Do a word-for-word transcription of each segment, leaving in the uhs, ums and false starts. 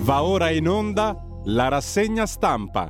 Va ora in onda la rassegna stampa.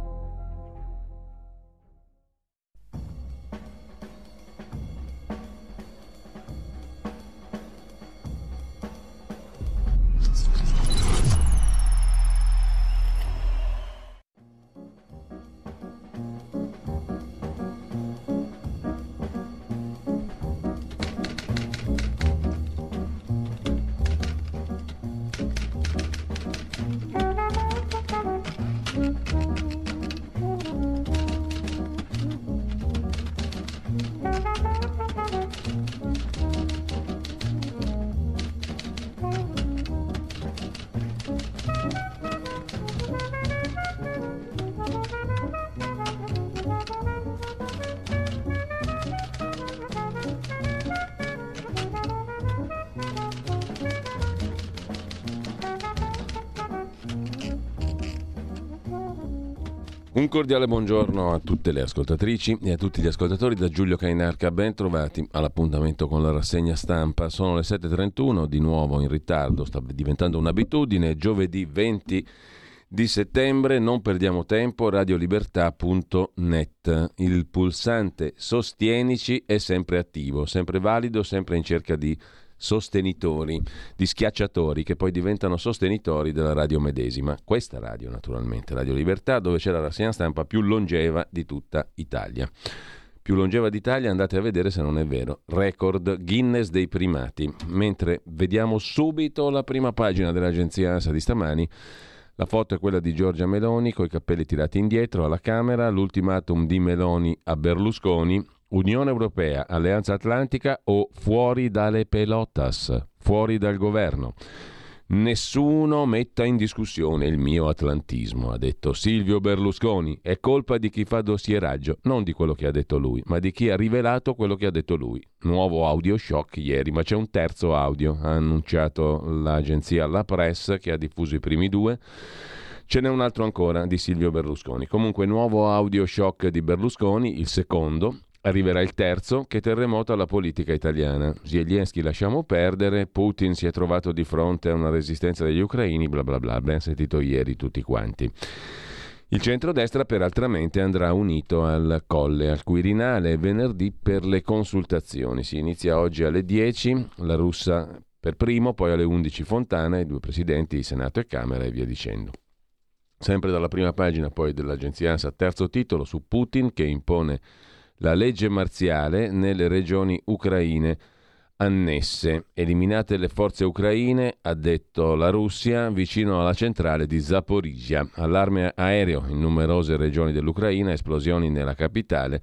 Un cordiale buongiorno a tutte le ascoltatrici e a tutti gli ascoltatori da Giulio Cainarca. Ben trovati all'appuntamento con la rassegna stampa. Sono le sette e trentuno, di nuovo in ritardo, sta diventando un'abitudine. Giovedì venti di settembre, non perdiamo tempo, radiolibertà punto net. Il pulsante Sostienici è sempre attivo, sempre valido, sempre in cerca di sostenitori, di schiacciatori che poi diventano sostenitori della radio medesima. Questa radio, naturalmente, Radio Libertà, dove c'è la rassegna stampa più longeva di tutta Italia. Più longeva d'Italia, andate a vedere se non è vero. Record Guinness dei primati. Mentre vediamo subito la prima pagina dell'agenzia ANSA di stamani. La foto è quella di Giorgia Meloni coi capelli tirati indietro alla Camera, l'ultimatum di Meloni a Berlusconi. Unione Europea, Alleanza Atlantica o fuori dalle pelotas, fuori dal governo. Nessuno metta in discussione il mio atlantismo, ha detto Silvio Berlusconi. È colpa di chi fa dossieraggio, non di quello che ha detto lui, ma di chi ha rivelato quello che ha detto lui. Nuovo audio shock ieri, ma c'è un terzo audio, ha annunciato l'agenzia La Press che ha diffuso i primi due. Ce n'è un altro ancora di Silvio Berlusconi. Comunque nuovo audio shock di Berlusconi, il secondo. Arriverà il terzo, che terremota la politica italiana. Zelensky lasciamo perdere, Putin si è trovato di fronte a una resistenza degli ucraini, bla bla bla, abbiamo sentito ieri tutti quanti. Il centrodestra peraltramente andrà unito al Colle, al Quirinale, venerdì per le consultazioni. Si inizia oggi alle dieci, la Russa per primo, poi alle undici Fontana, i due presidenti, Senato e Camera e via dicendo. Sempre dalla prima pagina poi dell'agenzia ANSA, terzo titolo su Putin che impone la legge marziale nelle regioni ucraine annesse. Eliminate le forze ucraine, ha detto la Russia, vicino alla centrale di Zaporizhia. Allarme aereo in numerose regioni dell'Ucraina, esplosioni nella capitale.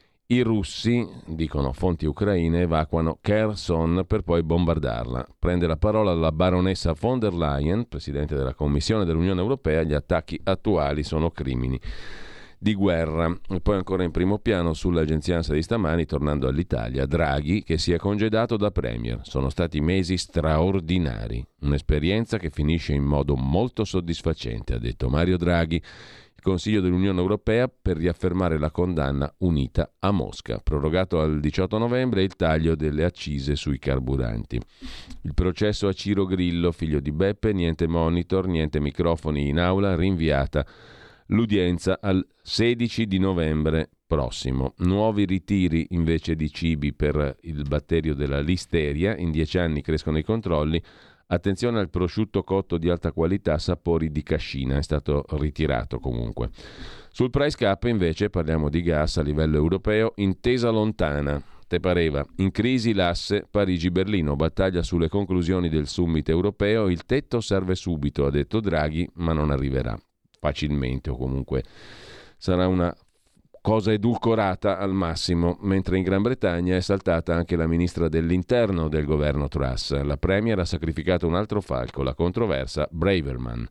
I russi, dicono fonti ucraine, evacuano Kherson per poi bombardarla. Prende la parola la baronessa von der Leyen, presidente della Commissione dell'Unione Europea. Gli attacchi attuali sono crimini di guerra. E poi ancora in primo piano sull'agenzia ANSA di stamani, tornando all'Italia, Draghi che si è congedato da premier. Sono stati mesi straordinari, un'esperienza che finisce in modo molto soddisfacente, ha detto Mario Draghi. Il Consiglio dell'Unione Europea per riaffermare la condanna unita a Mosca. Prorogato al diciotto novembre il taglio delle accise sui carburanti. Il processo a Ciro Grillo, figlio di Beppe, niente monitor, niente microfoni in aula, rinviata l'udienza al sedici di novembre prossimo. Nuovi ritiri invece di cibi per il batterio della listeria. In dieci anni crescono i controlli. Attenzione al prosciutto cotto di alta qualità, sapori di cascina, è stato ritirato comunque. Sul price cap invece parliamo di gas a livello europeo, intesa lontana. Te pareva, in crisi l'asse Parigi-Berlino, battaglia sulle conclusioni del summit europeo, il tetto serve subito, ha detto Draghi, ma non arriverà facilmente o comunque sarà una cosa edulcorata al massimo, mentre in Gran Bretagna è saltata anche la ministra dell'interno del governo Truss. La premier ha sacrificato un altro falco, la controversa Braverman.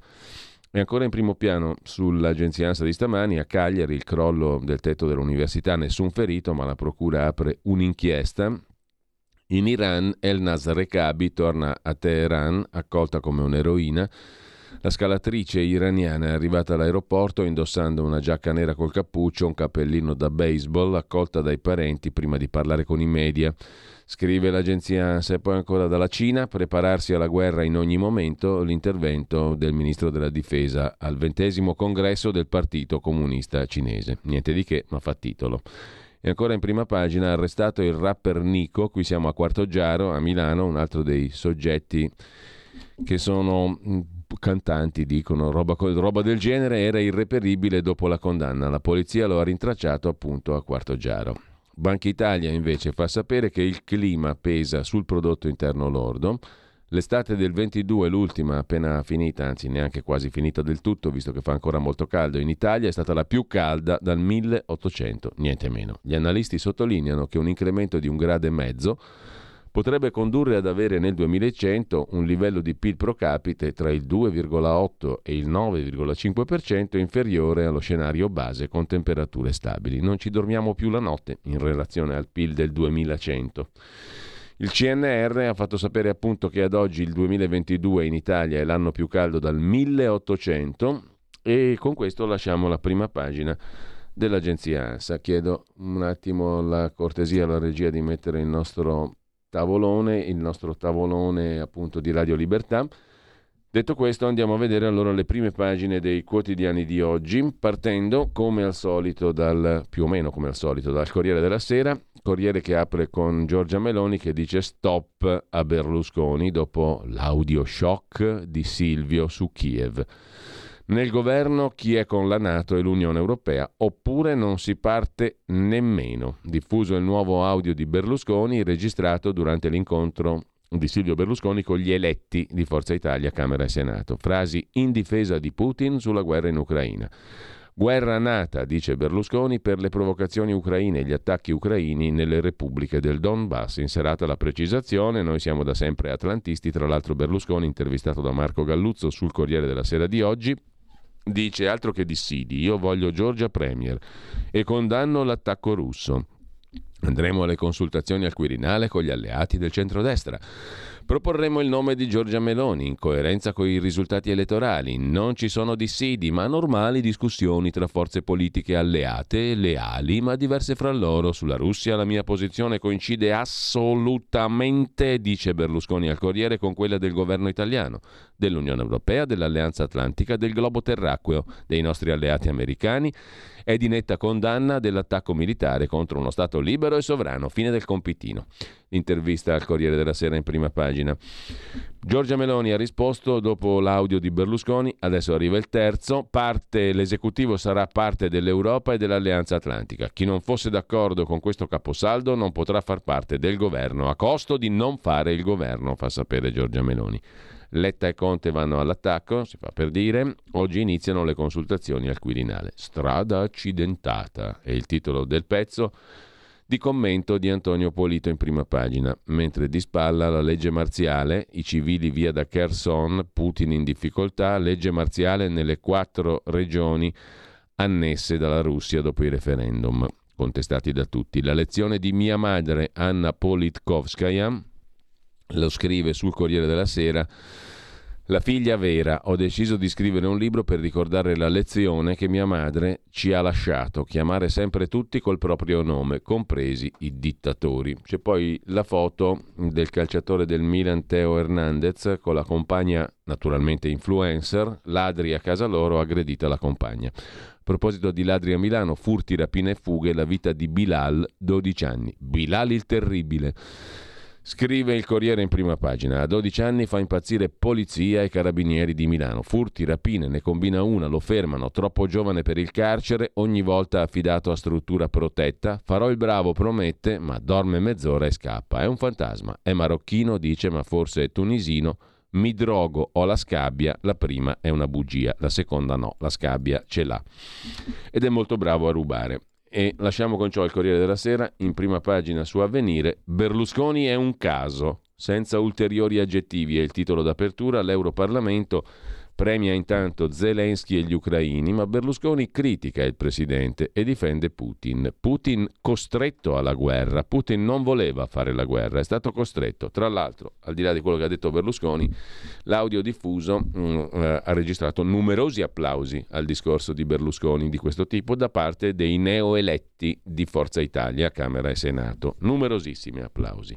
E ancora in primo piano sull'agenzia ANSA di stamani, a Cagliari il crollo del tetto dell'università, nessun ferito, ma la procura apre un'inchiesta. In Iran Elnaz Rekabi torna a Teheran, accolta come un'eroina. La scalatrice iraniana è arrivata all'aeroporto indossando una giacca nera col cappuccio, un cappellino da baseball, accolta dai parenti prima di parlare con i media. Scrive l'agenzia ANSA. E poi ancora dalla Cina, prepararsi alla guerra in ogni momento, l'intervento del ministro della difesa al ventesimo congresso del Partito Comunista Cinese. Niente di che, ma fa titolo. E ancora in prima pagina, arrestato il rapper Nico, qui siamo a Quartoggiaro, a Milano, un altro dei soggetti che sono cantanti, dicono, roba, roba del genere, era irreperibile dopo la condanna. La polizia lo ha rintracciato appunto a Quartoggiaro. Banca Italia invece fa sapere che il clima pesa sul prodotto interno lordo. L'estate del ventidue, l'ultima appena finita, anzi neanche quasi finita del tutto, visto che fa ancora molto caldo in Italia, è stata la più calda dal milleottocento, niente meno. Gli analisti sottolineano che un incremento di un grado e mezzo potrebbe condurre ad avere nel duemilacento un livello di P I L pro capite tra il due virgola otto e il nove virgola cinque per cento inferiore allo scenario base con temperature stabili. Non ci dormiamo più la notte in relazione al P I L del duemilacento. Il C N R ha fatto sapere appunto che ad oggi il duemilaventidue in Italia è l'anno più caldo dal milleottocento e con questo lasciamo la prima pagina dell'agenzia ANSA. Chiedo un attimo la cortesia alla regia di mettere il nostro tavolone, il nostro tavolone appunto di Radio Libertà. Detto questo, andiamo a vedere allora le prime pagine dei quotidiani di oggi, partendo come al solito dal, più o meno come al solito, dal Corriere della Sera. Corriere che apre con Giorgia Meloni che dice stop a Berlusconi dopo l'audio shock di Silvio su Kiev. Nel governo chi è con la NATO e l'Unione Europea, oppure non si parte nemmeno. Diffuso il nuovo audio di Berlusconi registrato durante l'incontro di Silvio Berlusconi con gli eletti di Forza Italia, Camera e Senato. Frasi in difesa di Putin sulla guerra in Ucraina. Guerra nata, dice Berlusconi, per le provocazioni ucraine e gli attacchi ucraini nelle repubbliche del Donbass. Inserata la precisazione, noi siamo da sempre atlantisti. Tra l'altro Berlusconi, intervistato da Marco Galluzzo sul Corriere della Sera di oggi, dice altro che dissidi, io voglio Giorgia Premier e condanno l'attacco russo. Andremo alle consultazioni al Quirinale con gli alleati del centrodestra. Proporremo il nome di Giorgia Meloni in coerenza con i risultati elettorali. Non ci sono dissidi, ma normali discussioni tra forze politiche alleate, leali, ma diverse fra loro. Sulla Russia la mia posizione coincide assolutamente, dice Berlusconi al Corriere, con quella del governo italiano, dell'Unione Europea, dell'Alleanza Atlantica, del globo terracqueo, dei nostri alleati americani. È di netta condanna dell'attacco militare contro uno Stato libero e sovrano. Fine del compitino. Intervista al Corriere della Sera in prima pagina. Giorgia Meloni ha risposto dopo l'audio di Berlusconi, adesso arriva il terzo, parte, l'esecutivo sarà parte dell'Europa e dell'Alleanza Atlantica. Chi non fosse d'accordo con questo caposaldo non potrà far parte del governo, a costo di non fare il governo, fa sapere Giorgia Meloni. Letta e Conte vanno all'attacco, si fa per dire. Oggi iniziano le consultazioni al Quirinale. Strada accidentata è il titolo del pezzo di commento di Antonio Polito in prima pagina. Mentre di spalla la legge marziale, i civili via da Kherson, Putin in difficoltà, legge marziale nelle quattro regioni annesse dalla Russia dopo i referendum, contestati da tutti. La lezione di mia madre, Anna Politkovskaya, lo scrive sul Corriere della Sera. La figlia vera, ho deciso di scrivere un libro per ricordare la lezione che mia madre ci ha lasciato, chiamare sempre tutti col proprio nome, compresi i dittatori. C'è poi la foto del calciatore del Milan Teo Hernandez con la compagna, naturalmente influencer, ladri a casa loro, aggredita la compagna. A proposito di ladri a Milano, furti, rapine e fughe, la vita di Bilal, dodici anni. Bilal il terribile. Scrive il Corriere in prima pagina. A dodici anni fa impazzire polizia e carabinieri di Milano. Furti, rapine, ne combina una, lo fermano, troppo giovane per il carcere, ogni volta affidato a struttura protetta. Farò il bravo, promette, ma dorme mezz'ora e scappa. È un fantasma. È marocchino, dice, ma forse è tunisino. Mi drogo, ho la scabbia. La prima è una bugia, la seconda no, la scabbia ce l'ha. Ed è molto bravo a rubare. E lasciamo con ciò il Corriere della Sera in prima pagina su Avvenire. Berlusconi è un caso, senza ulteriori aggettivi, è il titolo d'apertura. L'Europarlamento premia intanto Zelensky e gli ucraini, ma Berlusconi critica il presidente e difende Putin. Putin costretto alla guerra. Putin non voleva fare la guerra, è stato costretto. Tra l'altro, al di là di quello che ha detto Berlusconi, l'audio diffuso mh, eh, ha registrato numerosi applausi al discorso di Berlusconi di questo tipo da parte dei neoeletti di Forza Italia, Camera e Senato. Numerosissimi applausi.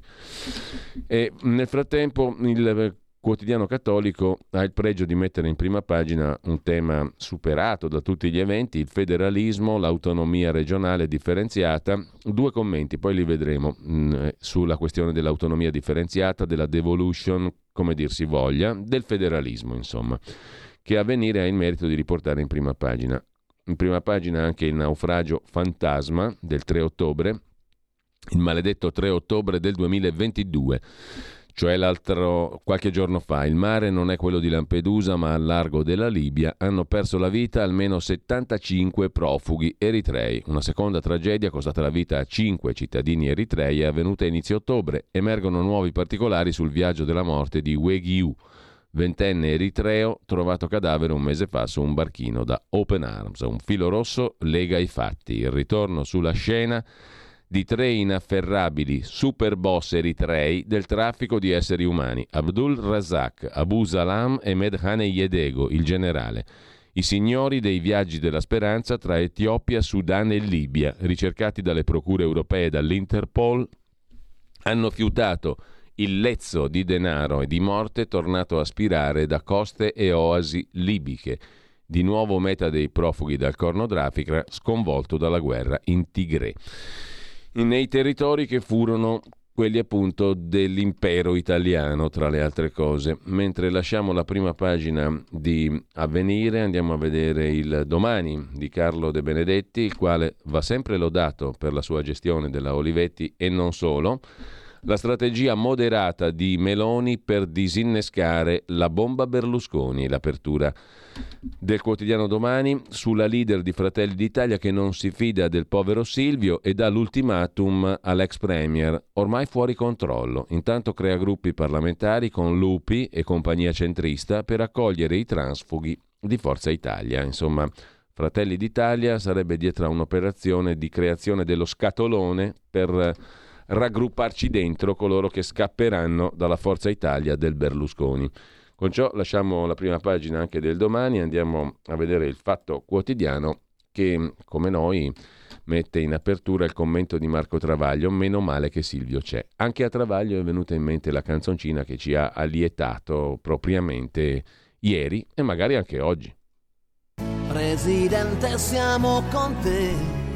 E nel frattempo il Quotidiano Cattolico ha il pregio di mettere in prima pagina un tema superato da tutti gli eventi, il federalismo, l'autonomia regionale differenziata. Due commenti, poi li vedremo, mh, sulla questione dell'autonomia differenziata, della devolution, come dir si voglia, del federalismo, insomma, che Avvenire ha il merito di riportare in prima pagina. In prima pagina anche il naufragio fantasma del tre ottobre, il maledetto tre ottobre del duemilaventidue. Cioè l'altro qualche giorno fa. Il mare non è quello di Lampedusa ma al largo della Libia. Hanno perso la vita almeno settantacinque profughi eritrei. Una seconda tragedia costata la vita a cinque cittadini eritrei è avvenuta a inizio ottobre. Emergono nuovi particolari sul viaggio della morte di Wegiu, ventenne eritreo trovato cadavere un mese fa su un barchino da Open Arms. Un filo rosso lega i fatti. Il ritorno sulla scena di tre inafferrabili super boss eritrei del traffico di esseri umani, Abdul Razak, Abu Salam e Medhane Yedego, il generale, i signori dei viaggi della speranza tra Etiopia, Sudan e Libia, ricercati dalle procure europee e dall'Interpol, hanno fiutato il lezzo di denaro e di morte tornato a spirare da coste e oasi libiche. Di nuovo meta dei profughi dal Corno d'Africa, sconvolto dalla guerra in Tigre, nei territori che furono quelli appunto dell'impero italiano, tra le altre cose. Mentre lasciamo la prima pagina di Avvenire, andiamo a vedere il Domani di Carlo De Benedetti, il quale va sempre lodato per la sua gestione della Olivetti e non solo. La strategia moderata di Meloni per disinnescare la bomba Berlusconi, l'apertura del quotidiano Domani sulla leader di Fratelli d'Italia che non si fida del povero Silvio e dà l'ultimatum all'ex premier, ormai fuori controllo. Intanto crea gruppi parlamentari con Lupi e compagnia centrista per accogliere i transfughi di Forza Italia. Insomma, Fratelli d'Italia sarebbe dietro a un'operazione di creazione dello scatolone per raggrupparci dentro coloro che scapperanno dalla Forza Italia del Berlusconi. Con ciò lasciamo la prima pagina anche del Domani, andiamo a vedere il Fatto Quotidiano che, come noi, mette in apertura il commento di Marco Travaglio, meno male che Silvio c'è. Anche a Travaglio è venuta in mente la canzoncina che ci ha allietato propriamente ieri e magari anche oggi. Presidente, siamo con te,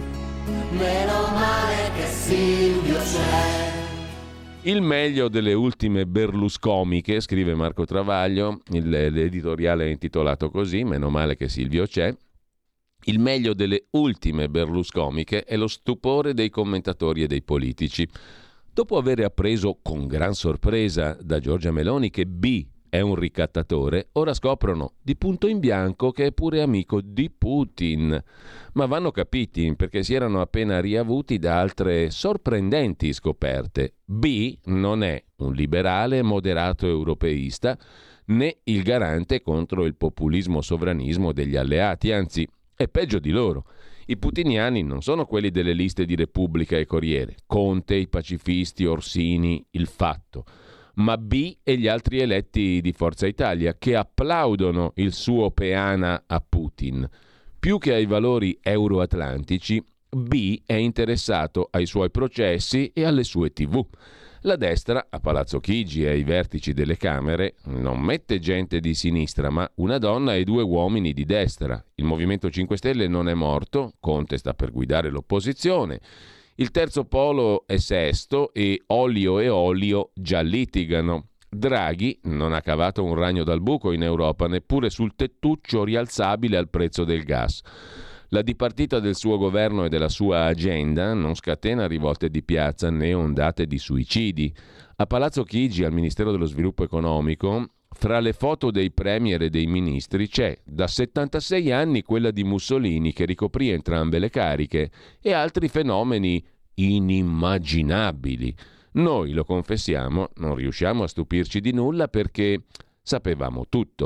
meno male che Silvio c'è. Il meglio delle ultime berluscomiche, scrive Marco Travaglio, il, l'editoriale è intitolato così, meno male che Silvio c'è. Il meglio delle ultime berluscomiche è lo stupore dei commentatori e dei politici. Dopo aver appreso con gran sorpresa da Giorgia Meloni che B è un ricattatore, ora scoprono di punto in bianco che è pure amico di Putin. Ma vanno capiti, perché si erano appena riavuti da altre sorprendenti scoperte. B non è un liberale moderato europeista, né il garante contro il populismo sovranismo degli alleati, anzi è peggio di loro. I putiniani non sono quelli delle liste di Repubblica e Corriere, Conte, i pacifisti, Orsini, il Fatto, ma B e gli altri eletti di Forza Italia che applaudono il suo peana a Putin. Più che ai valori euroatlantici, B è interessato ai suoi processi e alle sue tivù. La destra, a Palazzo Chigi e ai vertici delle Camere, non mette gente di sinistra, ma una donna e due uomini di destra. Il Movimento cinque Stelle non è morto, Conte sta per guidare l'opposizione. Il terzo polo è sesto e Olio e Olio già litigano. Draghi non ha cavato un ragno dal buco in Europa, neppure sul tettuccio rialzabile al prezzo del gas. La dipartita del suo governo e della sua agenda non scatena rivolte di piazza né ondate di suicidi. A Palazzo Chigi, al Ministero dello Sviluppo Economico, fra le foto dei premier e dei ministri c'è da settantasei anni quella di Mussolini che ricoprì entrambe le cariche e altri fenomeni inimmaginabili. Noi, lo confessiamo, non riusciamo a stupirci di nulla perché sapevamo tutto.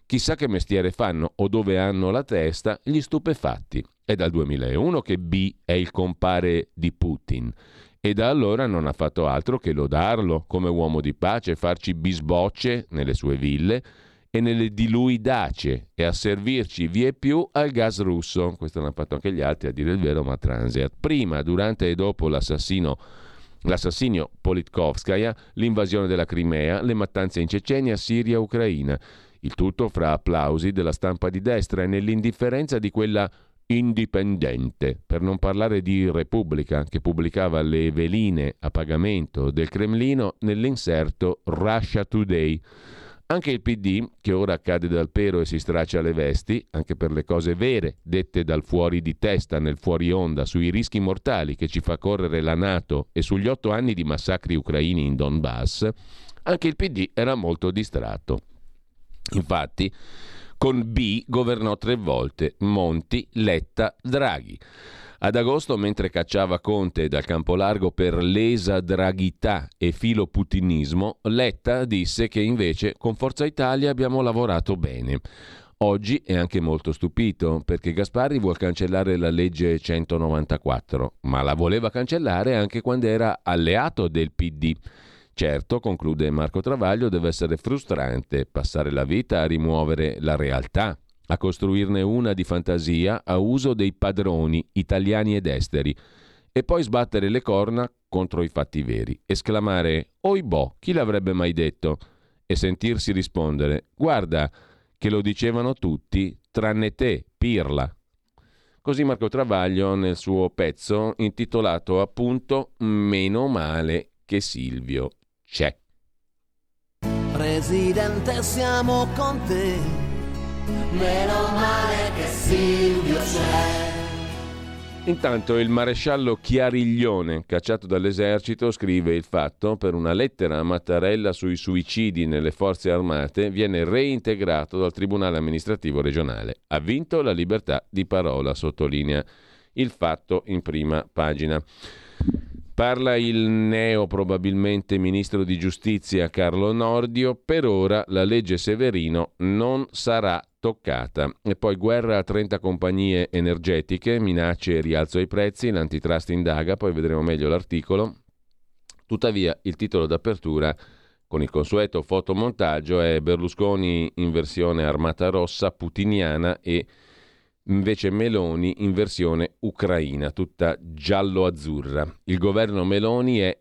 Chissà che mestiere fanno o dove hanno la testa gli stupefatti. È dal duemilauno che B è il compare di Putin e da allora non ha fatto altro che lodarlo come uomo di pace, farci bisbocce nelle sue ville e nelle di lui dace e a servirci vie più al gas russo. Questo l'hanno fatto anche gli altri, a dire il vero, ma transeat. Prima, durante e dopo l'assassino L'assassinio Politkovskaya, l'invasione della Crimea, le mattanze in Cecenia, Siria, Ucraina. Il tutto fra applausi della stampa di destra e nell'indifferenza di quella indipendente, per non parlare di Repubblica, che pubblicava le veline a pagamento del Cremlino nell'inserto Russia Today. Anche il P D, che ora cade dal pero e si straccia le vesti, anche per le cose vere, dette dal fuori di testa nel fuori onda, sui rischi mortali che ci fa correre la NATO e sugli otto anni di massacri ucraini in Donbass, anche il P D era molto distratto. Infatti, con B governò tre volte: Monti, Letta, Draghi. Ad agosto, mentre cacciava Conte dal campo largo per lesa draghità e filoputinismo, Letta disse che invece con Forza Italia abbiamo lavorato bene. Oggi è anche molto stupito perché Gasparri vuol cancellare la legge centonovantaquattro, ma la voleva cancellare anche quando era alleato del P D. Certo, conclude Marco Travaglio, deve essere frustrante passare la vita a rimuovere la realtà, a costruirne una di fantasia a uso dei padroni italiani ed esteri e poi sbattere le corna contro i fatti veri, esclamare «Oibò, chi l'avrebbe mai detto?» e sentirsi rispondere «Guarda che lo dicevano tutti, tranne te, pirla». Così Marco Travaglio nel suo pezzo intitolato appunto «Meno male che Silvio c'è». Presidente, siamo con te. Meno male che Silvio c'è. Intanto il maresciallo Chiariglione, cacciato dall'esercito, scrive Il Fatto, per una lettera a Mattarella sui suicidi nelle forze armate, viene reintegrato dal Tribunale amministrativo regionale. Ha vinto la libertà di parola, sottolinea Il Fatto in prima pagina. Parla il neo probabilmente ministro di giustizia Carlo Nordio, per ora la legge Severino non sarà toccata. E poi guerra a trenta compagnie energetiche, minacce e rialzo ai prezzi, l'antitrust indaga, poi vedremo meglio l'articolo. Tuttavia il titolo d'apertura con il consueto fotomontaggio è Berlusconi in versione armata rossa putiniana e invece Meloni in versione ucraina, tutta giallo-azzurra. Il governo Meloni è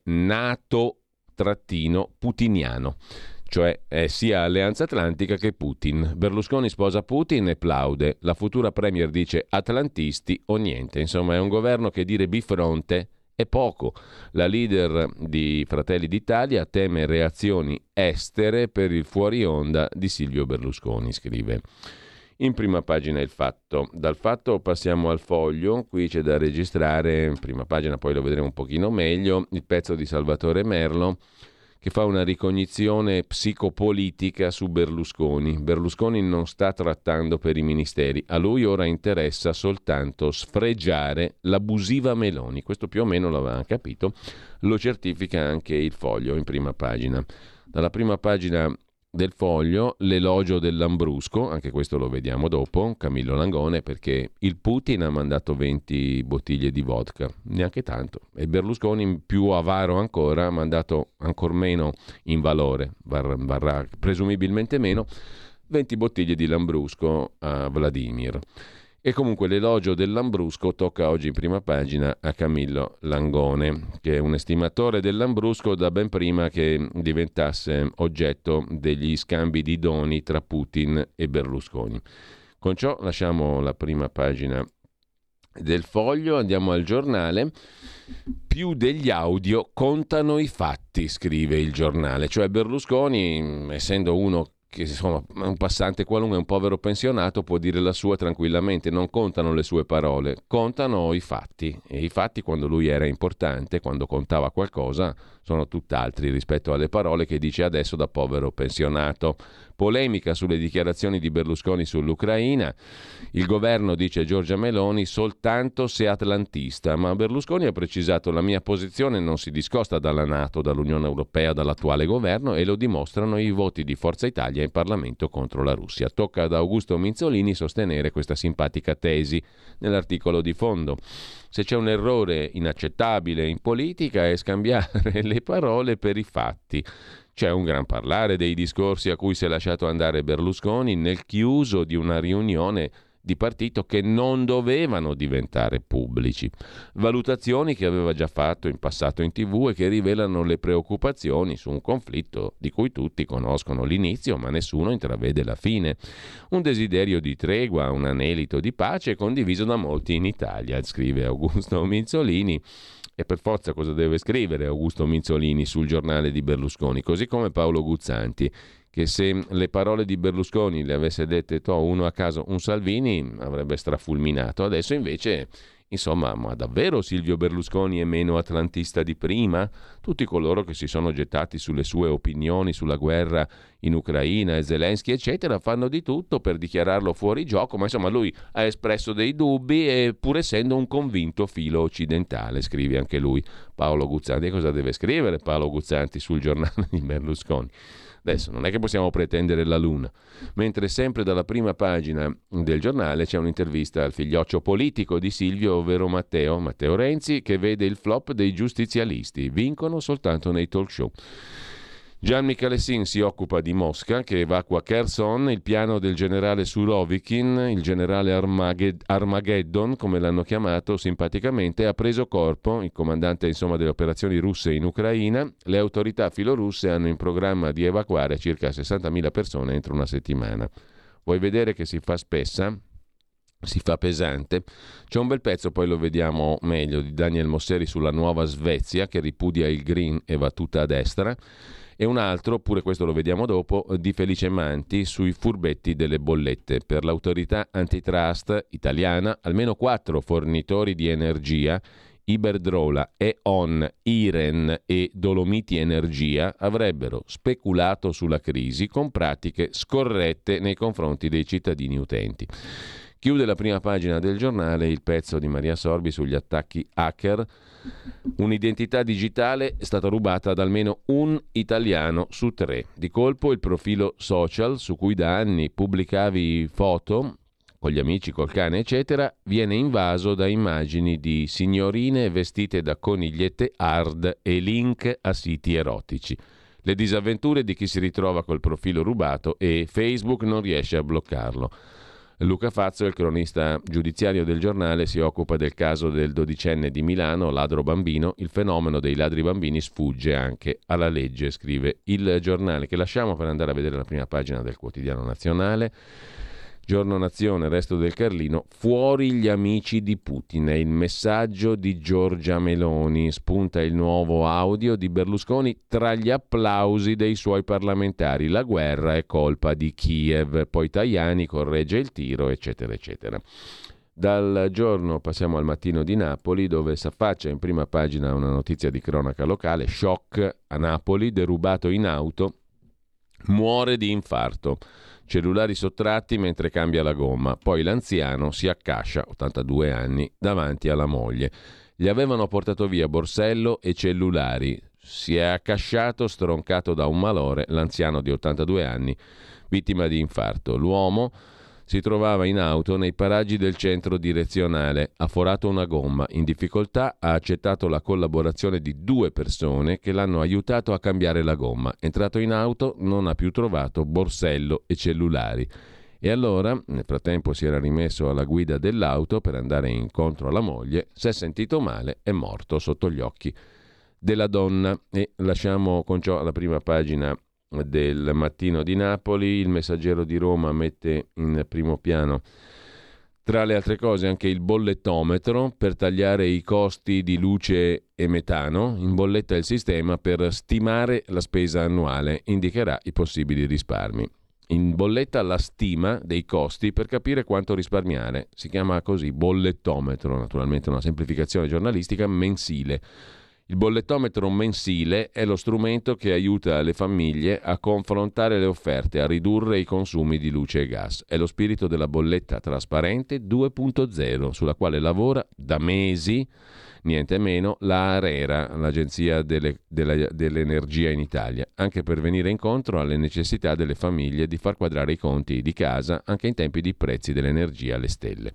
NATO-putiniano, cioè è sia Alleanza Atlantica che Putin. Berlusconi sposa Putin e plaude. La futura premier dice atlantisti o niente. Insomma, è un governo che dire bifronte è poco. La leader di Fratelli d'Italia teme reazioni estere per il fuori onda di Silvio Berlusconi, scrive. In prima pagina Il Fatto. Dal Fatto passiamo al Foglio, qui c'è da registrare, in prima pagina poi lo vedremo un pochino meglio, il pezzo di Salvatore Merlo che fa una ricognizione psicopolitica su Berlusconi. Berlusconi non sta trattando per i ministeri, a lui ora interessa soltanto sfregiare l'abusiva Meloni, questo più o meno l'avevamo capito, lo certifica anche Il Foglio in prima pagina. Dalla prima pagina del Foglio l'elogio del Lambrusco, anche questo lo vediamo dopo, Camillo Langone, perché il Putin ha mandato venti bottiglie di vodka, neanche tanto, e Berlusconi più avaro ancora ha mandato ancor meno in valore, varrà, varrà presumibilmente meno, venti bottiglie di Lambrusco a Vladimir. E comunque l'elogio del Lambrusco tocca oggi in prima pagina a Camillo Langone, che è un estimatore del Lambrusco da ben prima che diventasse oggetto degli scambi di doni tra Putin e Berlusconi. Con ciò lasciamo la prima pagina del Foglio, andiamo al Giornale. Più degli audio contano i fatti, scrive il Giornale, cioè Berlusconi, essendo uno che insomma un passante qualunque, un povero pensionato, può dire la sua tranquillamente, non contano le sue parole, contano i fatti, e i fatti quando lui era importante, quando contava qualcosa, sono tutt'altri rispetto alle parole che dice adesso da povero pensionato. Polemica sulle dichiarazioni di Berlusconi sull'Ucraina. Il governo, dice Giorgia Meloni, soltanto se atlantista, ma Berlusconi ha precisato: la mia posizione non si discosta dalla NATO, dall'Unione Europea, dall'attuale governo, e lo dimostrano i voti di Forza Italia in Parlamento contro la Russia. Tocca ad Augusto Minzolini sostenere questa simpatica tesi nell'articolo di fondo. Se c'è un errore inaccettabile in politica è scambiare le parole per i fatti. C'è un gran parlare dei discorsi a cui si è lasciato andare Berlusconi nel chiuso di una riunione di partito che non dovevano diventare pubblici. Valutazioni che aveva già fatto in passato in tivù e che rivelano le preoccupazioni su un conflitto di cui tutti conoscono l'inizio ma nessuno intravede la fine. Un desiderio di tregua, un anelito di pace condiviso da molti in Italia, scrive Augusto Minzolini. E per forza cosa deve scrivere Augusto Minzolini sul giornale di Berlusconi? Così come Paolo Guzzanti, che se le parole di Berlusconi le avesse dette to, uno a caso, un Salvini, avrebbe strafulminato. Adesso invece, insomma, ma davvero Silvio Berlusconi è meno atlantista di prima? Tutti coloro che si sono gettati sulle sue opinioni sulla guerra in Ucraina e Zelensky, eccetera, fanno di tutto per dichiararlo fuori gioco, ma insomma lui ha espresso dei dubbi e pur essendo un convinto filo occidentale, scrive anche lui Paolo Guzzanti. E cosa deve scrivere Paolo Guzzanti sul giornale di Berlusconi? Adesso non è che possiamo pretendere la luna. Mentre sempre dalla prima pagina del giornale c'è un'intervista al figlioccio politico di Silvio, ovvero Matteo, Matteo Renzi, che vede il flop dei giustizialisti. Vincono soltanto nei talk show. Gian Michalessin si occupa di Mosca, che evacua Kherson. Il piano del generale Surovikin, il generale Armaged- Armageddon, come l'hanno chiamato simpaticamente, ha preso corpo, il comandante insomma delle operazioni russe in Ucraina. Le autorità filorusse hanno in programma di evacuare circa sessantamila persone entro una settimana. Vuoi vedere che si fa spessa? Si fa pesante. C'è un bel pezzo, poi lo vediamo meglio, di Daniel Mosseri sulla Nuova Svezia, che ripudia il green e va tutta a destra. E un altro, pure questo lo vediamo dopo, di Felice Manti sui furbetti delle bollette. Per l'autorità antitrust italiana, almeno quattro fornitori di energia, Iberdrola, E O N, Iren e Dolomiti Energia, avrebbero speculato sulla crisi con pratiche scorrette nei confronti dei cittadini utenti. Chiude la prima pagina del giornale il pezzo di Maria Sorbi sugli attacchi hacker. Un'identità digitale è stata rubata ad almeno un italiano su tre. Di colpo il profilo social su cui da anni pubblicavi foto con gli amici, col cane, eccetera, viene invaso da immagini di signorine vestite da conigliette hard e link a siti erotici. Le disavventure di chi si ritrova col profilo rubato e Facebook non riesce a bloccarlo. Luca Fazzo, il cronista giudiziario del giornale, si occupa del caso del dodicenne di Milano, ladro bambino. Il fenomeno dei ladri bambini sfugge anche alla legge, scrive il giornale, che lasciamo per andare a vedere la prima pagina del Quotidiano Nazionale. Giorno Nazione, Resto del Carlino, fuori gli amici di Putin, è il messaggio di Giorgia Meloni. Spunta il nuovo audio di Berlusconi tra gli applausi dei suoi parlamentari. La guerra è colpa di Kiev, poi Tajani corregge il tiro, eccetera, eccetera. Dal Giorno passiamo al Mattino di Napoli, dove s'affaccia in prima pagina una notizia di cronaca locale. Shock a Napoli, derubato in auto, muore di infarto. Cellulari sottratti mentre cambia la gomma, poi l'anziano si accascia, ottantadue anni, davanti alla moglie. Gli avevano portato via borsello e cellulari. Si è accasciato, stroncato da un malore, l'anziano di ottantadue anni, vittima di infarto. L'uomo si trovava in auto nei paraggi del centro direzionale, ha forato una gomma, in difficoltà ha accettato la collaborazione di due persone che l'hanno aiutato a cambiare la gomma. Entrato in auto non ha più trovato borsello e cellulari. E allora, nel frattempo si era rimesso alla guida dell'auto per andare incontro alla moglie, si è sentito male, è morto sotto gli occhi della donna. E lasciamo con ciò la prima pagina del Mattino di Napoli. Il Messaggero di Roma mette in primo piano, tra le altre cose, anche il bollettometro per tagliare i costi di luce e metano. In bolletta il sistema per stimare la spesa annuale, indicherà i possibili risparmi. In bolletta la stima dei costi per capire quanto risparmiare. Si chiama così bollettometro, naturalmente una semplificazione giornalistica, mensile. Il bollettometro mensile è lo strumento che aiuta le famiglie a confrontare le offerte, a ridurre i consumi di luce e gas. È lo spirito della bolletta trasparente due punto zero, sulla quale lavora da mesi, niente meno, la ARERA, l'Agenzia delle, della, dell'Energia in Italia, anche per venire incontro alle necessità delle famiglie di far quadrare i conti di casa anche in tempi di prezzi dell'energia alle stelle.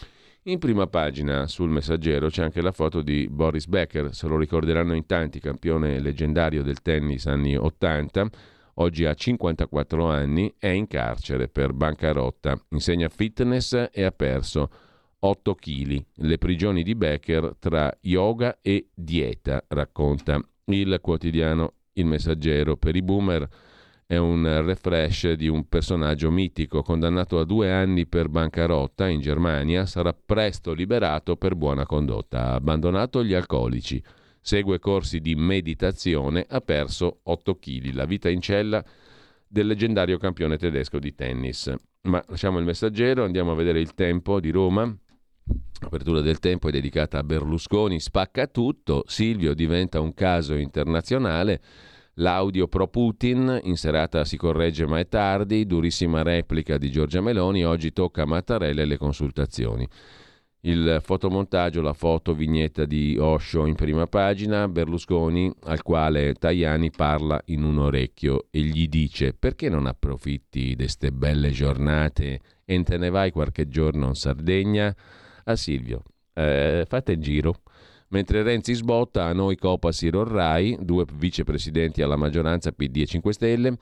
In prima pagina sul Messaggero c'è anche la foto di Boris Becker, se lo ricorderanno in tanti, campione leggendario del tennis anni ottanta, oggi ha cinquantaquattro anni, è in carcere per bancarotta, insegna fitness e ha perso otto chili. Le prigioni di Becker tra yoga e dieta, racconta il quotidiano Il Messaggero. Per i boomer è un refresh di un personaggio mitico, condannato a due anni per bancarotta in Germania, sarà presto liberato per buona condotta. Ha abbandonato gli alcolici, segue corsi di meditazione, ha perso otto chili. La vita in cella del leggendario campione tedesco di tennis. Ma lasciamo Il Messaggero, andiamo a vedere Il Tempo di Roma. L'apertura del Tempo è dedicata a Berlusconi, spacca tutto, Silvio diventa un caso internazionale. L'audio pro Putin, in serata si corregge ma è tardi, durissima replica di Giorgia Meloni, oggi tocca a Mattarella e le consultazioni. Il fotomontaggio, la foto vignetta di Osho in prima pagina, Berlusconi al quale Tajani parla in un orecchio e gli dice: perché non approfitti di ste belle giornate e te ne vai qualche giorno in Sardegna? A Silvio, eh, fate il giro. Mentre Renzi sbotta, a noi Copasir Orrai, due vicepresidenti alla maggioranza P D e cinque Stelle.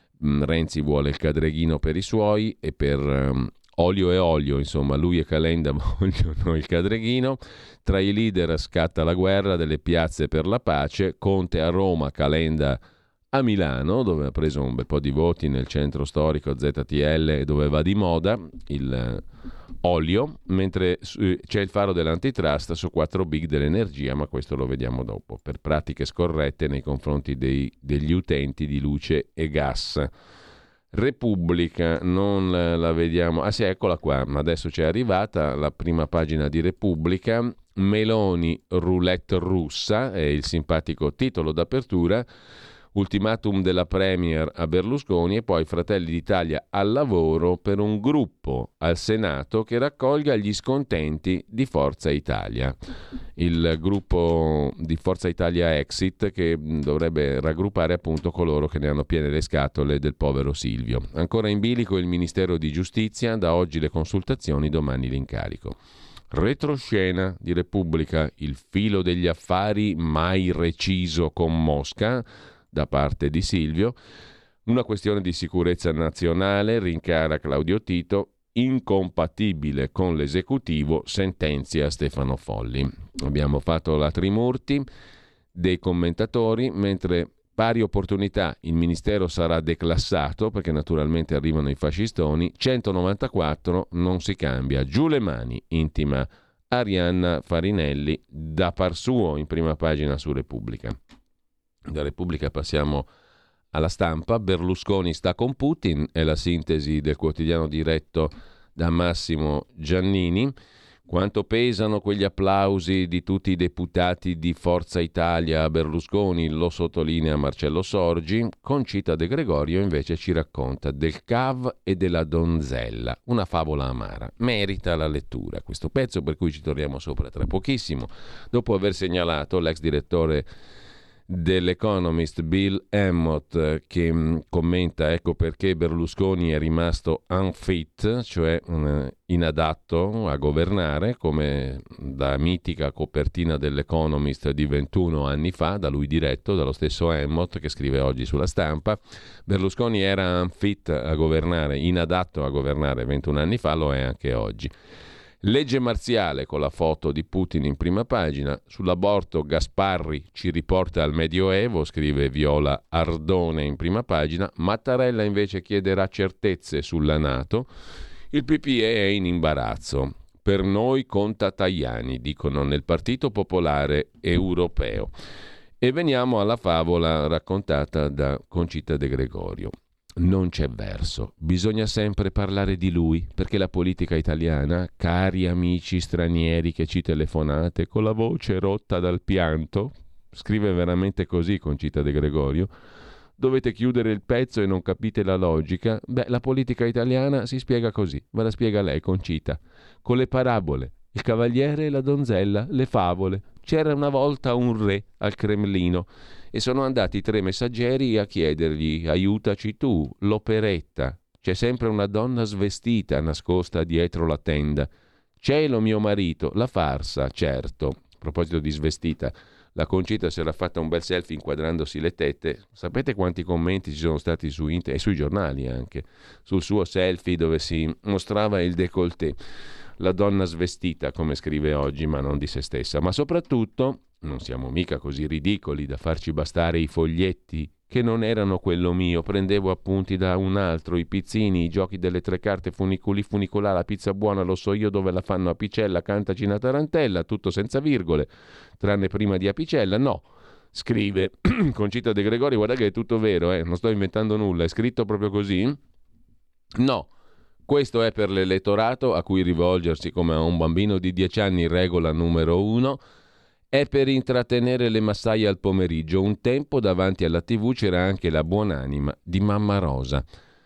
Renzi vuole il cadreghino per i suoi e per um, olio e olio, insomma, lui e Calenda vogliono il cadreghino. Tra i leader scatta la guerra delle piazze per la pace, Conte a Roma, Calenda a Milano, dove ha preso un bel po' di voti nel centro storico Z T L, dove va di moda il olio, mentre c'è il faro dell'antitrust su quattro big dell'energia, ma questo lo vediamo dopo, per pratiche scorrette nei confronti dei, degli utenti di luce e gas. Repubblica, non la, la vediamo, ah sì, eccola qua, ma adesso c'è arrivata la prima pagina di Repubblica. Meloni, roulette russa, è il simpatico titolo d'apertura. Ultimatum della Premier a Berlusconi e poi Fratelli d'Italia al lavoro per un gruppo al Senato che raccolga gli scontenti di Forza Italia. Il gruppo di Forza Italia Exit che dovrebbe raggruppare appunto coloro che ne hanno piene le scatole del povero Silvio. Ancora in bilico il Ministero di Giustizia, da oggi le consultazioni, domani l'incarico. Retroscena di Repubblica, il filo degli affari mai reciso con Mosca, da parte di Silvio, una questione di sicurezza nazionale, rincara Claudio Tito, incompatibile con l'esecutivo, sentenzia Stefano Folli. Abbiamo fatto la trimurti dei commentatori, mentre pari opportunità il ministero sarà declassato, perché naturalmente arrivano i fascistoni, centonovantaquattro non si cambia, giù le mani, intima Arianna Farinelli, da par suo in prima pagina su Repubblica. Da Repubblica passiamo alla Stampa. Berlusconi sta con Putin, è la sintesi del quotidiano diretto da Massimo Giannini. Quanto pesano quegli applausi di tutti i deputati di Forza Italia a Berlusconi, lo sottolinea Marcello Sorgi. Concita De Gregorio invece ci racconta del C A V e della donzella, una favola amara. Merita la lettura questo pezzo, per cui ci torniamo sopra tra pochissimo, dopo aver segnalato l'ex direttore dell'Economist Bill Emmott, che mh, commenta ecco perché Berlusconi è rimasto unfit, cioè un, inadatto a governare, come da mitica copertina dell'Economist di ventuno anni fa, da lui diretto, dallo stesso Emmott, che scrive oggi sulla Stampa. Berlusconi era unfit a governare, inadatto a governare ventuno anni fa, lo è anche oggi. Legge marziale con la foto di Putin in prima pagina. Sull'aborto Gasparri ci riporta al Medioevo, scrive Viola Ardone in prima pagina. Mattarella invece chiederà certezze sulla NATO. Il P P E è in imbarazzo. Per noi conta Tajani, dicono nel Partito Popolare Europeo. E veniamo alla favola raccontata da Concita De Gregorio. Non c'è verso, bisogna sempre parlare di lui, perché la politica italiana, cari amici stranieri che ci telefonate con la voce rotta dal pianto, Scrive veramente così Concita De Gregorio. Dovete chiudere il pezzo e non capite la logica? Beh, la politica italiana si spiega così, ve la spiega lei, Concita, con le parabole, il cavaliere e la donzella, le favole. C'era una volta un re al Cremlino e sono andati tre messaggeri a chiedergli: aiutaci tu, l'operetta. C'è sempre una donna svestita nascosta dietro la tenda. Cielo mio marito, la farsa, certo. A proposito di svestita, la Concita si era fatta un bel selfie inquadrandosi le tette. Sapete quanti commenti ci sono stati su internet e sui giornali anche sul suo selfie dove si mostrava il décolleté? La donna svestita, come scrive oggi, ma non di se stessa. Ma soprattutto, non siamo mica così ridicoli da farci bastare i foglietti, che non erano quello mio. Prendevo appunti da un altro, i pizzini, i giochi delle tre carte, funiculi, funicolà, la pizza buona, lo so io dove la fanno, Apicella, cantaci una tarantella, tutto senza virgole, tranne prima di Apicella. No, scrive Concita De Gregorio, guarda che è tutto vero, eh? Non sto inventando nulla, è scritto proprio così. No, questo è per l'elettorato a cui rivolgersi come a un bambino di dieci anni, regola numero uno. È per intrattenere le massaie al pomeriggio. Un tempo davanti alla tivù c'era anche la buonanima di Mamma Rosa.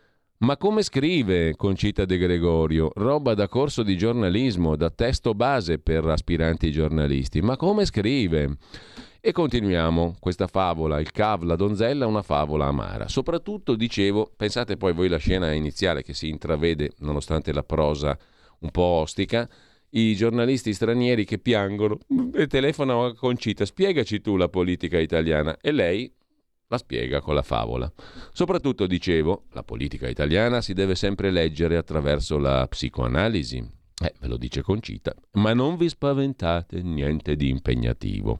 Ma come scrive Concita De Gregorio? Roba da corso di giornalismo, da testo base per aspiranti giornalisti. Ma come scrive? E continuiamo. Questa favola, il cav, la donzella, una favola amara. Soprattutto, dicevo, pensate poi voi la scena iniziale che si intravede, nonostante la prosa un po' ostica, i giornalisti stranieri che piangono e telefonano a Concita: spiegaci tu la politica italiana, e lei la spiega con la favola. Soprattutto, dicevo, la politica italiana si deve sempre leggere attraverso la psicoanalisi. Eh, ve lo dice Concita, ma non vi spaventate, niente di impegnativo.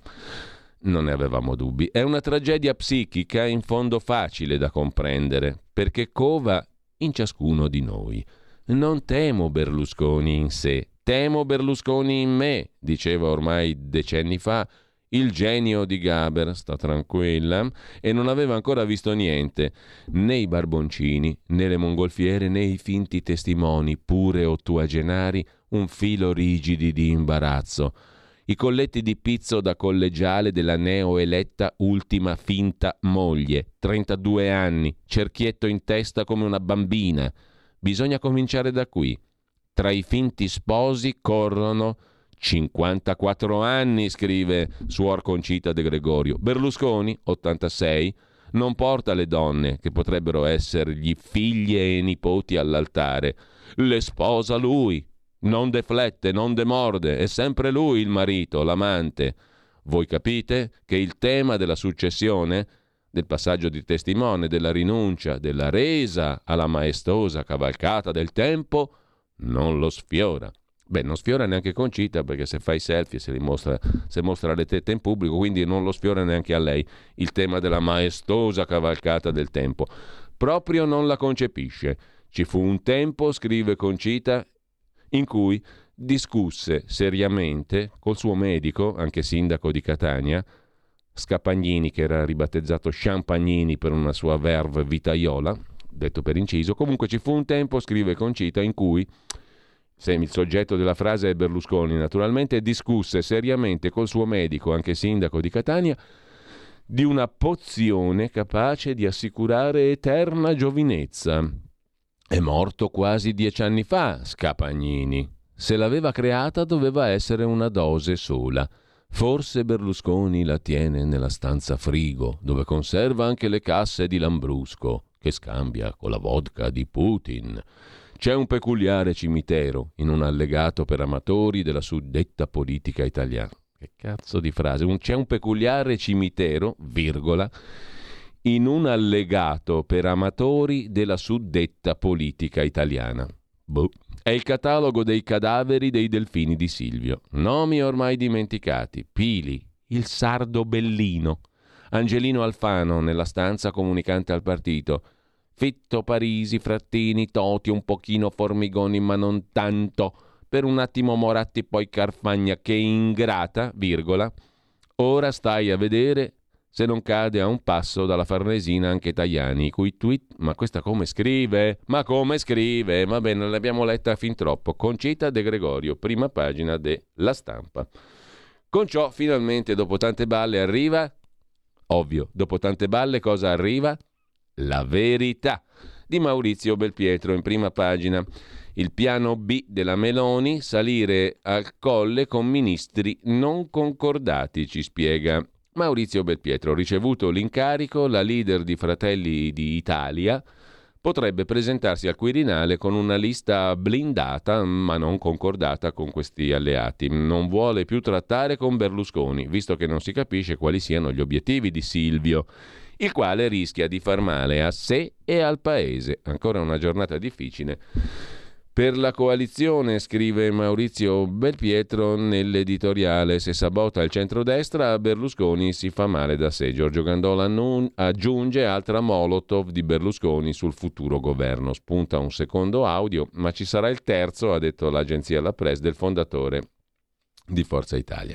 Non ne avevamo dubbi. È una tragedia psichica in fondo facile da comprendere, perché cova in ciascuno di noi. Non temo Berlusconi in sé, temo Berlusconi in me, diceva ormai decenni fa il genio di Gaber. Sta tranquilla, e non aveva ancora visto niente, né i barboncini, né le mongolfiere, né i finti testimoni, pure ottuagenari, un filo rigidi di imbarazzo, i colletti di pizzo da collegiale della neoeletta ultima finta moglie, trentadue anni, cerchietto in testa come una bambina. Bisogna cominciare da qui. Tra i finti sposi corrono cinquantaquattro anni, scrive Suor Concita De Gregorio. Berlusconi, ottantasei, non porta le donne, che potrebbero essergli figlie e nipoti, all'altare. Le sposa lui. Non deflette, non demorde, è sempre lui il marito, l'amante. Voi capite che il tema della successione, del passaggio di testimone, della rinuncia, della resa alla maestosa cavalcata del tempo non lo sfiora. Beh, non sfiora neanche Concita, perché se fa i selfie se li mostra, se mostra le tette in pubblico, quindi non lo sfiora neanche a lei il tema della maestosa cavalcata del tempo. Proprio non la concepisce. Ci fu un tempo, scrive Concita, in cui discusse seriamente col suo medico, anche sindaco di Catania, Scapagnini, che era ribattezzato Champagnini per una sua verve vitaiola, detto per inciso. Comunque ci fu un tempo, scrive Concita, in cui, se il soggetto della frase è Berlusconi naturalmente, discusse seriamente col suo medico, anche sindaco di Catania, di una pozione capace di assicurare eterna giovinezza. È morto quasi dieci anni fa, Scapagnini. Se l'aveva creata doveva essere una dose sola. Forse Berlusconi la tiene nella stanza frigo, dove conserva anche le casse di Lambrusco, che scambia con la vodka di Putin. C'è un peculiare cimitero in un allegato per amatori della suddetta politica italiana. Che cazzo di frase? Un, c'è un peculiare cimitero, virgola, in un allegato per amatori della suddetta politica italiana. Boh. È il catalogo dei cadaveri dei delfini di Silvio. Nomi ormai dimenticati. Pili, il sardo Bellino, Angelino Alfano nella stanza comunicante al partito, Fitto, Parisi, Frattini, Toti, un pochino Formigoni ma non tanto, per un attimo Moratti, poi Carfagna, che ingrata, virgola. Ora stai a vedere se non cade a un passo dalla Farnesina anche Tajani, i cui tweet, ma questa come scrive? Ma come scrive? Va bene, l'abbiamo letta fin troppo. Concita De Gregorio, prima pagina de La Stampa. Con ciò, finalmente, dopo tante balle, arriva, ovvio, dopo tante balle cosa arriva? La verità di Maurizio Belpietro in prima pagina. Il piano B della Meloni, salire al colle con ministri non concordati, ci spiega Maurizio Belpietro. Ricevuto l'incarico, la leader di Fratelli d'Italia potrebbe presentarsi al Quirinale con una lista blindata ma non concordata con questi alleati. Non vuole più trattare con Berlusconi, visto che non si capisce quali siano gli obiettivi di Silvio, il quale rischia di far male a sé e al paese. Ancora una giornata difficile per la coalizione, scrive Maurizio Belpietro nell'editoriale. Se sabota il centrodestra, Berlusconi si fa male da sé. Giorgio Gandola non aggiunge altra Molotov di Berlusconi sul futuro governo. Spunta un secondo audio, ma ci sarà il terzo, ha detto l'agenzia La Presse, del fondatore di Forza Italia.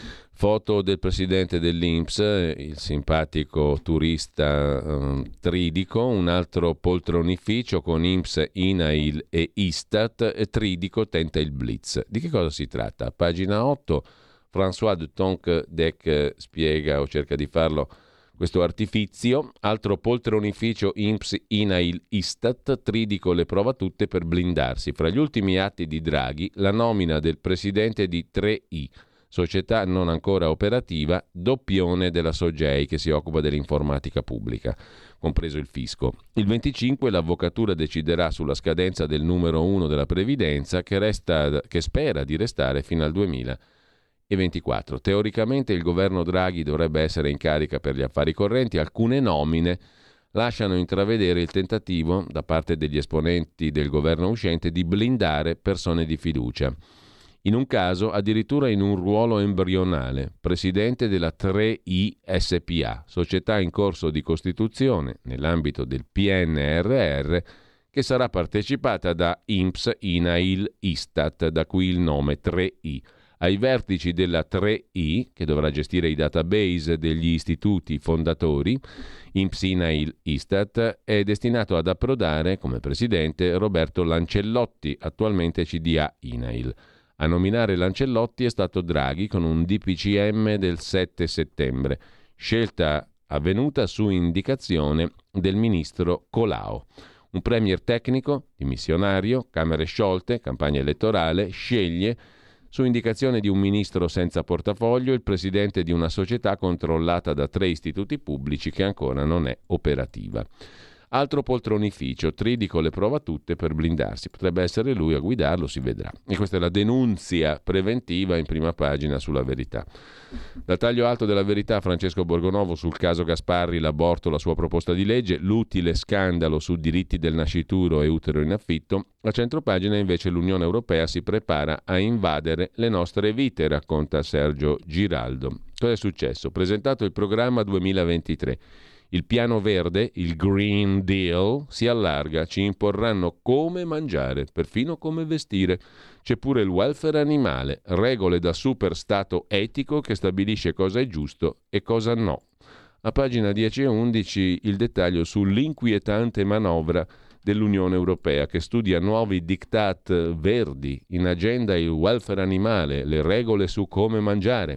Foto del presidente dell'I N P S, il simpatico turista eh, Tridico, un altro poltronificio con I N P S, I N A I L e Istat, e Tridico tenta il blitz. Di che cosa si tratta? Pagina otto, François de Tonquedec spiega o cerca di farlo questo artifizio. Altro poltronificio I N P S, I N A I L, Istat, Tridico le prova tutte per blindarsi. Fra gli ultimi atti di Draghi, la nomina del presidente di tre I, società non ancora operativa, doppione della Sogei che si occupa dell'informatica pubblica, compreso il fisco. Il venticinque l'avvocatura deciderà sulla scadenza del numero uno della previdenza che, resta, che spera di restare fino al duemilaventiquattro. Teoricamente il governo Draghi dovrebbe essere in carica per gli affari correnti. Alcune nomine lasciano intravedere il tentativo da parte degli esponenti del governo uscente di blindare persone di fiducia. In un caso addirittura in un ruolo embrionale, presidente della tre I S P A, società in corso di costituzione nell'ambito del P N R R, che sarà partecipata da I N P S, I N A I L, Istat, da qui il nome tre I. Ai vertici della tre I, che dovrà gestire i database degli istituti fondatori, I N P S, I N A I L, Istat, è destinato ad approdare come presidente Roberto Lancellotti, attualmente C D A I N A I L. A nominare Lancellotti è stato Draghi con un D P C M del sette settembre, scelta avvenuta su indicazione del ministro Colao. Un premier tecnico, dimissionario, Camere sciolte, campagna elettorale, sceglie su indicazione di un ministro senza portafoglio il presidente di una società controllata da tre istituti pubblici che ancora non è operativa. Altro poltronificio, Tridico le prova tutte per blindarsi. Potrebbe essere lui a guidarlo, si vedrà. E questa è la denunzia preventiva in prima pagina sulla Verità. Dal taglio alto della Verità, Francesco Borgonovo sul caso Gasparri, l'aborto, la sua proposta di legge, l'utile scandalo su diritti del nascituro e utero in affitto. A centropagina invece l'Unione Europea si prepara a invadere le nostre vite, racconta Sergio Giraldo. Cosa è successo? Presentato il programma duemilaventitré. Il piano verde, il Green Deal, si allarga, ci imporranno come mangiare, perfino come vestire. C'è pure il welfare animale, regole da super stato etico che stabilisce cosa è giusto e cosa no. A pagina dieci e undici il dettaglio sull'inquietante manovra dell'Unione Europea che studia nuovi diktat verdi, in agenda il welfare animale, le regole su come mangiare.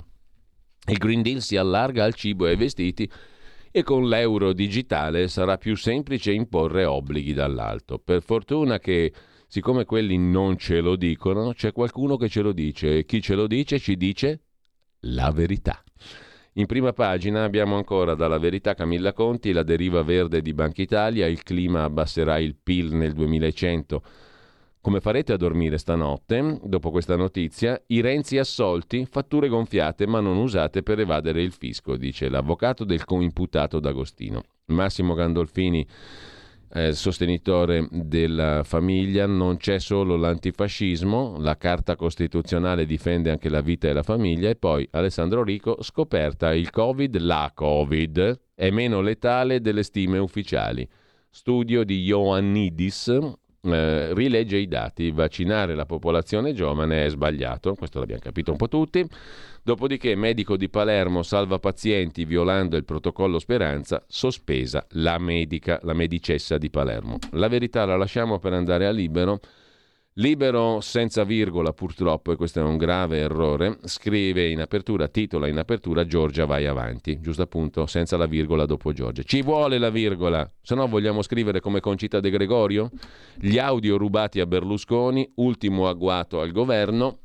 Il Green Deal si allarga al cibo e ai vestiti e con l'euro digitale sarà più semplice imporre obblighi dall'alto. Per fortuna che, siccome quelli non ce lo dicono, c'è qualcuno che ce lo dice, e chi ce lo dice ci dice la verità. In prima pagina abbiamo ancora dalla Verità Camilla Conti, la deriva verde di Banca Italia, il clima abbasserà il P I L nel duemilacento. Come farete a dormire stanotte? Dopo questa notizia, i Renzi assolti, fatture gonfiate ma non usate per evadere il fisco, dice l'avvocato del coimputato D'Agostino. Massimo Gandolfini, eh, sostenitore della famiglia, non c'è solo l'antifascismo, la Carta Costituzionale difende anche la vita e la famiglia. E poi Alessandro Rico, scoperta il Covid, la Covid è meno letale delle stime ufficiali. Studio di Ioannidis, Eh, rilegge i dati, vaccinare la popolazione giovane è sbagliato, questo l'abbiamo capito un po' tutti. Dopodiché medico di Palermo salva pazienti violando il protocollo Speranza, sospesa la medica, la medicessa di Palermo. La Verità la lasciamo per andare a Libero. Libero senza virgola, purtroppo, e questo è un grave errore, scrive in apertura, titola in apertura Giorgia vai avanti, giusto appunto, senza la virgola dopo Giorgia. Ci vuole la virgola, se no vogliamo scrivere come Concita De Gregorio? Gli audio rubati a Berlusconi, ultimo agguato al governo,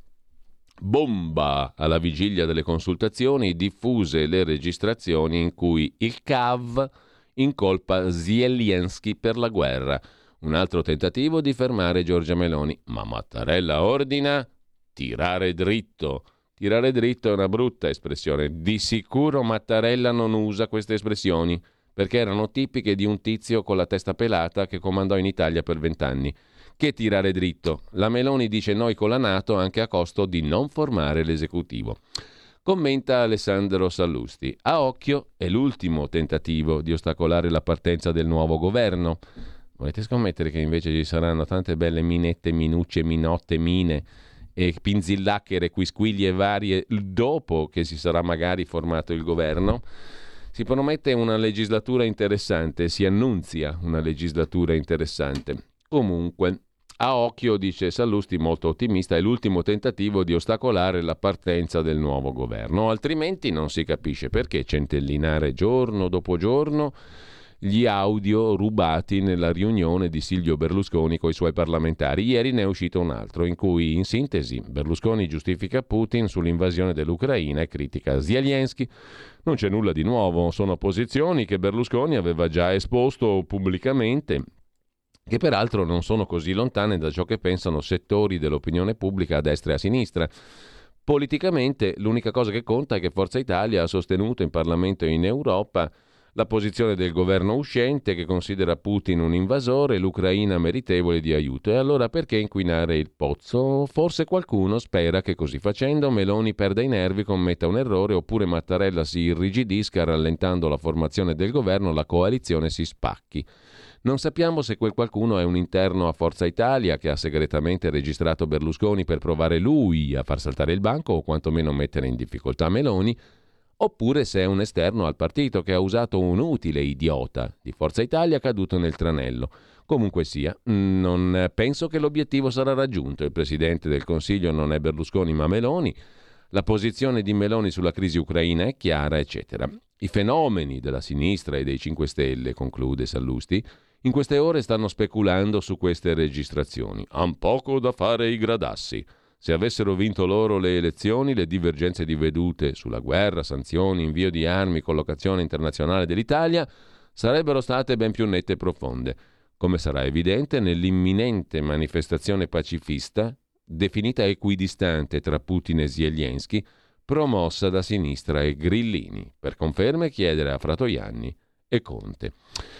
bomba alla vigilia delle consultazioni, diffuse le registrazioni in cui il C A V incolpa Zelensky per la guerra. Un altro tentativo di fermare Giorgia Meloni, ma Mattarella ordina tirare dritto. Tirare dritto è una brutta espressione. Di sicuro Mattarella non usa queste espressioni, perché erano tipiche di un tizio con la testa pelata che comandò in Italia per vent'anni. Che tirare dritto? La Meloni dice noi con la NATO anche a costo di non formare l'esecutivo. Commenta Alessandro Sallusti. A occhio è l'ultimo tentativo di ostacolare la partenza del nuovo governo. Volete scommettere che invece ci saranno tante belle minette, minucce, minotte, mine e pinzillacchere, quisquiglie varie dopo che si sarà magari formato il governo? Si promette una legislatura interessante, si annunzia una legislatura interessante. Comunque, a occhio, dice Sallusti, molto ottimista, è l'ultimo tentativo di ostacolare la partenza del nuovo governo. Altrimenti non si capisce perché centellinare giorno dopo giorno gli audio rubati nella riunione di Silvio Berlusconi con i suoi parlamentari. Ieri ne è uscito un altro, in cui, in sintesi, Berlusconi giustifica Putin sull'invasione dell'Ucraina e critica Zelensky. Non c'è nulla di nuovo, sono posizioni che Berlusconi aveva già esposto pubblicamente, che peraltro non sono così lontane da ciò che pensano settori dell'opinione pubblica a destra e a sinistra. Politicamente l'unica cosa che conta è che Forza Italia ha sostenuto in Parlamento e in Europa la posizione del governo uscente che considera Putin un invasore e l'Ucraina meritevole di aiuto. E allora perché inquinare il pozzo? Forse qualcuno spera che così facendo Meloni perda i nervi, commetta un errore, oppure Mattarella si irrigidisca rallentando la formazione del governo, la coalizione si spacchi. Non sappiamo se quel qualcuno è un interno a Forza Italia che ha segretamente registrato Berlusconi per provare lui a far saltare il banco o quantomeno mettere in difficoltà Meloni, oppure se è un esterno al partito che ha usato un utile idiota di Forza Italia caduto nel tranello. Comunque sia, non penso che l'obiettivo sarà raggiunto. Il Presidente del Consiglio non è Berlusconi ma Meloni. La posizione di Meloni sulla crisi ucraina è chiara, eccetera. I fenomeni della sinistra e dei cinque Stelle, conclude Sallusti, in queste ore stanno speculando su queste registrazioni. Han poco da fare i gradassi. Se avessero vinto loro le elezioni, le divergenze di vedute sulla guerra, sanzioni, invio di armi, collocazione internazionale dell'Italia sarebbero state ben più nette e profonde, come sarà evidente nell'imminente manifestazione pacifista, definita equidistante tra Putin e Zelensky, promossa da sinistra e grillini, per conferme chiedere a Fratoianni e Conte.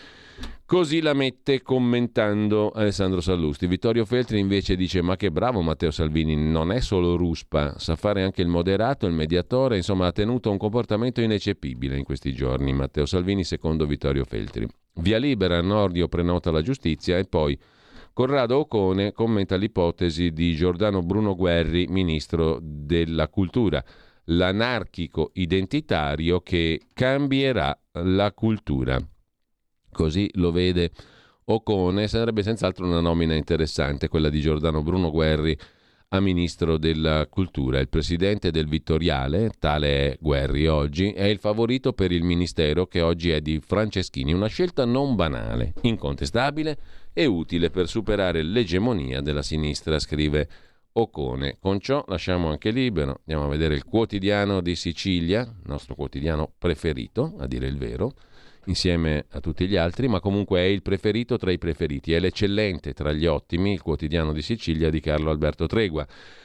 Così la mette commentando Alessandro Sallusti. Vittorio Feltri invece dice: ma che bravo Matteo Salvini, non è solo ruspa, sa fare anche il moderato, il mediatore, insomma ha tenuto un comportamento ineccepibile in questi giorni. Matteo Salvini secondo Vittorio Feltri. Via libera, Nordio prenota la giustizia e poi Corrado Ocone commenta l'ipotesi di Giordano Bruno Guerri, ministro della cultura, l'anarchico identitario che cambierà la cultura. Così lo vede Ocone. Sarebbe senz'altro una nomina interessante quella di Giordano Bruno Guerri a ministro della cultura. Il presidente del Vittoriale, tale è Guerri oggi, è il favorito per il ministero che oggi è di Franceschini, una scelta non banale, incontestabile e utile per superare l'egemonia della sinistra, scrive Ocone. Con ciò lasciamo anche libero, andiamo a vedere il Quotidiano di Sicilia, il nostro quotidiano preferito, a dire il vero, insieme a tutti gli altri, ma comunque è il preferito tra i preferiti, è l'eccellente tra gli ottimi, il Quotidiano di Sicilia di Carlo Alberto Tregua.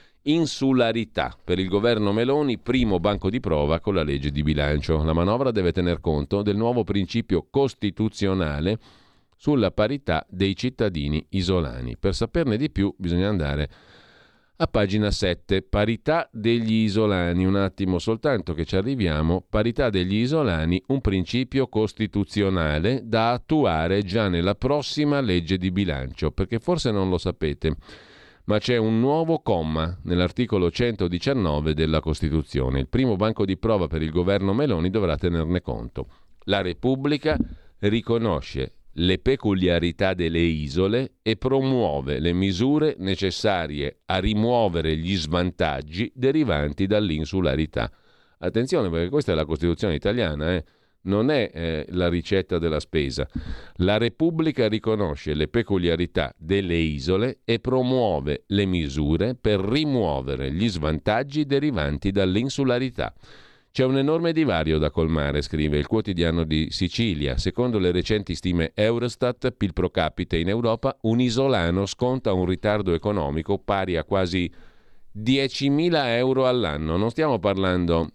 Insularità per il governo Meloni, primo banco di prova con la legge di bilancio. La manovra deve tener conto del nuovo principio costituzionale sulla parità dei cittadini isolani. Per saperne di più bisogna andare a pagina sette, parità degli isolani, un attimo soltanto che ci arriviamo. Parità degli isolani, un principio costituzionale da attuare già nella prossima legge di bilancio, perché forse non lo sapete, ma c'è un nuovo comma nell'articolo centodiciannove della Costituzione. Il primo banco di prova per il governo Meloni dovrà tenerne conto. La Repubblica riconosce le peculiarità delle isole e promuove le misure necessarie a rimuovere gli svantaggi derivanti dall'insularità. Attenzione, perché questa è la Costituzione italiana, eh? Non è eh, la ricetta della spesa. La Repubblica riconosce le peculiarità delle isole e promuove le misure per rimuovere gli svantaggi derivanti dall'insularità. C'è un enorme divario da colmare, scrive il Quotidiano di Sicilia. Secondo le recenti stime Eurostat, P I L pro capite in Europa, un isolano sconta un ritardo economico pari a quasi diecimila euro all'anno. Non stiamo parlando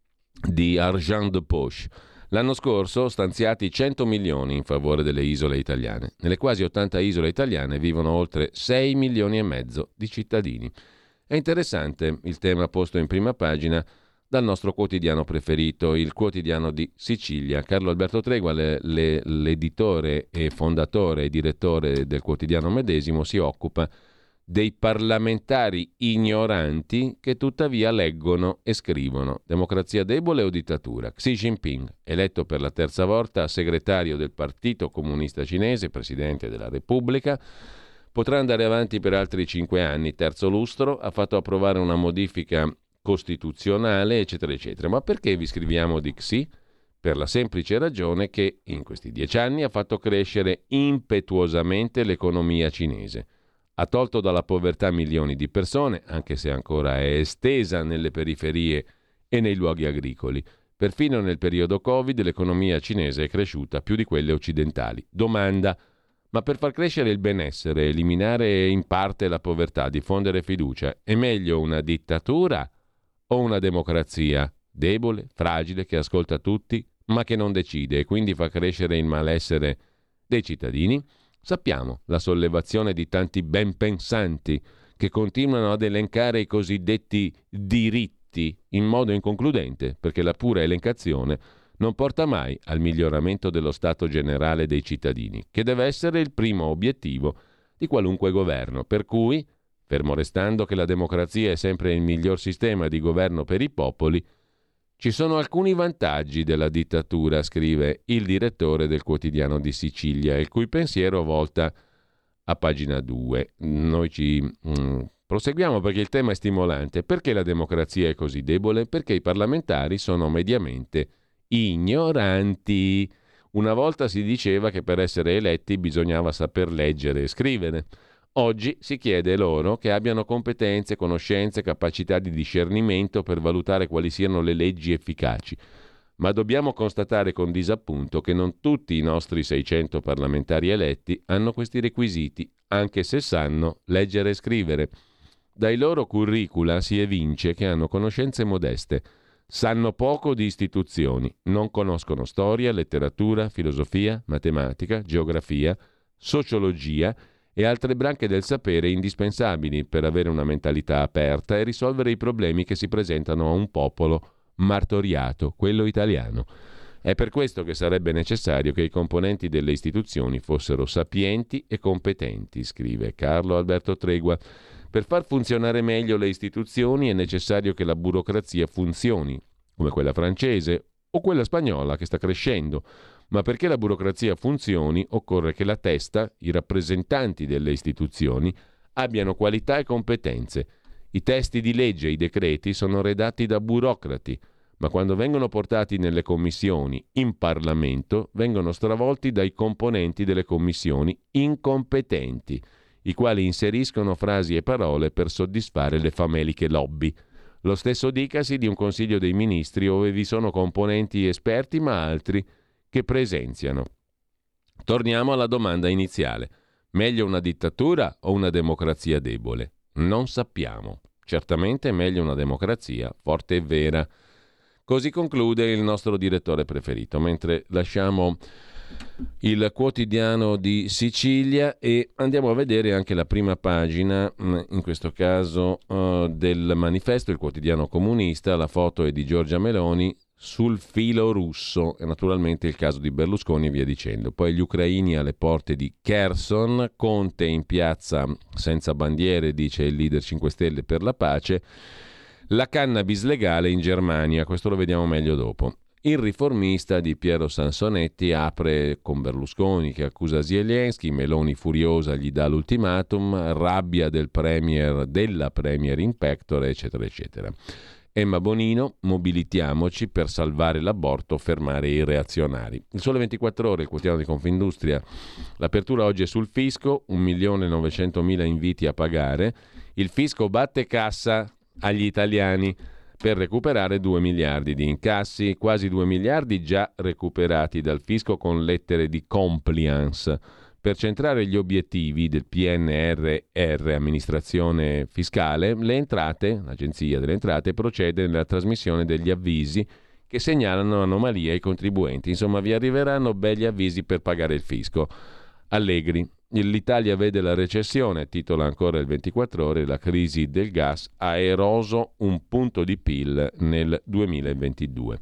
di argent de poche. L'anno scorso stanziati cento milioni in favore delle isole italiane. Nelle quasi ottanta isole italiane vivono oltre sei milioni e mezzo di cittadini. È interessante il tema posto in prima pagina dal nostro quotidiano preferito, il Quotidiano di Sicilia. Carlo Alberto Tregua, le, le, l'editore e fondatore e direttore del quotidiano medesimo, si occupa dei parlamentari ignoranti che tuttavia leggono e scrivono. Democrazia debole o dittatura? Xi Jinping, eletto per la terza volta segretario del Partito Comunista Cinese, presidente della Repubblica, potrà andare avanti per altri cinque anni, terzo lustro, ha fatto approvare una modifica costituzionale, eccetera, eccetera. Ma perché vi scriviamo di Xi? Per la semplice ragione che in questi dieci anni ha fatto crescere impetuosamente l'economia cinese. Ha tolto dalla povertà milioni di persone, anche se ancora è estesa nelle periferie e nei luoghi agricoli. Perfino nel periodo Covid l'economia cinese è cresciuta più di quelle occidentali. Domanda: ma per far crescere il benessere, eliminare in parte la povertà, diffondere fiducia, è meglio una dittatura o una democrazia debole, fragile, che ascolta tutti, ma che non decide e quindi fa crescere il malessere dei cittadini? Sappiamo la sollevazione di tanti ben pensanti che continuano ad elencare i cosiddetti diritti in modo inconcludente, perché la pura elencazione non porta mai al miglioramento dello stato generale dei cittadini, che deve essere il primo obiettivo di qualunque governo. Per cui, fermo restando che la democrazia è sempre il miglior sistema di governo per i popoli, ci sono alcuni vantaggi della dittatura, scrive il direttore del Quotidiano di Sicilia, il cui pensiero volta a pagina due. Noi ci mm, proseguiamo perché il tema è stimolante. Perché la democrazia è così debole? Perché i parlamentari sono mediamente ignoranti. Una volta si diceva che per essere eletti bisognava saper leggere e scrivere. Oggi si chiede loro che abbiano competenze, conoscenze, capacità di discernimento per valutare quali siano le leggi efficaci. Ma dobbiamo constatare con disappunto che non tutti i nostri seicento parlamentari eletti hanno questi requisiti, anche se sanno leggere e scrivere. Dai loro curricula si evince che hanno conoscenze modeste, sanno poco di istituzioni, non conoscono storia, letteratura, filosofia, matematica, geografia, sociologia e altre branche del sapere indispensabili per avere una mentalità aperta e risolvere i problemi che si presentano a un popolo martoriato, quello italiano. È per questo che sarebbe necessario che i componenti delle istituzioni fossero sapienti e competenti, scrive Carlo Alberto Tregua. Per far funzionare meglio le istituzioni è necessario che la burocrazia funzioni, come quella francese o quella spagnola che sta crescendo. Ma perché la burocrazia funzioni occorre che la testa, i rappresentanti delle istituzioni, abbiano qualità e competenze. I testi di legge e i decreti sono redatti da burocrati, ma quando vengono portati nelle commissioni in Parlamento vengono stravolti dai componenti delle commissioni incompetenti, i quali inseriscono frasi e parole per soddisfare le fameliche lobby. Lo stesso dicasi di un Consiglio dei Ministri dove vi sono componenti esperti ma altri che presenziano. Torniamo alla domanda iniziale. Meglio una dittatura o una democrazia debole? Non sappiamo. Certamente è meglio una democrazia forte e vera. Così conclude il nostro direttore preferito, mentre lasciamo il Quotidiano di Sicilia e andiamo a vedere anche la prima pagina, in questo caso uh, del Manifesto, il quotidiano comunista. La foto è di Giorgia Meloni sul filo russo e naturalmente il caso di Berlusconi e via dicendo. Poi gli ucraini alle porte di Kherson, Conte in piazza senza bandiere, dice il leader cinque Stelle per la pace, la cannabis legale in Germania, questo lo vediamo meglio dopo. Il Riformista di Piero Sansonetti apre con Berlusconi che accusa Zelensky, Meloni furiosa gli dà l'ultimatum, rabbia del premier, della premier in pectore, eccetera, eccetera. Emma Bonino, mobilitiamoci per salvare l'aborto, fermare i reazionari. Il Sole ventiquattro Ore, il quotidiano di Confindustria, l'apertura oggi è sul fisco, un milione e novecentomila inviti a pagare, il fisco batte cassa agli italiani per recuperare due miliardi di incassi, quasi due miliardi già recuperati dal fisco con lettere di compliance. Per centrare gli obiettivi del P N R R, amministrazione fiscale, le entrate, l'Agenzia delle Entrate procede nella trasmissione degli avvisi che segnalano anomalie ai contribuenti. Insomma, vi arriveranno begli avvisi per pagare il fisco. Allegri. L'Italia vede la recessione, titola ancora il ventiquattro Ore, la crisi del gas ha eroso un punto di P I L nel duemilaventidue.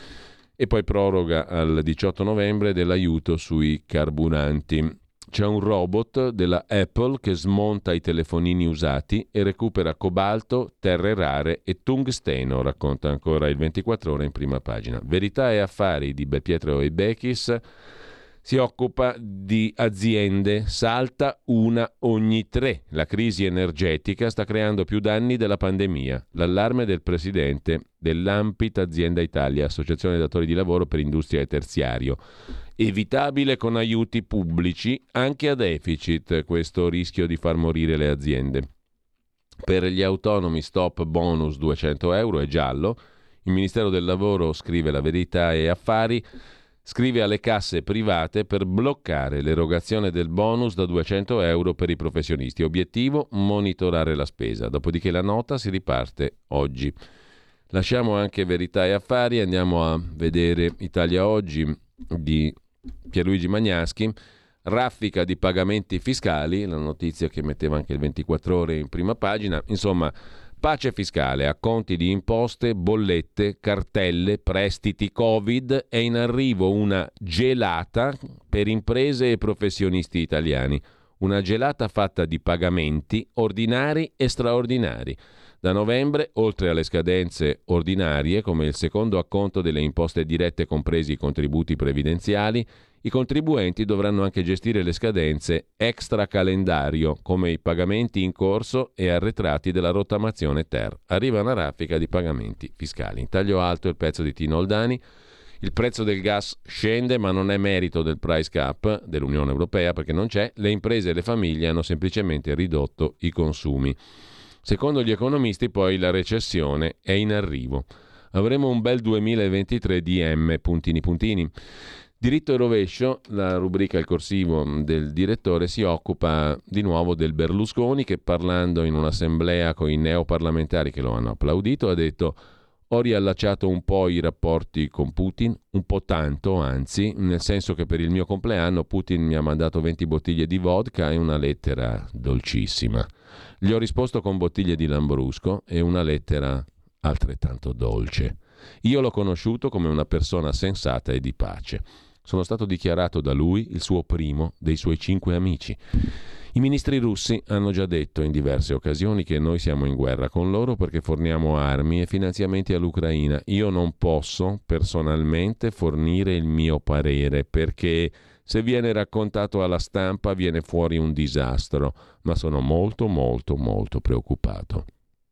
E poi proroga al diciotto novembre dell'aiuto sui carburanti. C'è un robot della Apple che smonta i telefonini usati e recupera cobalto, terre rare e tungsteno, racconta ancora il ventiquattro Ore in prima pagina. Verità e Affari di Belpietro e Bechis si occupa di aziende, salta una ogni tre. La crisi energetica sta creando più danni della pandemia. L'allarme del presidente dell'Ampit Azienda Italia, Associazione Datori di Lavoro per Industria e Terziario. Evitabile con aiuti pubblici, anche a deficit, questo rischio di far morire le aziende. Per gli autonomi stop bonus duecento euro è giallo. Il Ministero del Lavoro, scrive la Verità e Affari, scrive alle casse private per bloccare l'erogazione del bonus da duecento euro per i professionisti. Obiettivo: monitorare la spesa. Dopodiché la nota si riparte oggi. Lasciamo anche Verità e Affari, andiamo a vedere Italia Oggi di Pierluigi Magnaschi. Raffica di pagamenti fiscali, la notizia che metteva anche il ventiquattro Ore in prima pagina. Insomma, pace fiscale, acconti di imposte, bollette, cartelle, prestiti Covid, è in arrivo una gelata per imprese e professionisti italiani. Una gelata fatta di pagamenti ordinari e straordinari. Da novembre, oltre alle scadenze ordinarie, come il secondo acconto delle imposte dirette compresi i contributi previdenziali, i contribuenti dovranno anche gestire le scadenze extra calendario, come i pagamenti in corso e arretrati della rottamazione ter. Arriva una raffica di pagamenti fiscali. In taglio alto il pezzo di Tino Oldani. Il prezzo del gas scende, ma non è merito del price cap dell'Unione Europea, perché non c'è. Le imprese e le famiglie hanno semplicemente ridotto i consumi. Secondo gli economisti, poi, la recessione è in arrivo. Avremo un bel duemilaventitré D M, puntini puntini. Diritto e rovescio, la rubrica Il corsivo del direttore, si occupa di nuovo del Berlusconi che, parlando in un'assemblea con i neoparlamentari che lo hanno applaudito, ha detto: ho riallacciato un po' i rapporti con Putin, un po' tanto anzi, nel senso che per il mio compleanno Putin mi ha mandato venti bottiglie di vodka e una lettera dolcissima. Gli ho risposto con bottiglie di Lambrusco e una lettera altrettanto dolce. Io l'ho conosciuto come una persona sensata e di pace. Sono stato dichiarato da lui il suo primo dei suoi cinque amici. I ministri russi hanno già detto in diverse occasioni che noi siamo in guerra con loro perché forniamo armi e finanziamenti all'Ucraina. Io non posso personalmente fornire il mio parere perché se viene raccontato alla stampa viene fuori un disastro, ma sono molto molto molto preoccupato.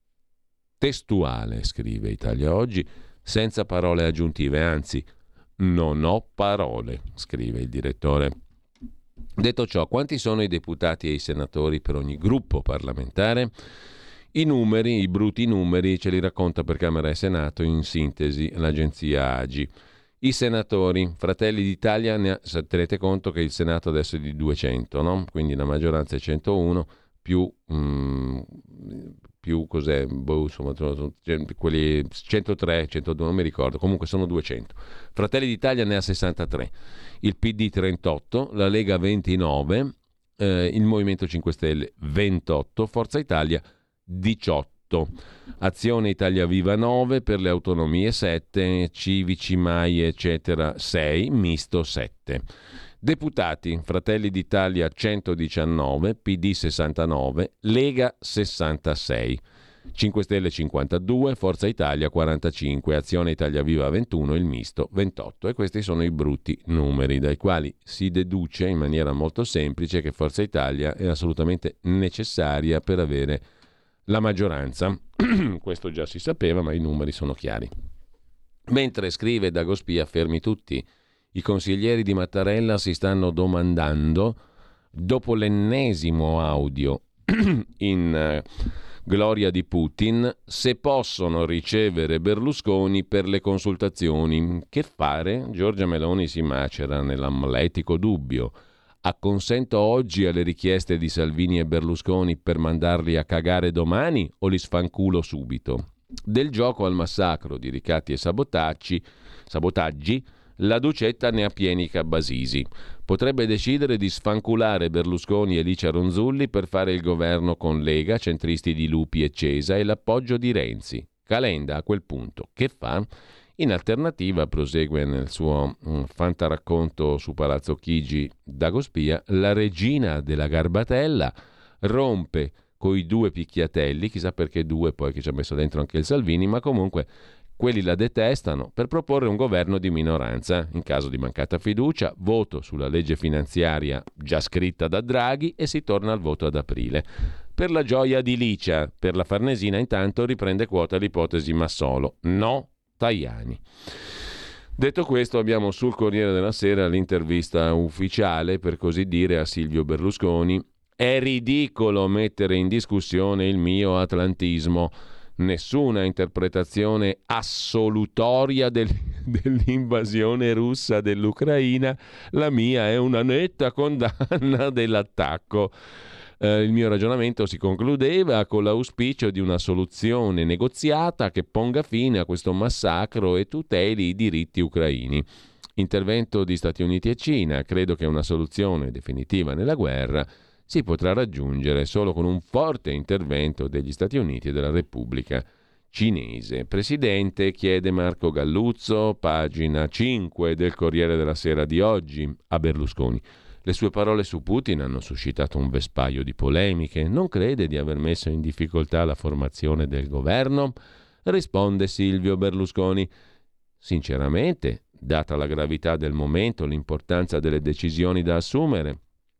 Testuale, scrive Italia Oggi, senza parole aggiuntive, anzi non ho parole, scrive il direttore. Detto ciò, quanti sono i deputati e i senatori per ogni gruppo parlamentare? I numeri, i bruti numeri, ce li racconta per Camera e Senato in sintesi l'agenzia A G I. I senatori, Fratelli d'Italia, ne ha, tenete conto che il Senato adesso è di duecento, no? Quindi la maggioranza è centouno, più, mm, più cos'è, boh, insomma, quelli centotré, centodue, non mi ricordo, comunque sono duecento. Fratelli d'Italia ne ha sessantatré, il P D trentotto, la Lega ventinove, eh, il Movimento cinque Stelle ventotto, Forza Italia diciotto. Azione Italia Viva nove, per le autonomie sette, Civici, Mai eccetera sei, Misto sette. Deputati, Fratelli d'Italia centodiciannove, P D sessantanove, Lega sessantasei. cinque Stelle cinquantadue, Forza Italia quarantacinque, Azione Italia Viva ventuno, il Misto ventotto. E questi sono i brutti numeri dai quali si deduce in maniera molto semplice che Forza Italia è assolutamente necessaria per avere la maggioranza. Questo già si sapeva, ma i numeri sono chiari. Mentre scrive Dagospia, fermi tutti, i consiglieri di Mattarella si stanno domandando, dopo l'ennesimo audio in uh, gloria di Putin, se possono ricevere Berlusconi per le consultazioni. Che fare? Giorgia Meloni si macera nell'amletico dubbio. Acconsento oggi alle richieste di Salvini e Berlusconi per mandarli a cagare domani o li sfanculo subito? Del gioco al massacro di ricatti e sabotaggi, sabotaggi la Ducetta ne ha pieni cabasisi. Potrebbe decidere di sfanculare Berlusconi e Licia Ronzulli per fare il governo con Lega, centristi di Lupi e Cesa e l'appoggio di Renzi. Calenda a quel punto che fa? In alternativa, prosegue nel suo um, fantaracconto su Palazzo Chigi Dagospia, la regina della garbatella rompe coi due picchiatelli, chissà perché due poi, che ci ha messo dentro anche il Salvini, ma comunque quelli la detestano, per proporre un governo di minoranza. In caso di mancata fiducia, voto sulla legge finanziaria già scritta da Draghi e si torna al voto ad aprile. Per la gioia di Licia, per la Farnesina intanto riprende quota l'ipotesi Massolo. No, Tajani. Detto questo, abbiamo sul Corriere della Sera l'intervista ufficiale, per così dire, a Silvio Berlusconi. È ridicolo mettere in discussione il mio atlantismo. Nessuna interpretazione assolutoria del, dell'invasione russa dell'Ucraina. La mia è una netta condanna dell'attacco. Eh, il mio ragionamento si concludeva con l'auspicio di una soluzione negoziata che ponga fine a questo massacro e tuteli i diritti ucraini. Intervento di Stati Uniti e Cina. Credo che una soluzione definitiva nella guerra si potrà raggiungere solo con un forte intervento degli Stati Uniti e della Repubblica Cinese. Presidente, chiede Marco Galluzzo, pagina cinque del Corriere della Sera di oggi, a Berlusconi. Le sue parole su Putin hanno suscitato un vespaio di polemiche. Non crede di aver messo in difficoltà la formazione del governo? Risponde Silvio Berlusconi. Sinceramente, data la gravità del momento, l'importanza delle decisioni da assumere,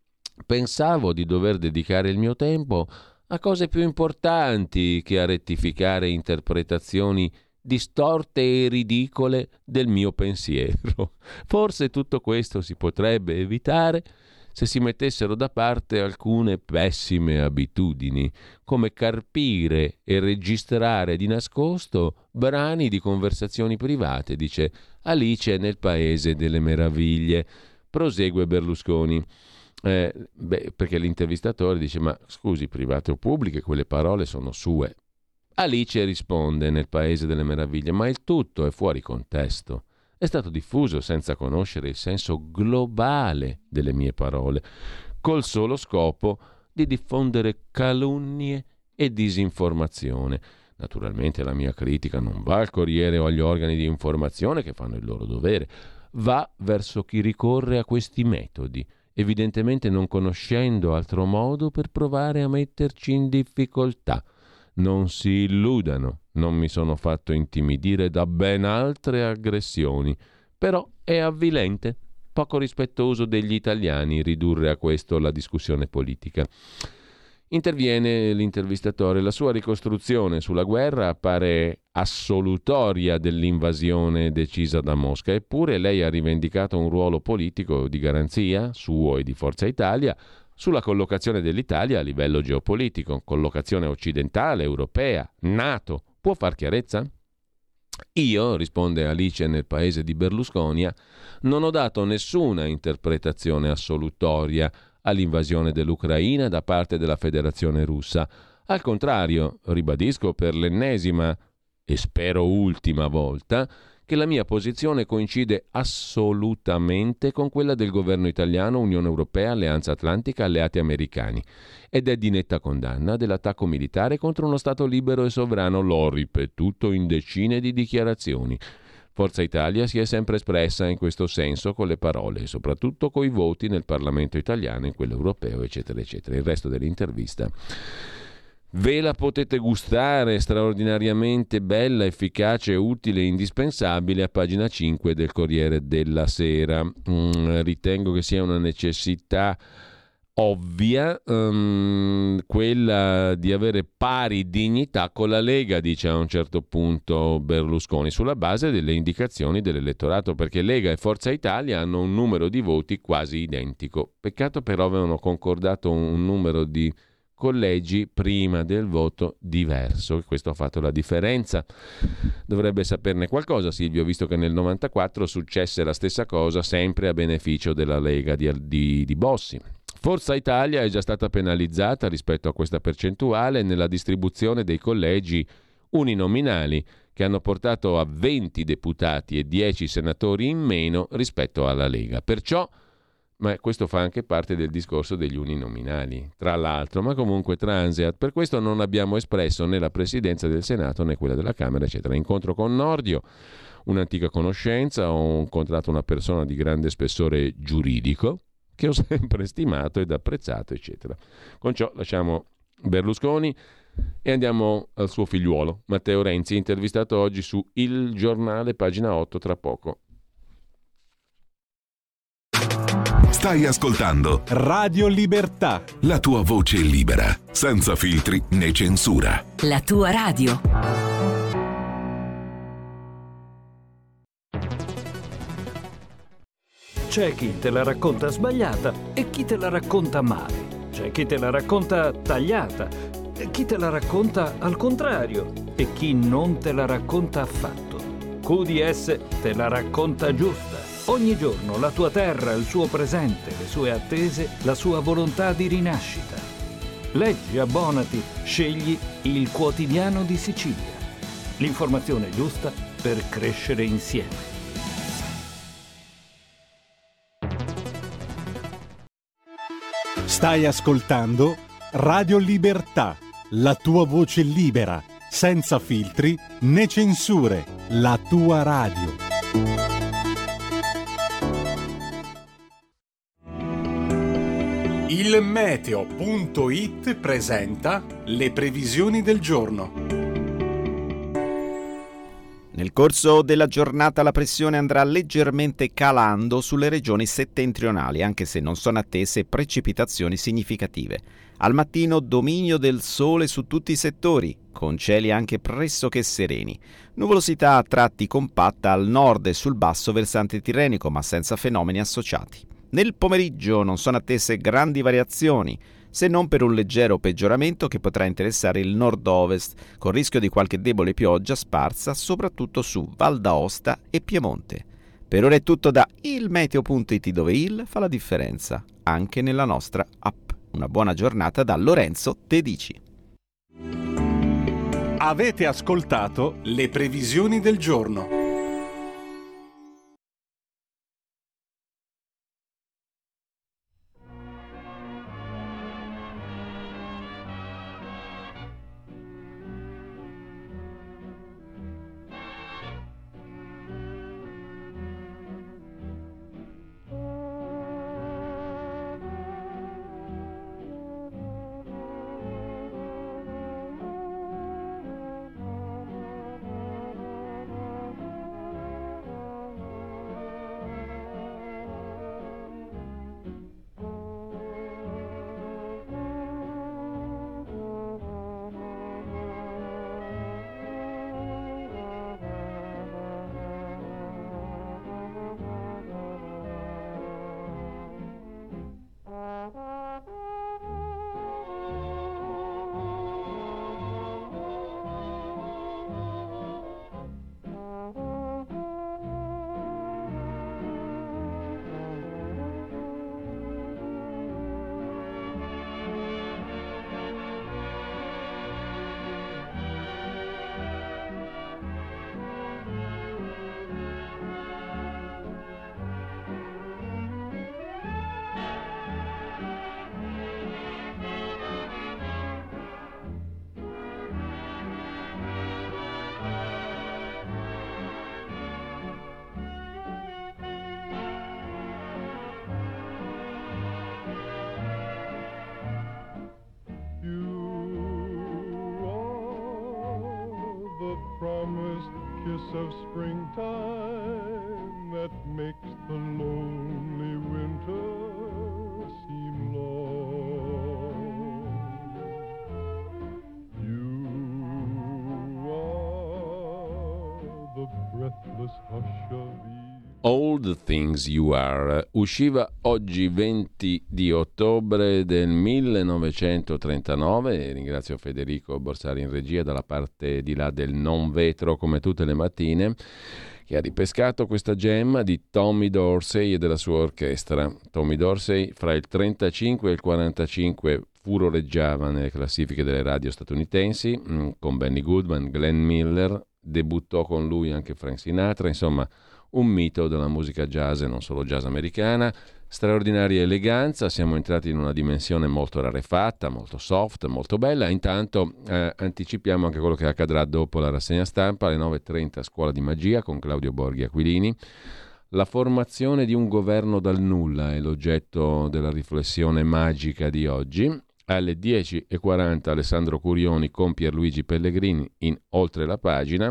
pensavo di dover dedicare il mio tempo a cose più importanti che a rettificare interpretazioni distorte e ridicole del mio pensiero. Forse tutto questo si potrebbe evitare se si mettessero da parte alcune pessime abitudini, come carpire e registrare di nascosto brani di conversazioni private, dice Alice nel Paese delle Meraviglie. Prosegue Berlusconi. Eh, beh, perché l'intervistatore dice: ma scusi, private o pubbliche, quelle parole sono sue. Alice risponde nel Paese delle Meraviglie: ma il tutto è fuori contesto, è stato diffuso senza conoscere il senso globale delle mie parole, col solo scopo di diffondere calunnie e disinformazione. Naturalmente la mia critica non va al Corriere o agli organi di informazione che fanno il loro dovere, va verso chi ricorre a questi metodi, evidentemente non conoscendo altro modo per provare a metterci in difficoltà. Non si illudano, non mi sono fatto intimidire da ben altre aggressioni, però è avvilente, poco rispettoso degli italiani ridurre a questo la discussione politica. Interviene l'intervistatore: la sua ricostruzione sulla guerra appare assolutoria dell'invasione decisa da Mosca, eppure lei ha rivendicato un ruolo politico di garanzia, suo e di Forza Italia, sulla collocazione dell'Italia a livello geopolitico, collocazione occidentale, europea, NATO. Può far chiarezza? Io, risponde Alice nel Paese di Berlusconi, non ho dato nessuna interpretazione assolutoria all'invasione dell'Ucraina da parte della Federazione Russa. Al contrario, ribadisco per l'ennesima e spero ultima volta che la mia posizione coincide assolutamente con quella del governo italiano, Unione Europea, Alleanza Atlantica, alleati americani, ed è di netta condanna dell'attacco militare contro uno Stato libero e sovrano. L'ho ripetuto in decine di dichiarazioni. Forza Italia si è sempre espressa in questo senso con le parole e soprattutto coi voti nel Parlamento italiano, in quello europeo, eccetera, eccetera. Il resto dell'intervista Ve la potete gustare, straordinariamente bella, efficace, utile e indispensabile, a pagina cinque del Corriere della Sera. Mm, ritengo che sia una necessità ovvia, um, quella di avere pari dignità con la Lega, dice a un certo punto Berlusconi, sulla base delle indicazioni dell'elettorato, perché Lega e Forza Italia hanno un numero di voti quasi identico. Peccato però avevano concordato un numero di collegi prima del voto diverso, e questo ha fatto la differenza. Dovrebbe saperne qualcosa Silvio, visto che nel novantaquattro successe la stessa cosa, sempre a beneficio della Lega di, di, di Bossi. Forza Italia è già stata penalizzata rispetto a questa percentuale nella distribuzione dei collegi uninominali, che hanno portato a venti deputati e dieci senatori in meno rispetto alla Lega. Perciò, ma questo fa anche parte del discorso degli uninominali, tra l'altro, ma comunque transeat. Per questo non abbiamo espresso né la presidenza del Senato né quella della Camera, eccetera. Incontro con Nordio, un'antica conoscenza, ho incontrato una persona di grande spessore giuridico, che ho sempre stimato ed apprezzato, eccetera. Con ciò lasciamo Berlusconi e andiamo al suo figliuolo, Matteo Renzi, intervistato oggi su Il Giornale, pagina otto, tra poco. Stai ascoltando Radio Libertà, la tua voce libera, senza filtri né censura. La tua radio. C'è chi te la racconta sbagliata e chi te la racconta male. C'è chi te la racconta tagliata e chi te la racconta al contrario e chi non te la racconta affatto. Q D S te la racconta giusta. Ogni giorno la tua terra, il suo presente, le sue attese, la sua volontà di rinascita. Leggi, abbonati, scegli il Quotidiano di Sicilia. L'informazione giusta per crescere insieme. stai ascoltando Radio Libertà, la tua voce libera, senza filtri né censure, la tua radio. Il meteo punto it presenta le previsioni del giorno. Nel corso della giornata la pressione andrà leggermente calando sulle regioni settentrionali, anche se non sono attese precipitazioni significative. Al mattino dominio del sole su tutti i settori, con cieli anche pressoché sereni. Nuvolosità a tratti compatta al nord e sul basso versante tirrenico, ma senza fenomeni associati. Nel pomeriggio non sono attese grandi variazioni, se non per un leggero peggioramento che potrà interessare il nord-ovest, con rischio di qualche debole pioggia sparsa soprattutto su Val d'Aosta e Piemonte. Per ora è tutto da il meteo punto it, dove il fa la differenza, anche nella nostra app. Una buona giornata da Lorenzo Tedici. Avete ascoltato le previsioni del giorno. promised kiss of springtime that makes the lonely winter seem long. You are the breathless hush of eve. All the Things You Are usciva oggi venti di ottobre del millenovecentotrentanove. Ringrazio Federico Borsari in regia dalla parte di là del non vetro come tutte le mattine, che ha ripescato questa gemma di Tommy Dorsey e della sua orchestra. Tommy Dorsey fra il trentacinque e il quarantacinque furoreggiava nelle classifiche delle radio statunitensi con Benny Goodman, Glenn Miller, debuttò con lui anche Frank Sinatra, insomma un mito della musica jazz e non solo jazz americana. Straordinaria eleganza, siamo entrati in una dimensione molto rarefatta, molto soft, molto bella. Intanto eh, anticipiamo anche quello che accadrà dopo la rassegna stampa alle nove e trenta, Scuola di Magia con Claudio Borghi Aquilini. La formazione di un governo dal nulla è l'oggetto della riflessione magica di oggi. Alle dieci e quaranta Alessandro Curioni con Pierluigi Pellegrini in Oltre la pagina.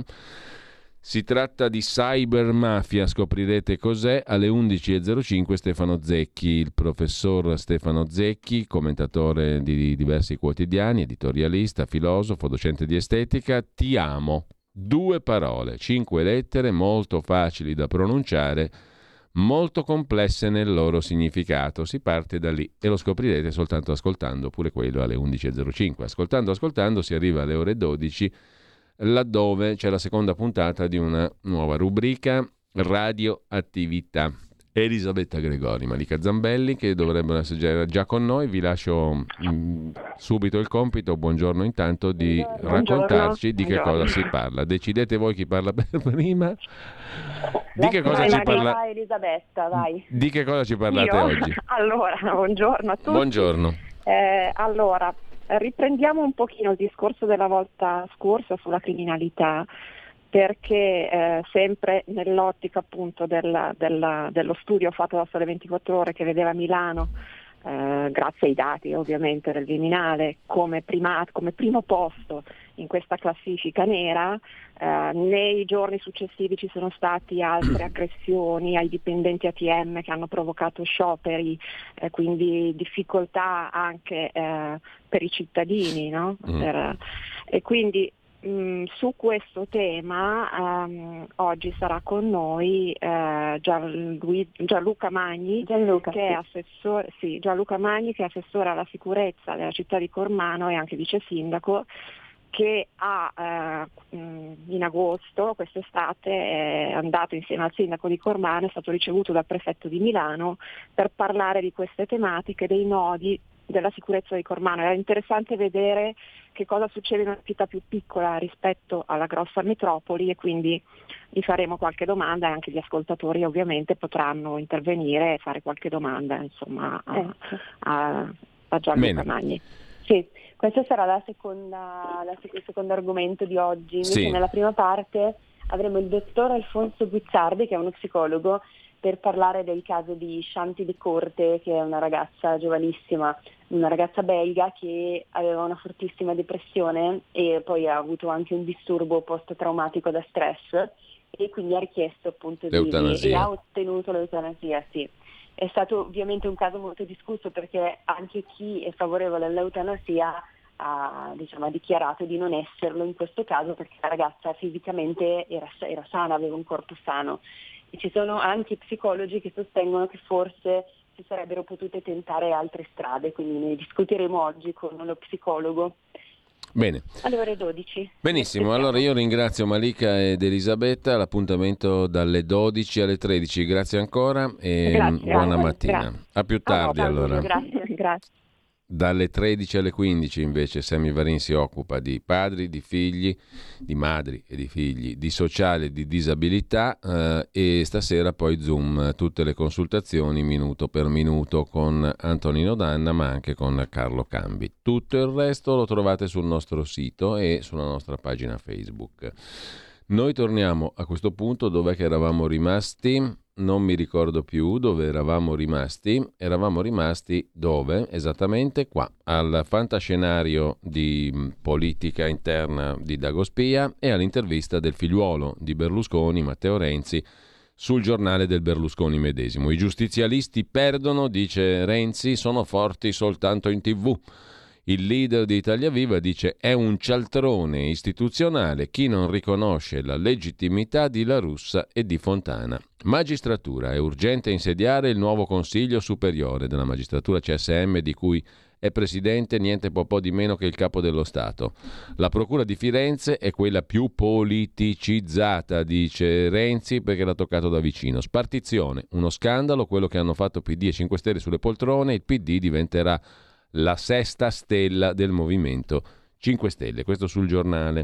Si tratta di cybermafia, scoprirete cos'è. Alle undici e zero cinque Stefano Zecchi, il professor Stefano Zecchi, commentatore di diversi quotidiani, editorialista, filosofo, docente di estetica. Ti amo. Due parole, cinque lettere, molto facili da pronunciare, molto complesse nel loro significato. Si parte da lì e lo scoprirete soltanto ascoltando, pure quello alle undici e zero cinque. Ascoltando, ascoltando si arriva alle ore dodici, laddove c'è la seconda puntata di una nuova rubrica, Radioattività. Elisabetta Gregori, Malika Zambelli, che dovrebbero essere già con noi. Vi lascio mh, subito il compito, buongiorno intanto, di buongiorno. raccontarci di buongiorno. Che cosa si parla. Decidete voi chi parla per prima. Di che cosa ci parla Elisabetta, vai. Di che cosa ci parlate Io? oggi? Allora, buongiorno a tutti. Buongiorno. Eh, allora, riprendiamo un pochino il discorso della volta scorsa sulla criminalità, perché eh, sempre nell'ottica appunto della, della, dello studio fatto da Sole ventiquattro Ore, che vedeva Milano, eh, grazie ai dati ovviamente del Viminale, come, prima, come primo posto in questa classifica nera, eh, nei giorni successivi ci sono stati altre aggressioni ai dipendenti A T M che hanno provocato scioperi, eh, quindi difficoltà anche eh, per i cittadini, no? Mm. Per, e quindi mh, su questo tema um, oggi sarà con noi eh, Gianlu- Gianluca Magni, Gianluca, che è assessore, sì, Gianluca Magni, che è assessore alla sicurezza della città di Cormano e anche vice sindaco, che ha eh, in agosto, quest'estate, è andato insieme al sindaco di Cormano, è stato ricevuto dal prefetto di Milano per parlare di queste tematiche, dei nodi della sicurezza di Cormano. Era interessante vedere che cosa succede in una città più piccola rispetto alla grossa metropoli, e quindi gli faremo qualche domanda e anche gli ascoltatori ovviamente potranno intervenire e fare qualche domanda, insomma, a, a, a Gianluca Magni. Sì, questo sarà la seconda, la, il secondo argomento di oggi. Invece sì. Nella prima parte avremo il dottor Alfonso Guizzardi, che è uno psicologo, per parlare del caso di Shanti De Corte, che è una ragazza giovanissima, una ragazza belga che aveva una fortissima depressione e poi ha avuto anche un disturbo post-traumatico da stress, e quindi ha richiesto appunto l'eutanasia. di, e ha ottenuto l'eutanasia, sì. È stato ovviamente un caso molto discusso, perché anche chi è favorevole all'eutanasia ha, diciamo, ha dichiarato di non esserlo in questo caso, perché la ragazza fisicamente era, era sana, aveva un corpo sano. E ci sono anche psicologi che sostengono che forse si sarebbero potute tentare altre strade, quindi ne discuteremo oggi con lo psicologo. Bene. Alle ore dodici. Benissimo, allora io ringrazio Malika ed Elisabetta, l'appuntamento dalle dodici alle tredici, grazie ancora e grazie, buona grazie, mattina. Grazie. A più tardi oh, no, allora. Grazie, grazie. Dalle tredici alle quindici invece Sammy Varin si occupa di padri, di figli, di madri e di figli, di sociale e di disabilità eh, e stasera poi Zoom, tutte le consultazioni minuto per minuto con Antonino Danna ma anche con Carlo Cambi. Tutto il resto lo trovate sul nostro sito e sulla nostra pagina Facebook. Noi torniamo a questo punto, dov'è che eravamo rimasti? Non mi ricordo più dove eravamo rimasti. Eravamo rimasti dove? Esattamente qua, al fantascenario di politica interna di Dagospia e all'intervista del figliuolo di Berlusconi, Matteo Renzi, sul giornale del Berlusconi medesimo. I giustizialisti perdono, dice Renzi, sono forti soltanto in tivù. Il leader di Italia Viva dice è un cialtrone istituzionale chi non riconosce la legittimità di La Russa e di Fontana. Magistratura, è urgente insediare il nuovo Consiglio Superiore della Magistratura C S M di cui è presidente niente po' po' di meno che il Capo dello Stato. La Procura di Firenze è quella più politicizzata, dice Renzi, perché l'ha toccato da vicino. Spartizione, uno scandalo, quello che hanno fatto P D e cinque Stelle sulle poltrone, il P D diventerà la sesta stella del Movimento cinque Stelle, questo sul giornale.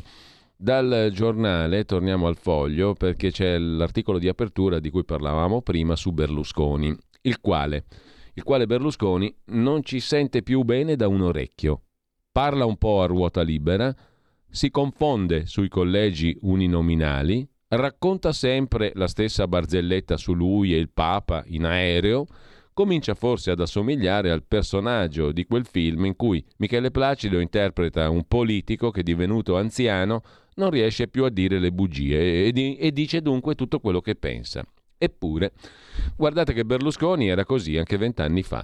Dal giornale torniamo al Foglio perché c'è l'articolo di apertura di cui parlavamo prima su Berlusconi, il quale, il quale Berlusconi non ci sente più bene da un orecchio, parla un po' a ruota libera, si confonde sui collegi uninominali, racconta sempre la stessa barzelletta su lui e il Papa in aereo. Comincia forse ad assomigliare al personaggio di quel film in cui Michele Placido interpreta un politico che, divenuto anziano, non riesce più a dire le bugie e, di- e dice dunque tutto quello che pensa. Eppure, guardate che Berlusconi era così anche vent'anni fa.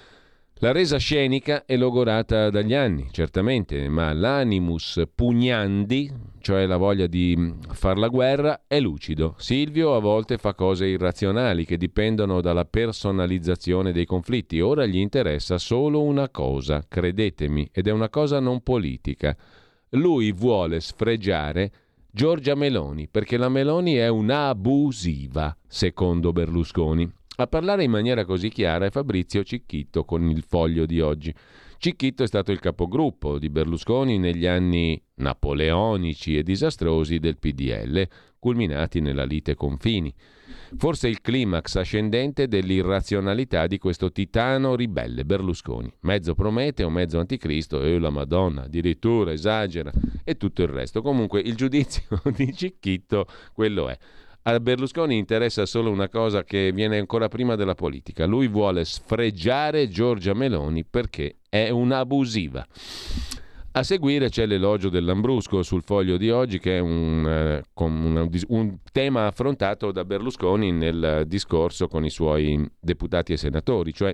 La resa scenica è logorata dagli anni, certamente, ma l'animus pugnandi, cioè la voglia di far la guerra, è lucido. Silvio a volte fa cose irrazionali che dipendono dalla personalizzazione dei conflitti. Ora gli interessa solo una cosa, credetemi, ed è una cosa non politica. Lui vuole sfregiare Giorgia Meloni, perché la Meloni è un'abusiva, secondo Berlusconi. A parlare in maniera così chiara è Fabrizio Cicchitto con il Foglio di oggi. Cicchitto è stato il capogruppo di Berlusconi negli anni napoleonici e disastrosi del P D L, culminati nella lite con Fini. Forse il climax ascendente dell'irrazionalità di questo titano ribelle Berlusconi. Mezzo Prometeo, mezzo Anticristo, e la Madonna, addirittura esagera, e tutto il resto. Comunque il giudizio di Cicchitto quello è. A Berlusconi interessa solo una cosa che viene ancora prima della politica. Lui vuole sfregiare Giorgia Meloni perché è un'abusiva. A seguire c'è l'elogio del Lambrusco sul Foglio di oggi, che è un, uh, un, un tema affrontato da Berlusconi nel discorso con i suoi deputati e senatori, cioè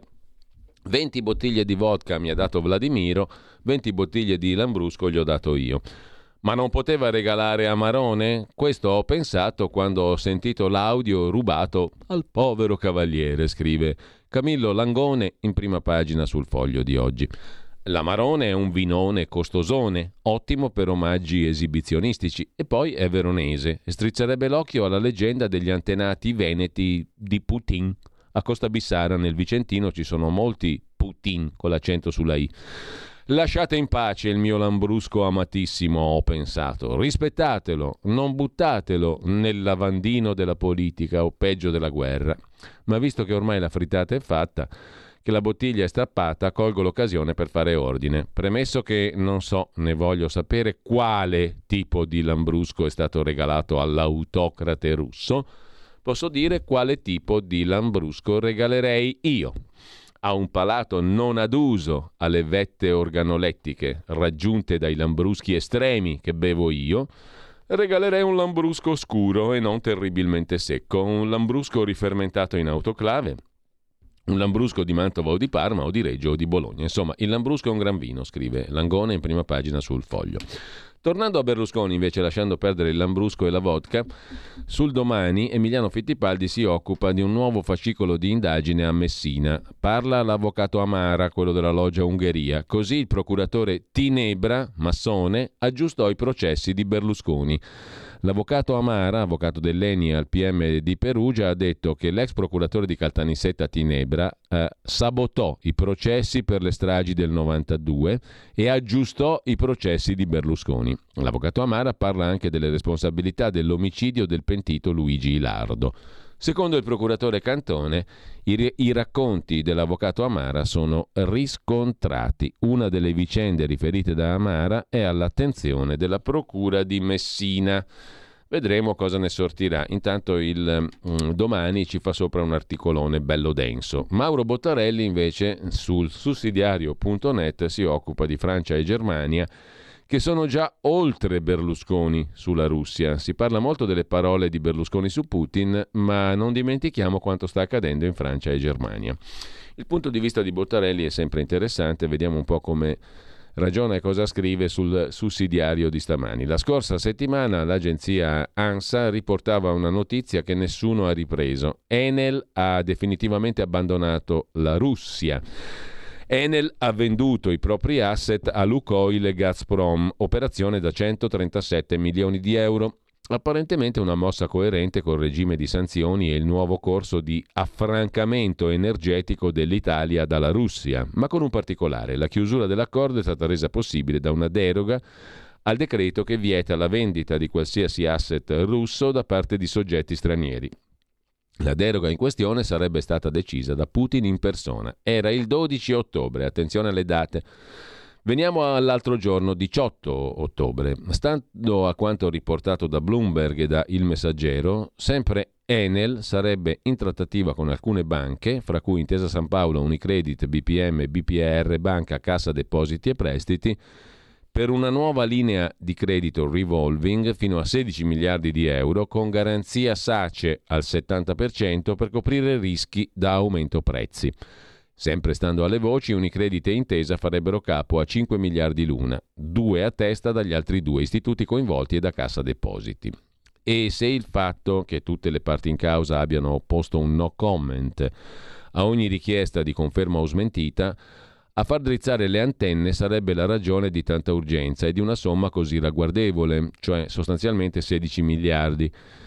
venti bottiglie di vodka mi ha dato Vladimiro, venti bottiglie di Lambrusco gli ho dato io. Ma non poteva regalare Amarone? Questo ho pensato quando ho sentito l'audio rubato al povero cavaliere, scrive Camillo Langone in prima pagina sul Foglio di oggi. L'Amarone è un vinone costosone, ottimo per omaggi esibizionistici, e poi è veronese e strizzerebbe l'occhio alla leggenda degli antenati veneti di Putin. A Costa Bissara, nel Vicentino, ci sono molti Putin con l'accento sulla I. Lasciate in pace il mio Lambrusco amatissimo, ho pensato. Rispettatelo, non buttatelo nel lavandino della politica o peggio della guerra. Ma visto che ormai la frittata è fatta, che la bottiglia è strappata, colgo l'occasione per fare ordine. Premesso che non so, né voglio sapere quale tipo di Lambrusco è stato regalato all'autocrate russo, posso dire quale tipo di Lambrusco regalerei io. Ha un palato non aduso alle vette organolettiche raggiunte dai lambruschi estremi che bevo io, regalerei un lambrusco scuro e non terribilmente secco, un lambrusco rifermentato in autoclave, un lambrusco di Mantova o di Parma o di Reggio o di Bologna. Insomma, il lambrusco è un gran vino, scrive Langone in prima pagina sul Foglio. Tornando a Berlusconi, invece, lasciando perdere il Lambrusco e la vodka, sul Domani Emiliano Fittipaldi si occupa di un nuovo fascicolo di indagine a Messina. Parla l'avvocato Amara, quello della loggia Ungheria. Così il procuratore Tinebra, massone, aggiustò i processi di Berlusconi. L'avvocato Amara, avvocato dell'E N I al P M di Perugia, ha detto che l'ex procuratore di Caltanissetta Tinebra eh, sabotò i processi per le stragi del novantadue e aggiustò i processi di Berlusconi. L'avvocato Amara parla anche delle responsabilità dell'omicidio del pentito Luigi Ilardo. Secondo il procuratore Cantone, i, i racconti dell'avvocato Amara sono riscontrati. Una delle vicende riferite da Amara è all'attenzione della procura di Messina. Vedremo cosa ne sortirà. Intanto il mm, Domani ci fa sopra un articolone bello denso. Mauro Bottarelli invece sul sussidiario punto net si occupa di Francia e Germania, che sono già oltre Berlusconi sulla Russia. Si parla molto delle parole di Berlusconi su Putin, ma non dimentichiamo quanto sta accadendo in Francia e Germania. Il punto di vista di Bottarelli è sempre interessante, vediamo un po' come ragiona e cosa scrive sul sussidiario di stamani. La scorsa settimana l'agenzia ANSA riportava una notizia che nessuno ha ripreso. Enel ha definitivamente abbandonato la Russia. Enel ha venduto i propri asset a Lukoil e Gazprom, operazione da centotrentasette milioni di euro. Apparentemente una mossa coerente col regime di sanzioni e il nuovo corso di affrancamento energetico dell'Italia dalla Russia, ma con un particolare: la chiusura dell'accordo è stata resa possibile da una deroga al decreto che vieta la vendita di qualsiasi asset russo da parte di soggetti stranieri. La deroga in questione sarebbe stata decisa da Putin in persona. Era il dodici ottobre, attenzione alle date. Veniamo all'altro giorno, diciotto ottobre. Stando a quanto riportato da Bloomberg e da Il Messaggero, sempre Enel sarebbe in trattativa con alcune banche, fra cui Intesa San Paolo, Unicredit, B P M, B P E R Banca, Cassa Depositi e Prestiti, per una nuova linea di credito revolving fino a sedici miliardi di euro con garanzia SACE al settanta per cento per coprire rischi da aumento prezzi. Sempre stando alle voci, Unicredit e Intesa farebbero capo a cinque miliardi l'una, due a testa dagli altri due istituti coinvolti e da Cassa Depositi. E se il fatto che tutte le parti in causa abbiano posto un no comment a ogni richiesta di conferma o smentita, a far drizzare le antenne sarebbe la ragione di tanta urgenza e di una somma così ragguardevole, cioè sostanzialmente sedici miliardi.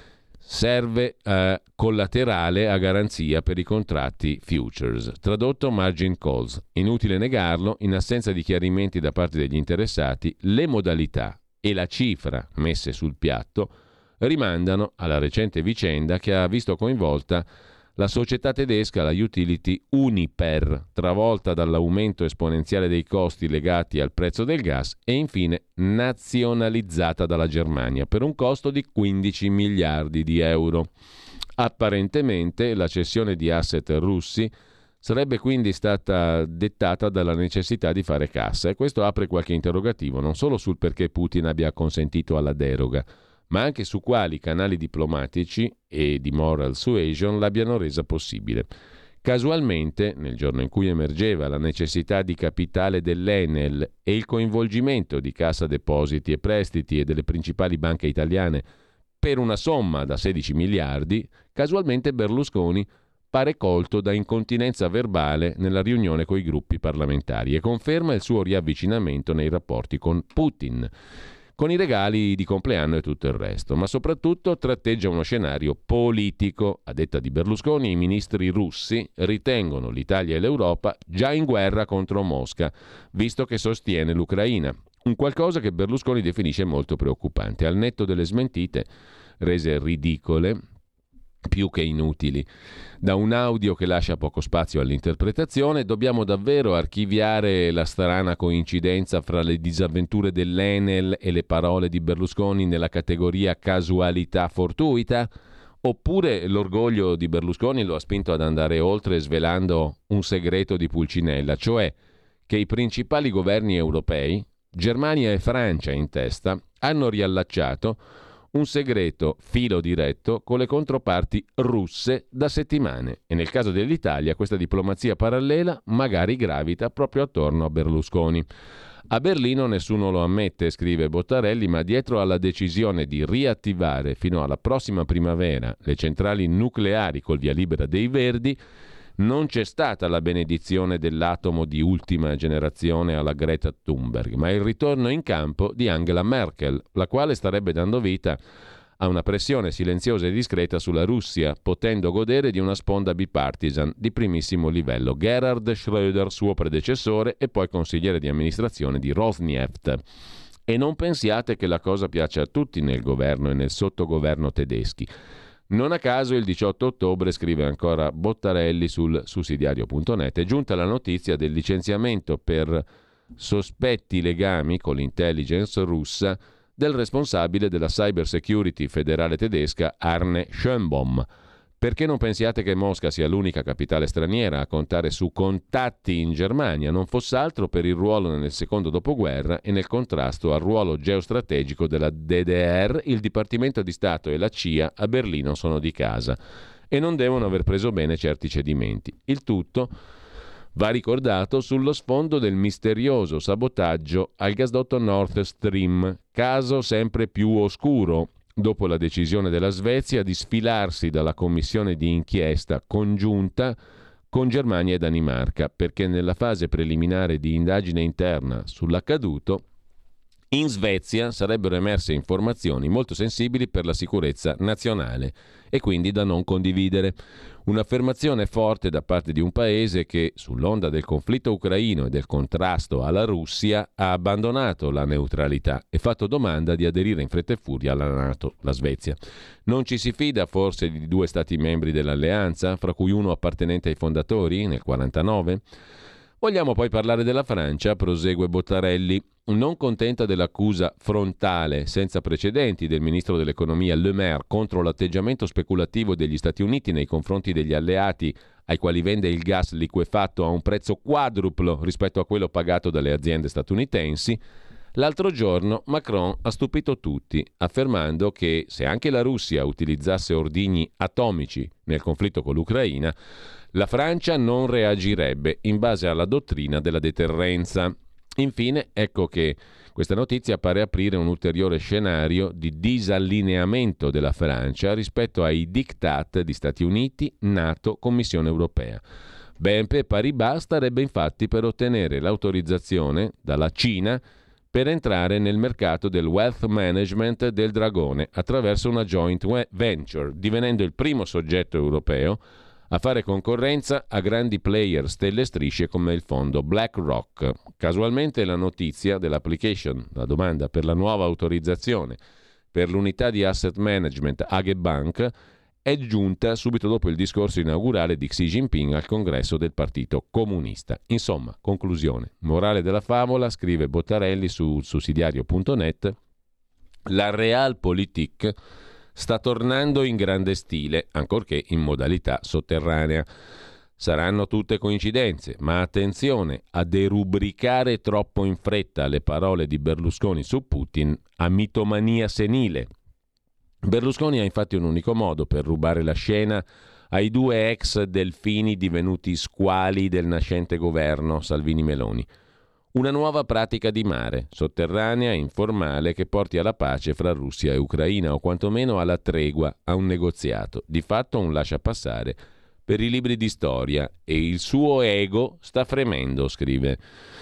Serve eh, collaterale a garanzia per i contratti futures, tradotto margin calls. Inutile negarlo, in assenza di chiarimenti da parte degli interessati, le modalità e la cifra messe sul piatto rimandano alla recente vicenda che ha visto coinvolta la società tedesca, la utility Uniper, travolta dall'aumento esponenziale dei costi legati al prezzo del gas, e infine nazionalizzata dalla Germania per un costo di quindici miliardi di euro. Apparentemente la cessione di asset russi sarebbe quindi stata dettata dalla necessità di fare cassa, e questo apre qualche interrogativo non solo sul perché Putin abbia consentito alla deroga, ma anche su quali canali diplomatici e di moral suasion l'abbiano resa possibile. Casualmente, nel giorno in cui emergeva la necessità di capitale dell'Enel e il coinvolgimento di Cassa Depositi e Prestiti e delle principali banche italiane per una somma da sedici miliardi, casualmente Berlusconi pare colto da incontinenza verbale nella riunione coi gruppi parlamentari e conferma il suo riavvicinamento nei rapporti con Putin, con i regali di compleanno e tutto il resto, ma soprattutto tratteggia uno scenario politico. A detta di Berlusconi, i ministri russi ritengono l'Italia e l'Europa già in guerra contro Mosca, visto che sostiene l'Ucraina, un qualcosa che Berlusconi definisce molto preoccupante, al netto delle smentite rese ridicole più che inutili da un audio che lascia poco spazio all'interpretazione. Dobbiamo davvero archiviare la strana coincidenza fra le disavventure dell'Enel e le parole di Berlusconi nella categoria casualità fortuita? Oppure l'orgoglio di Berlusconi lo ha spinto ad andare oltre svelando un segreto di Pulcinella, cioè che i principali governi europei, Germania e Francia in testa, hanno riallacciato un segreto filo diretto con le controparti russe da settimane, e nel caso dell'Italia questa diplomazia parallela magari gravita proprio attorno a Berlusconi. A Berlino nessuno lo ammette, scrive Bottarelli, ma dietro alla decisione di riattivare fino alla prossima primavera le centrali nucleari col via libera dei Verdi non c'è stata la benedizione dell'atomo di ultima generazione alla Greta Thunberg, ma il ritorno in campo di Angela Merkel, la quale starebbe dando vita a una pressione silenziosa e discreta sulla Russia, potendo godere di una sponda bipartisan di primissimo livello. Gerhard Schröder, suo predecessore e poi consigliere di amministrazione di Rosneft. E non pensiate che la cosa piaccia a tutti nel governo e nel sottogoverno tedeschi. Non a caso il diciotto ottobre, scrive ancora Bottarelli sul sussidiario punto net, è giunta la notizia del licenziamento per sospetti legami con l'intelligence russa del responsabile della cyber security federale tedesca Arne Schönbohm. Perché non pensiate che Mosca sia l'unica capitale straniera a contare su contatti in Germania, non fosse altro per il ruolo nel secondo dopoguerra e nel contrasto al ruolo geostrategico della D D R, il Dipartimento di Stato e la C I A a Berlino sono di casa e non devono aver preso bene certi cedimenti. Il tutto va ricordato sullo sfondo del misterioso sabotaggio al gasdotto Nord Stream, caso sempre più oscuro dopo la decisione della Svezia di sfilarsi dalla commissione di inchiesta congiunta con Germania e Danimarca, perché nella fase preliminare di indagine interna sull'accaduto in Svezia sarebbero emerse informazioni molto sensibili per la sicurezza nazionale e quindi da non condividere. Un'affermazione forte da parte di un paese che, sull'onda del conflitto ucraino e del contrasto alla Russia, ha abbandonato la neutralità e fatto domanda di aderire in fretta e furia alla NATO, la Svezia. Non ci si fida forse di due stati membri dell'alleanza, fra cui uno appartenente ai fondatori nel quarantanove? Vogliamo poi parlare della Francia, prosegue Bottarelli. Non contenta dell'accusa frontale, senza precedenti, del ministro dell'economia Le Maire contro l'atteggiamento speculativo degli Stati Uniti nei confronti degli alleati ai quali vende il gas liquefatto a un prezzo quadruplo rispetto a quello pagato dalle aziende statunitensi, l'altro giorno Macron ha stupito tutti, affermando che se anche la Russia utilizzasse ordigni atomici nel conflitto con l'Ucraina, la Francia non reagirebbe in base alla dottrina della deterrenza. Infine, ecco che questa notizia pare aprire un ulteriore scenario di disallineamento della Francia rispetto ai diktat di Stati Uniti, NATO, Commissione europea. B N P Paribas starebbe infatti per ottenere l'autorizzazione dalla Cina per entrare nel mercato del wealth management del dragone attraverso una joint venture, divenendo il primo soggetto europeo a fare concorrenza a grandi player stelle e strisce come il fondo BlackRock. Casualmente la notizia dell'application, la domanda per la nuova autorizzazione per l'unità di asset management Age Bank, è giunta subito dopo il discorso inaugurale di Xi Jinping al congresso del Partito Comunista. Insomma, conclusione, morale della favola, scrive Bottarelli su sussidiario punto net, la Realpolitik sta tornando in grande stile, ancorché in modalità sotterranea. Saranno tutte coincidenze, ma attenzione a derubricare troppo in fretta le parole di Berlusconi su Putin a mitomania senile. Berlusconi ha infatti un unico modo per rubare la scena ai due ex delfini divenuti squali del nascente governo Salvini-Meloni. Una nuova pratica di mare, sotterranea e informale, che porti alla pace fra Russia e Ucraina, o quantomeno alla tregua, a un negoziato, di fatto un lasciapassare per i libri di storia, e il suo ego sta fremendo, scrive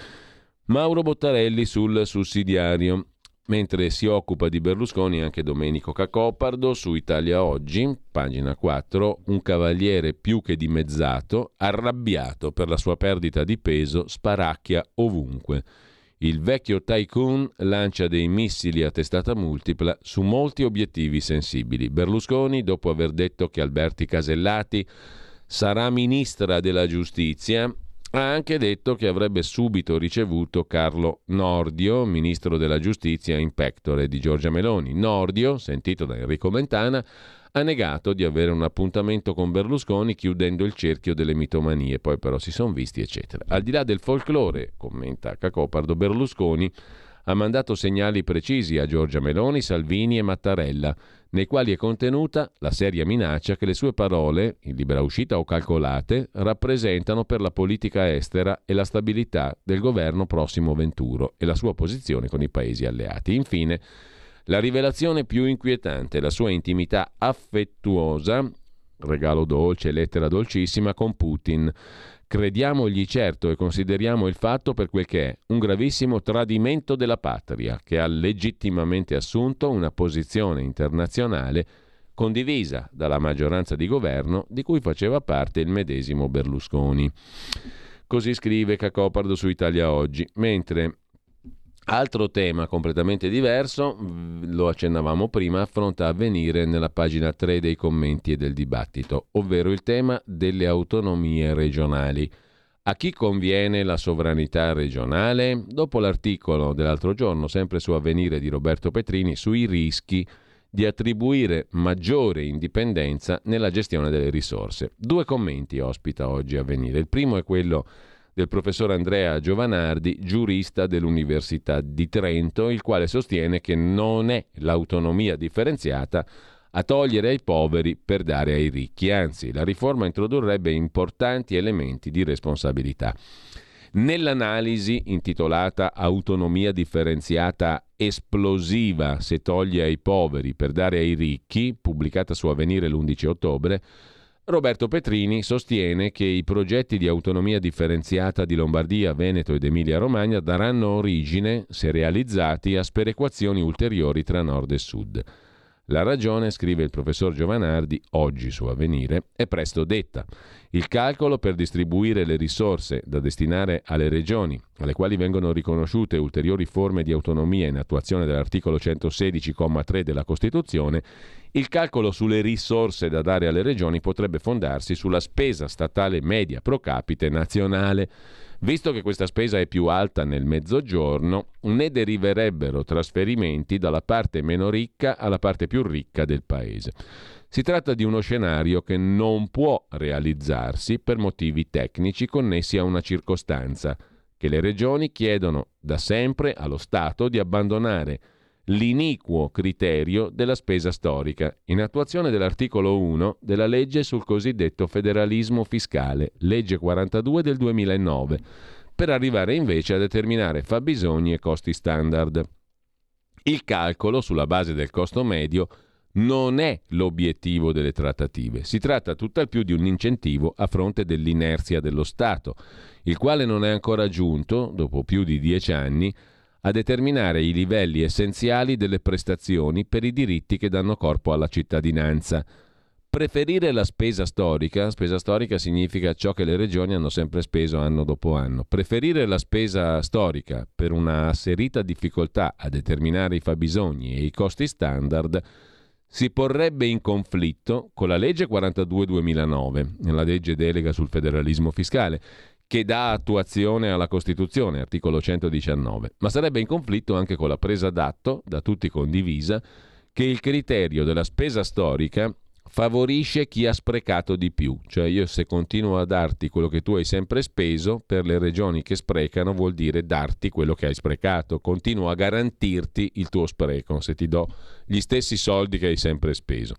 Mauro Bottarelli sul sussidiario. Mentre si occupa di Berlusconi anche Domenico Cacopardo su Italia Oggi, pagina quattro, un cavaliere più che dimezzato, arrabbiato per la sua perdita di peso, sparacchia ovunque. Il vecchio tycoon lancia dei missili a testata multipla su molti obiettivi sensibili. Berlusconi, dopo aver detto che Alberti Casellati sarà ministra della giustizia, ha anche detto che avrebbe subito ricevuto Carlo Nordio, ministro della giustizia in pectore di Giorgia Meloni. Nordio, sentito da Enrico Mentana, ha negato di avere un appuntamento con Berlusconi, chiudendo il cerchio delle mitomanie. Poi però si sono visti, eccetera. Al di là del folklore, commenta Cacopardo, Berlusconi ha mandato segnali precisi a Giorgia Meloni, Salvini e Mattarella, nei quali è contenuta la seria minaccia che le sue parole, in libera uscita o calcolate, rappresentano per la politica estera e la stabilità del governo prossimo venturo e la sua posizione con i paesi alleati. Infine, la rivelazione più inquietante, la sua intimità affettuosa, regalo dolce, lettera dolcissima, con Putin. Crediamogli certo e consideriamo il fatto per quel che è, un gravissimo tradimento della patria, che ha legittimamente assunto una posizione internazionale condivisa dalla maggioranza di governo di cui faceva parte il medesimo Berlusconi. Così scrive Cacopardo su Italia Oggi, mentre altro tema completamente diverso, lo accennavamo prima, affronta Avvenire nella pagina tre dei commenti e del dibattito, ovvero il tema delle autonomie regionali. A chi conviene la sovranità regionale? Dopo l'articolo dell'altro giorno, sempre su Avvenire di Roberto Petrini, sui rischi di attribuire maggiore indipendenza nella gestione delle risorse. Due commenti ospita oggi Avvenire. Il primo è quello del professor Andrea Giovanardi, giurista dell'Università di Trento, il quale sostiene che non è l'autonomia differenziata a togliere ai poveri per dare ai ricchi, anzi la riforma introdurrebbe importanti elementi di responsabilità. Nell'analisi intitolata Autonomia differenziata esplosiva se toglie ai poveri per dare ai ricchi, pubblicata su Avvenire l'undici ottobre, Roberto Petrini sostiene che i progetti di autonomia differenziata di Lombardia, Veneto ed Emilia-Romagna daranno origine, se realizzati, a sperequazioni ulteriori tra nord e sud. La ragione, scrive il professor Giovanardi oggi su Avvenire, è presto detta. Il calcolo per distribuire le risorse da destinare alle regioni, alle quali vengono riconosciute ulteriori forme di autonomia in attuazione dell'articolo centosedici comma tre della Costituzione, il calcolo sulle risorse da dare alle regioni potrebbe fondarsi sulla spesa statale media pro capite nazionale. Visto che questa spesa è più alta nel Mezzogiorno, ne deriverebbero trasferimenti dalla parte meno ricca alla parte più ricca del paese. Si tratta di uno scenario che non può realizzarsi per motivi tecnici connessi a una circostanza, che le regioni chiedono da sempre allo Stato di abbandonare l'iniquo criterio della spesa storica, in attuazione dell'articolo uno della legge sul cosiddetto federalismo fiscale, legge quarantadue del duemilanove, per arrivare invece a determinare fabbisogni e costi standard. Il calcolo sulla base del costo medio non è l'obiettivo delle trattative, si tratta tutt'al più di un incentivo a fronte dell'inerzia dello Stato, il quale non è ancora giunto, dopo più di dieci anni, a determinare i livelli essenziali delle prestazioni per i diritti che danno corpo alla cittadinanza. Preferire la spesa storica, spesa storica significa ciò che le regioni hanno sempre speso anno dopo anno, preferire la spesa storica per una asserita difficoltà a determinare i fabbisogni e i costi standard si porrebbe in conflitto con la legge quarantadue duemilanove, la legge delega sul federalismo fiscale, che dà attuazione alla Costituzione, articolo centodiciannove, ma sarebbe in conflitto anche con la presa d'atto, da tutti condivisa, che il criterio della spesa storica favorisce chi ha sprecato di più. Cioè io se continuo a darti quello che tu hai sempre speso, per le regioni che sprecano vuol dire darti quello che hai sprecato, continuo a garantirti il tuo spreco se ti do gli stessi soldi che hai sempre speso.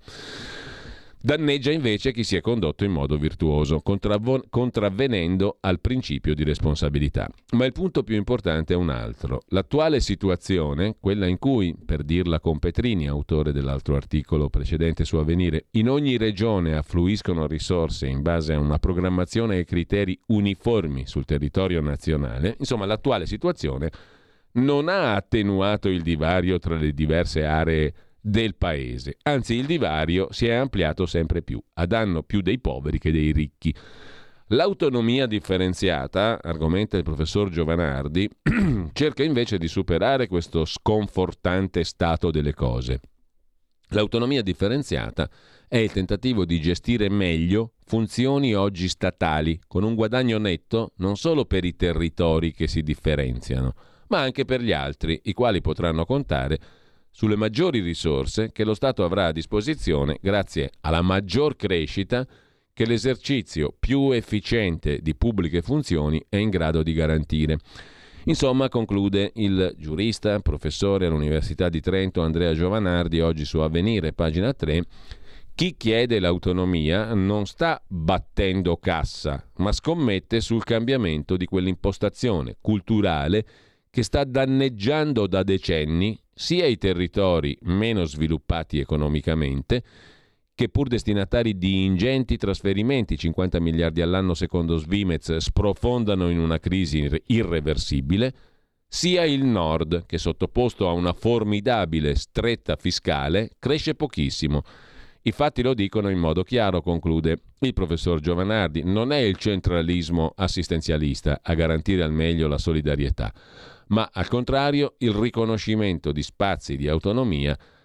Danneggia invece chi si è condotto in modo virtuoso, contravvo- contravvenendo al principio di responsabilità. Ma il punto più importante è un altro. L'attuale situazione, quella in cui, per dirla con Petrini, autore dell'altro articolo precedente su Avvenire, in ogni regione affluiscono risorse in base a una programmazione e criteri uniformi sul territorio nazionale, insomma l'attuale situazione non ha attenuato il divario tra le diverse aree del paese, anzi il divario si è ampliato sempre più, a danno più dei poveri che dei ricchi. L'autonomia differenziata, argomenta il professor Giovanardi, cerca invece di superare questo sconfortante stato delle cose. L'autonomia differenziata è il tentativo di gestire meglio funzioni oggi statali, con un guadagno netto non solo per i territori che si differenziano, ma anche per gli altri, i quali potranno contare sulle maggiori risorse che lo Stato avrà a disposizione grazie alla maggior crescita che l'esercizio più efficiente di pubbliche funzioni è in grado di garantire. Insomma, conclude il giurista, professore all'Università di Trento Andrea Giovanardi, oggi su Avvenire, pagina tre, chi chiede l'autonomia non sta battendo cassa, ma scommette sul cambiamento di quell'impostazione culturale che sta danneggiando da decenni sia i territori meno sviluppati economicamente, che pur destinatari di ingenti trasferimenti, cinquanta miliardi all'anno secondo Svimez, sprofondano in una crisi irreversibile, sia il nord, che sottoposto a una formidabile stretta fiscale cresce pochissimo. I fatti lo dicono in modo chiaro, conclude il professor Giovanardi, non è il centralismo assistenzialista a garantire al meglio la solidarietà, ma al contrario il riconoscimento di spazi di autonomia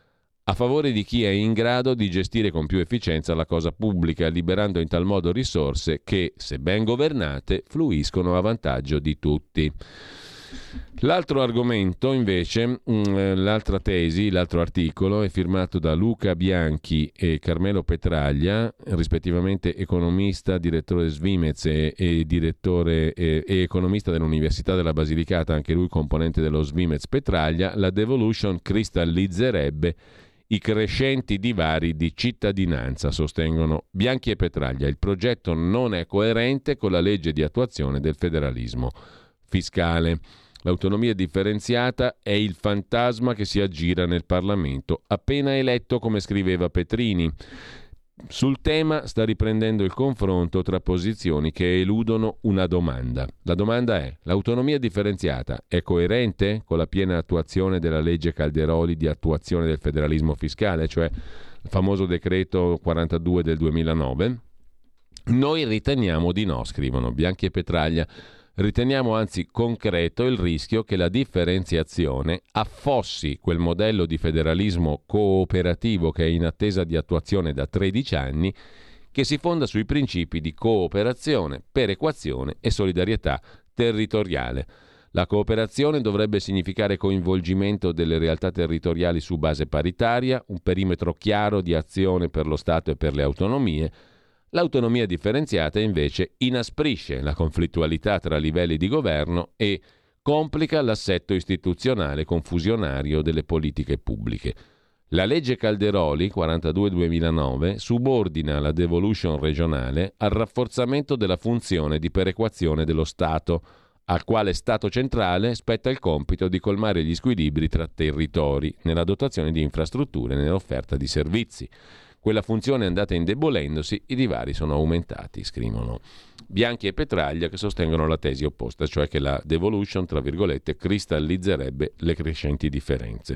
a favore di chi è in grado di gestire con più efficienza la cosa pubblica, liberando in tal modo risorse che, se ben governate, fluiscono a vantaggio di tutti. L'altro argomento, invece, l'altra tesi, l'altro articolo è firmato da Luca Bianchi e Carmelo Petraglia, rispettivamente economista, direttore Svimez e, e direttore e, e economista dell'Università della Basilicata, anche lui componente dello Svimez Petraglia. La devolution cristallizzerebbe i crescenti divari di cittadinanza, sostengono Bianchi e Petraglia. Il progetto non è coerente con la legge di attuazione del federalismo fiscale. L'autonomia differenziata è il fantasma che si aggira nel Parlamento, appena eletto, come scriveva Petrini. Sul tema sta riprendendo il confronto tra posizioni che eludono una domanda. La domanda è: l'autonomia differenziata è coerente con la piena attuazione della legge Calderoli di attuazione del federalismo fiscale, cioè il famoso decreto quarantadue del duemilanove? Noi riteniamo di no, scrivono Bianchi e Petraglia. Riteniamo anzi concreto il rischio che la differenziazione affossi quel modello di federalismo cooperativo che è in attesa di attuazione da tredici anni, che si fonda sui principi di cooperazione, perequazione e solidarietà territoriale. La cooperazione dovrebbe significare coinvolgimento delle realtà territoriali su base paritaria, un perimetro chiaro di azione per lo Stato e per le autonomie. L'autonomia differenziata invece inasprisce la conflittualità tra livelli di governo e complica l'assetto istituzionale confusionario delle politiche pubbliche. La legge Calderoli quarantadue duemilanove subordina la devolution regionale al rafforzamento della funzione di perequazione dello Stato, al quale Stato centrale spetta il compito di colmare gli squilibri tra territori nella dotazione di infrastrutture e nell'offerta di servizi. Quella funzione è andata indebolendosi, i divari sono aumentati, scrivono Bianchi e Petraglia, che sostengono la tesi opposta, cioè che la devolution, tra virgolette, cristallizzerebbe le crescenti differenze.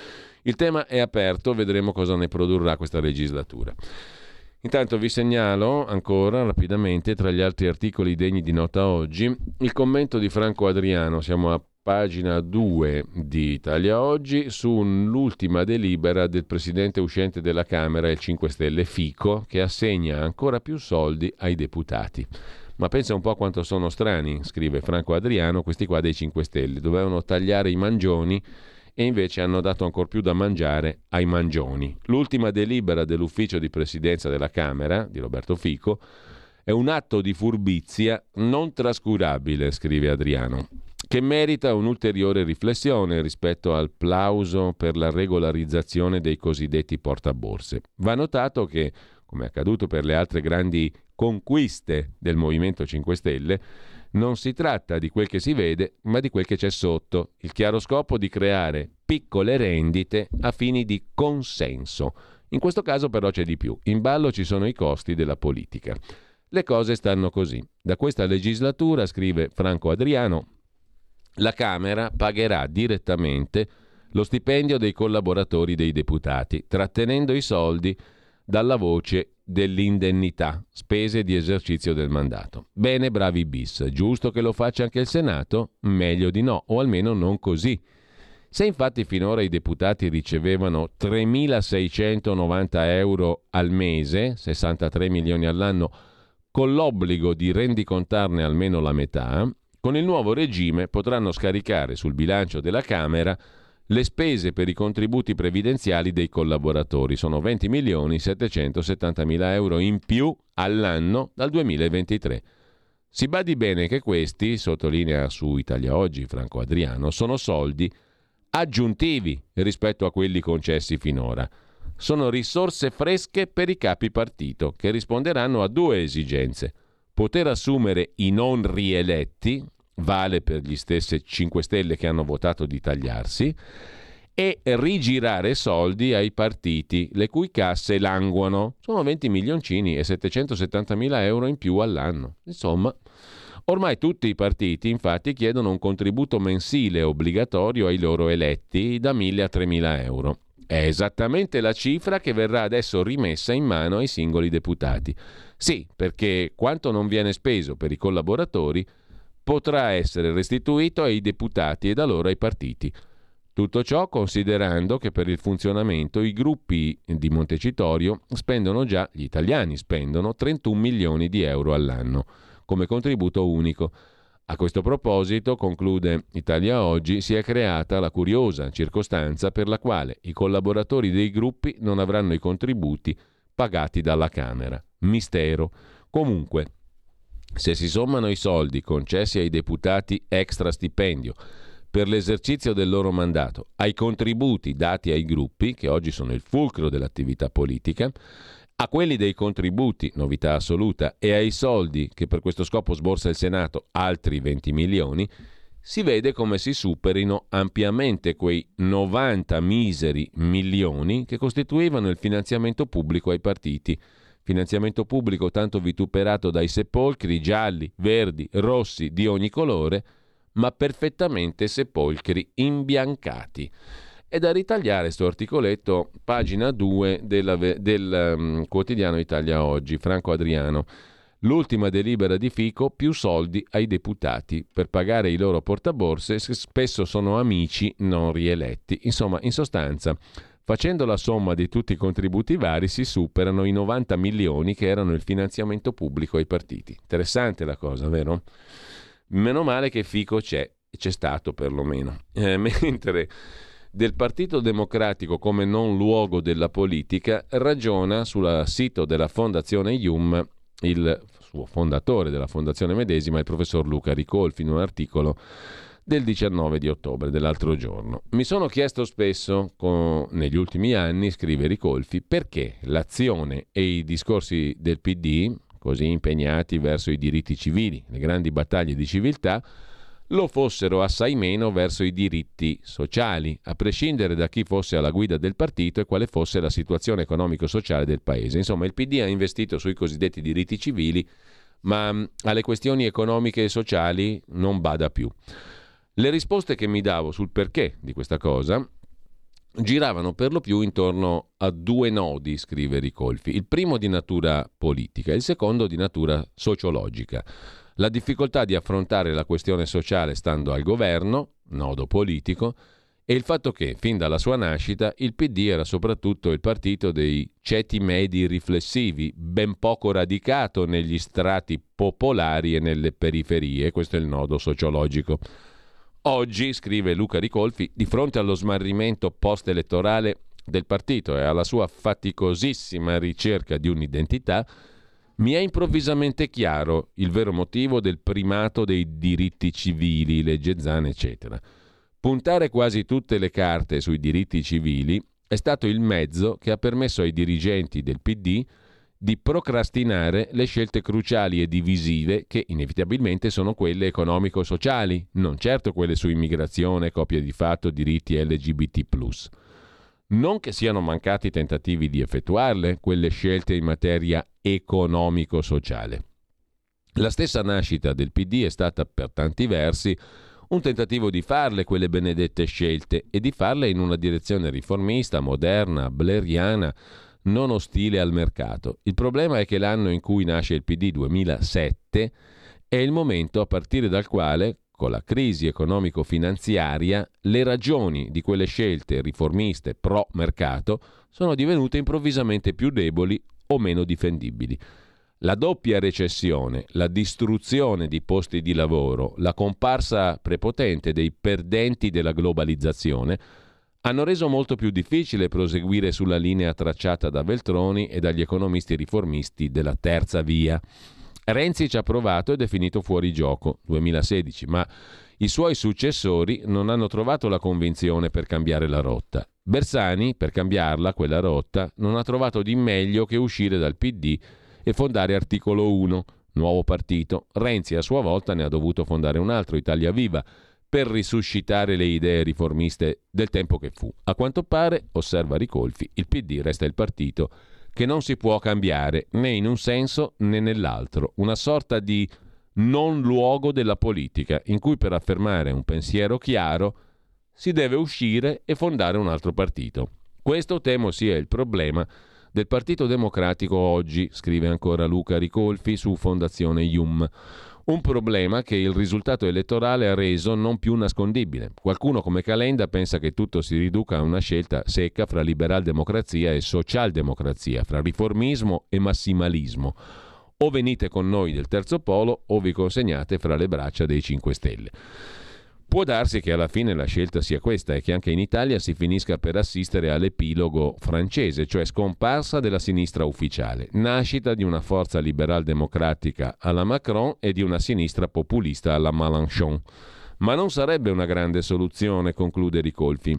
Il tema è aperto, vedremo cosa ne produrrà questa legislatura. Intanto vi segnalo ancora rapidamente, tra gli altri articoli degni di nota oggi, il commento di Franco Adriano. Siamo a pagina due di Italia Oggi sull'ultima delibera del presidente uscente della Camera, il cinque Stelle Fico, che assegna ancora più soldi ai deputati. Ma pensa un po' quanto sono strani, scrive Franco Adriano, questi qua dei cinque Stelle. Dovevano tagliare i mangioni e invece hanno dato ancor più da mangiare ai mangioni. L'ultima delibera dell'ufficio di presidenza della Camera, di Roberto Fico, è un atto di furbizia non trascurabile, scrive Adriano, che merita un'ulteriore riflessione rispetto al plauso per la regolarizzazione dei cosiddetti portaborse. Va notato che, come è accaduto per le altre grandi conquiste del Movimento cinque Stelle, non si tratta di quel che si vede, ma di quel che c'è sotto, il chiaro scopo di creare piccole rendite a fini di consenso. In questo caso però c'è di più. In ballo ci sono i costi della politica. Le cose stanno così. Da questa legislatura, scrive Franco Adriano, la Camera pagherà direttamente lo stipendio dei collaboratori dei deputati, trattenendo i soldi dalla voce dell'indennità, spese di esercizio del mandato. Bene, bravi bis. Giusto che lo faccia anche il Senato? Meglio di no, o almeno non così. Se infatti finora i deputati ricevevano tremilaseicentonovanta euro al mese, sessantatré milioni all'anno, con l'obbligo di rendicontarne almeno la metà, con il nuovo regime potranno scaricare sul bilancio della Camera le spese per i contributi previdenziali dei collaboratori. Sono venti milioni settecentosettantamila euro in più all'anno dal duemilaventitré. Si badi bene che questi, sottolinea su Italia Oggi Franco Adriano, sono soldi aggiuntivi rispetto a quelli concessi finora. Sono risorse fresche per i capi partito, che risponderanno a due esigenze: poter assumere i non rieletti, vale per gli stessi cinque Stelle che hanno votato di tagliarsi, e rigirare soldi ai partiti, le cui casse languono. Sono venti milioncini e settecentosettantamila euro in più all'anno. Insomma, ormai tutti i partiti infatti chiedono un contributo mensile obbligatorio ai loro eletti da mille a tremila euro. È esattamente la cifra che verrà adesso rimessa in mano ai singoli deputati. Sì, perché quanto non viene speso per i collaboratori potrà essere restituito ai deputati e da loro ai partiti. Tutto ciò considerando che per il funzionamento i gruppi di Montecitorio spendono già, gli italiani spendono trentuno milioni di euro all'anno come contributo unico. A questo proposito, conclude Italia Oggi, si è creata la curiosa circostanza per la quale i collaboratori dei gruppi non avranno i contributi pagati dalla Camera. Mistero. Comunque, se si sommano i soldi concessi ai deputati extra stipendio per l'esercizio del loro mandato, ai contributi dati ai gruppi, che oggi sono il fulcro dell'attività politica, a quelli dei contributi, novità assoluta, e ai soldi che per questo scopo sborsa il Senato, altri venti milioni, si vede come si superino ampiamente quei novanta miseri milioni che costituivano il finanziamento pubblico ai partiti. Finanziamento pubblico tanto vituperato dai sepolcri gialli, verdi, rossi, di ogni colore, ma perfettamente sepolcri imbiancati. È da ritagliare sto articoletto, pagina due della, del um, quotidiano Italia Oggi, Franco Adriano. L'ultima delibera di Fico, più soldi ai deputati per pagare i loro portaborse, spesso sono amici non rieletti. Insomma, in sostanza, facendo la somma di tutti i contributi vari si superano i novanta milioni che erano il finanziamento pubblico ai partiti. Interessante la cosa, vero? Meno male che Fico c'è, c'è stato perlomeno. Eh, mentre del Partito Democratico come non luogo della politica ragiona sul sito della Fondazione Ium il suo fondatore della fondazione medesima, il professor Luca Ricolfi, in un articolo del diciannove di ottobre, dell'altro giorno. Mi sono chiesto spesso, con, negli ultimi anni, scrive Ricolfi, perché l'azione e i discorsi del P D, così impegnati verso i diritti civili, le grandi battaglie di civiltà, lo fossero assai meno verso i diritti sociali, a prescindere da chi fosse alla guida del partito e quale fosse la situazione economico-sociale del paese. Insomma, il P D ha investito sui cosiddetti diritti civili, ma alle questioni economiche e sociali non bada più. Le risposte che mi davo sul perché di questa cosa giravano per lo più intorno a due nodi, scrive Ricolfi. Il primo di natura politica, il secondo di natura sociologica. La difficoltà di affrontare la questione sociale stando al governo, nodo politico, e il fatto che, fin dalla sua nascita, il P D era soprattutto il partito dei ceti medi riflessivi, ben poco radicato negli strati popolari e nelle periferie. Questo è il nodo sociologico. Oggi, scrive Luca Ricolfi, di fronte allo smarrimento post-elettorale del partito e alla sua faticosissima ricerca di un'identità, mi è improvvisamente chiaro il vero motivo del primato dei diritti civili, legge Zan, eccetera. Puntare quasi tutte le carte sui diritti civili è stato il mezzo che ha permesso ai dirigenti del P D di procrastinare le scelte cruciali e divisive che inevitabilmente sono quelle economico-sociali, non certo quelle su immigrazione, coppia di fatto, diritti L G B T plus. Non che siano mancati tentativi di effettuarle, quelle scelte in materia economico-sociale. La stessa nascita del P D è stata per tanti versi un tentativo di farle quelle benedette scelte e di farle in una direzione riformista, moderna, blairiana, non ostile al mercato. Il problema è che l'anno in cui nasce il P D, duemilasette, è il momento a partire dal quale, con la crisi economico-finanziaria, le ragioni di quelle scelte riformiste pro mercato sono divenute improvvisamente più deboli o meno difendibili. La doppia recessione, la distruzione di posti di lavoro, la comparsa prepotente dei perdenti della globalizzazione hanno reso molto più difficile proseguire sulla linea tracciata da Veltroni e dagli economisti riformisti della terza via. Renzi ci ha provato ed è finito fuori gioco, duemilasedici, ma i suoi successori non hanno trovato la convinzione per cambiare la rotta. Bersani, per cambiarla, quella rotta, non ha trovato di meglio che uscire dal P D e fondare Articolo uno, nuovo partito. Renzi a sua volta ne ha dovuto fondare un altro, Italia Viva, per risuscitare le idee riformiste del tempo che fu. A quanto pare, osserva Ricolfi, il P D resta il partito che non si può cambiare né in un senso né nell'altro, una sorta di non luogo della politica, in cui per affermare un pensiero chiaro si deve uscire e fondare un altro partito. Questo temo sia il problema del Partito Democratico oggi, scrive ancora Luca Ricolfi su Fondazione Ium. Un problema che il risultato elettorale ha reso non più nascondibile. Qualcuno come Calenda pensa che tutto si riduca a una scelta secca fra liberal-democrazia e social-democrazia, fra riformismo e massimalismo. O venite con noi del terzo polo o vi consegnate fra le braccia dei cinque Stelle. Può darsi che alla fine la scelta sia questa e che anche in Italia si finisca per assistere all'epilogo francese, cioè scomparsa della sinistra ufficiale, nascita di una forza liberal-democratica alla Macron e di una sinistra populista alla Mélenchon. Ma non sarebbe una grande soluzione, conclude Ricolfi.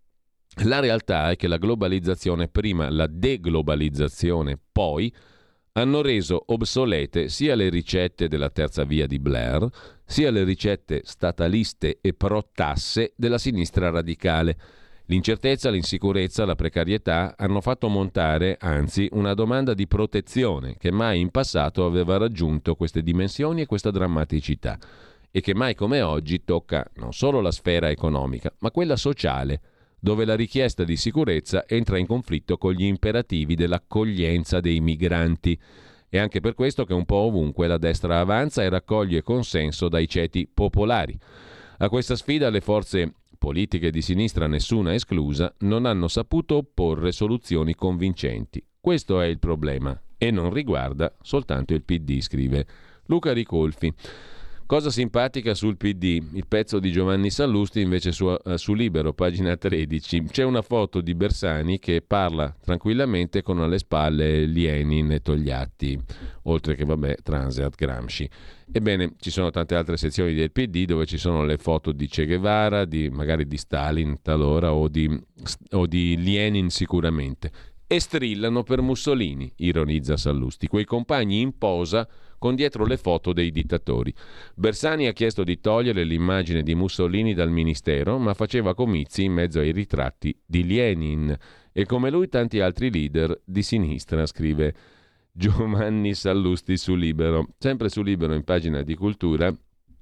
La realtà è che la globalizzazione prima, la deglobalizzazione poi, hanno reso obsolete sia le ricette della terza via di Blair, sia le ricette stataliste e pro-tasse della sinistra radicale. L'incertezza, l'insicurezza, la precarietà hanno fatto montare, anzi, una domanda di protezione che mai in passato aveva raggiunto queste dimensioni e questa drammaticità e che mai come oggi tocca non solo la sfera economica, ma quella sociale, dove la richiesta di sicurezza entra in conflitto con gli imperativi dell'accoglienza dei migranti. È anche per questo che un po' ovunque la destra avanza e raccoglie consenso dai ceti popolari. A questa sfida le forze politiche di sinistra, nessuna esclusa, non hanno saputo opporre soluzioni convincenti. Questo è il problema e non riguarda soltanto il P D, scrive Luca Ricolfi. Cosa simpatica sul P D, il pezzo di Giovanni Sallusti invece su, su Libero, pagina tredici. C'è una foto di Bersani che parla tranquillamente con alle spalle Lenin e Togliatti, oltre che, vabbè, Transeat, Gramsci. Ebbene, ci sono tante altre sezioni del P D dove ci sono le foto di Che Guevara, di, magari di Stalin talora o di, o di Lenin sicuramente. E strillano per Mussolini, ironizza Sallusti, quei compagni in posa con dietro le foto dei dittatori. Bersani ha chiesto di togliere l'immagine di Mussolini dal ministero, ma faceva comizi in mezzo ai ritratti di Lenin e come lui tanti altri leader di sinistra, scrive Giovanni Sallusti su Libero. Sempre su Libero, in pagina di cultura,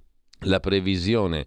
la previsione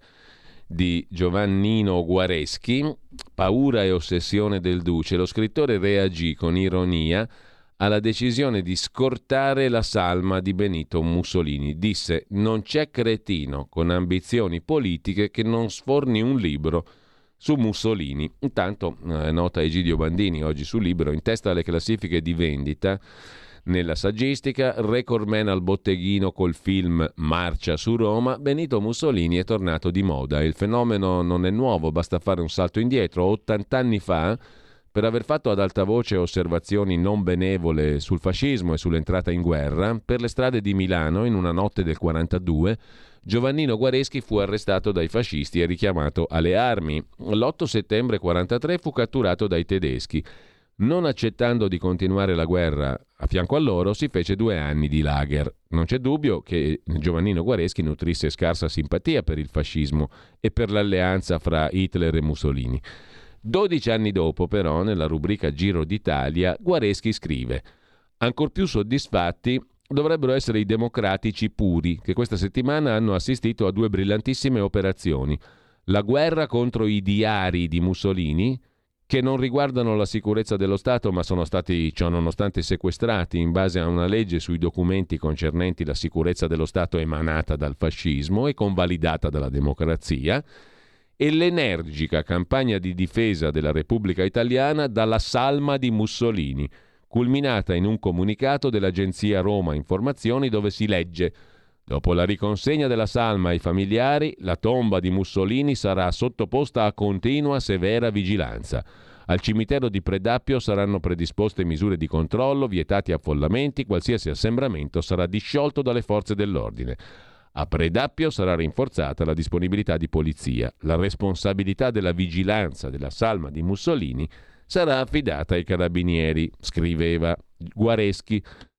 di Giovannino Guareschi, paura e ossessione del duce. Lo scrittore reagì con ironia alla decisione di scortare la salma di Benito Mussolini. Disse: non c'è cretino con ambizioni politiche che non sforni un libro su Mussolini. Intanto, eh, nota Egidio Bandini oggi su Libero, in testa alle classifiche di vendita nella saggistica, recordman al botteghino col film Marcia su Roma, Benito Mussolini è tornato di moda. Il fenomeno non è nuovo, basta fare un salto indietro. ottanta anni fa, per aver fatto ad alta voce osservazioni non benevole sul fascismo e sull'entrata in guerra, per le strade di Milano, in una notte del quarantadue, Giovannino Guareschi fu arrestato dai fascisti e richiamato alle armi. L'otto settembre quarantatré fu catturato dai tedeschi. Non accettando di continuare la guerra a fianco a loro, si fece due anni di lager. Non c'è dubbio che Giovannino Guareschi nutrisse scarsa simpatia per il fascismo e per l'alleanza fra Hitler e Mussolini. Dodici anni dopo, però, nella rubrica Giro d'Italia, Guareschi scrive: ancor più soddisfatti dovrebbero essere i democratici puri, che questa settimana hanno assistito a due brillantissime operazioni. La guerra contro i diari di Mussolini, che non riguardano la sicurezza dello Stato, ma sono stati, ciò nonostante, sequestrati in base a una legge sui documenti concernenti la sicurezza dello Stato emanata dal fascismo e convalidata dalla democrazia, e l'energica campagna di difesa della Repubblica Italiana dalla salma di Mussolini, culminata in un comunicato dell'agenzia Roma Informazioni dove si legge: dopo la riconsegna della salma ai familiari, la tomba di Mussolini sarà sottoposta a continua severa vigilanza. Al cimitero di Predappio saranno predisposte misure di controllo, vietati affollamenti, qualsiasi assembramento sarà disciolto dalle forze dell'ordine. A Predappio sarà rinforzata la disponibilità di polizia. La responsabilità della vigilanza della salma di Mussolini sarà affidata ai carabinieri, scriveva Guareschi.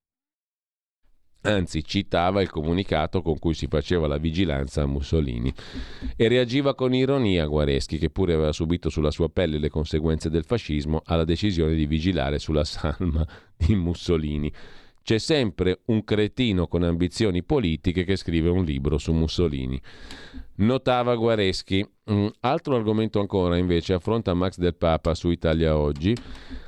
Anzi, citava il comunicato con cui si faceva la vigilanza a Mussolini. E reagiva con ironia Guareschi, che pure aveva subito sulla sua pelle le conseguenze del fascismo, alla decisione di vigilare sulla salma di Mussolini. C'è sempre un cretino con ambizioni politiche che scrive un libro su Mussolini. Notava Guareschi. Un altro argomento ancora, invece, affronta Max Del Papa su Italia Oggi.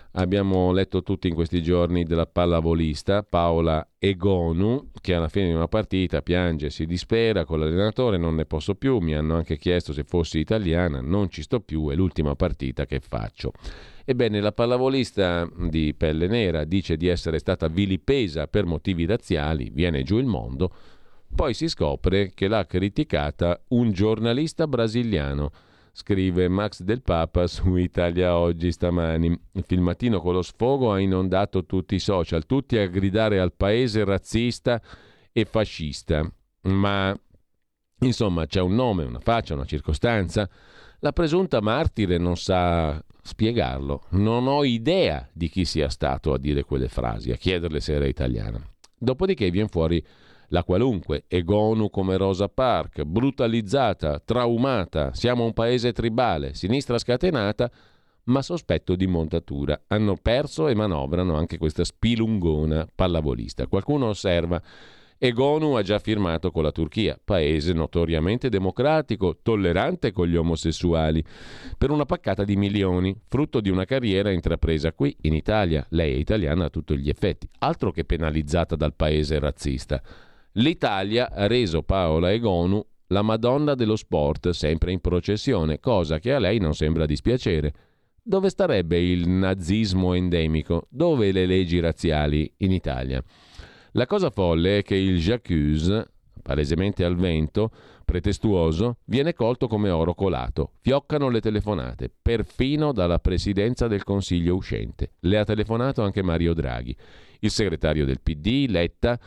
Abbiamo letto tutti in questi giorni della pallavolista Paola Egonu, che alla fine di una partita piange, si dispera con l'allenatore: non ne posso più, mi hanno anche chiesto se fossi italiana, non ci sto più, è l'ultima partita che faccio. Ebbene, la pallavolista di pelle nera dice di essere stata vilipesa per motivi razziali, viene giù il mondo, poi si scopre che l'ha criticata un giornalista brasiliano. Scrive Max Del Papa su Italia Oggi stamani. Il filmatino con lo sfogo ha inondato tutti i social, tutti a gridare al paese razzista e fascista. Ma, insomma, c'è un nome, una faccia, una circostanza. La presunta martire non sa spiegarlo. Non ho idea di chi sia stato a dire quelle frasi, a chiederle se era italiana. Dopodiché viene fuori la qualunque, Egonu come Rosa Parks, brutalizzata, traumata, siamo un paese tribale, sinistra scatenata, ma sospetto di montatura. Hanno perso e manovrano anche questa spilungona pallavolista. Qualcuno osserva: Egonu ha già firmato con la Turchia, paese notoriamente democratico, tollerante con gli omosessuali, per una paccata di milioni, frutto di una carriera intrapresa qui in Italia. Lei è italiana a tutti gli effetti, altro che penalizzata dal paese razzista. L'Italia ha reso Paola Egonu la Madonna dello sport, sempre in processione, cosa che a lei non sembra dispiacere. Dove starebbe il nazismo endemico? Dove le leggi razziali in Italia? La cosa folle è che il j'accuse, palesemente al vento, pretestuoso, viene colto come oro colato. Fioccano le telefonate, perfino dalla presidenza del Consiglio uscente. Le ha telefonato anche Mario Draghi. Il segretario del P D, Letta,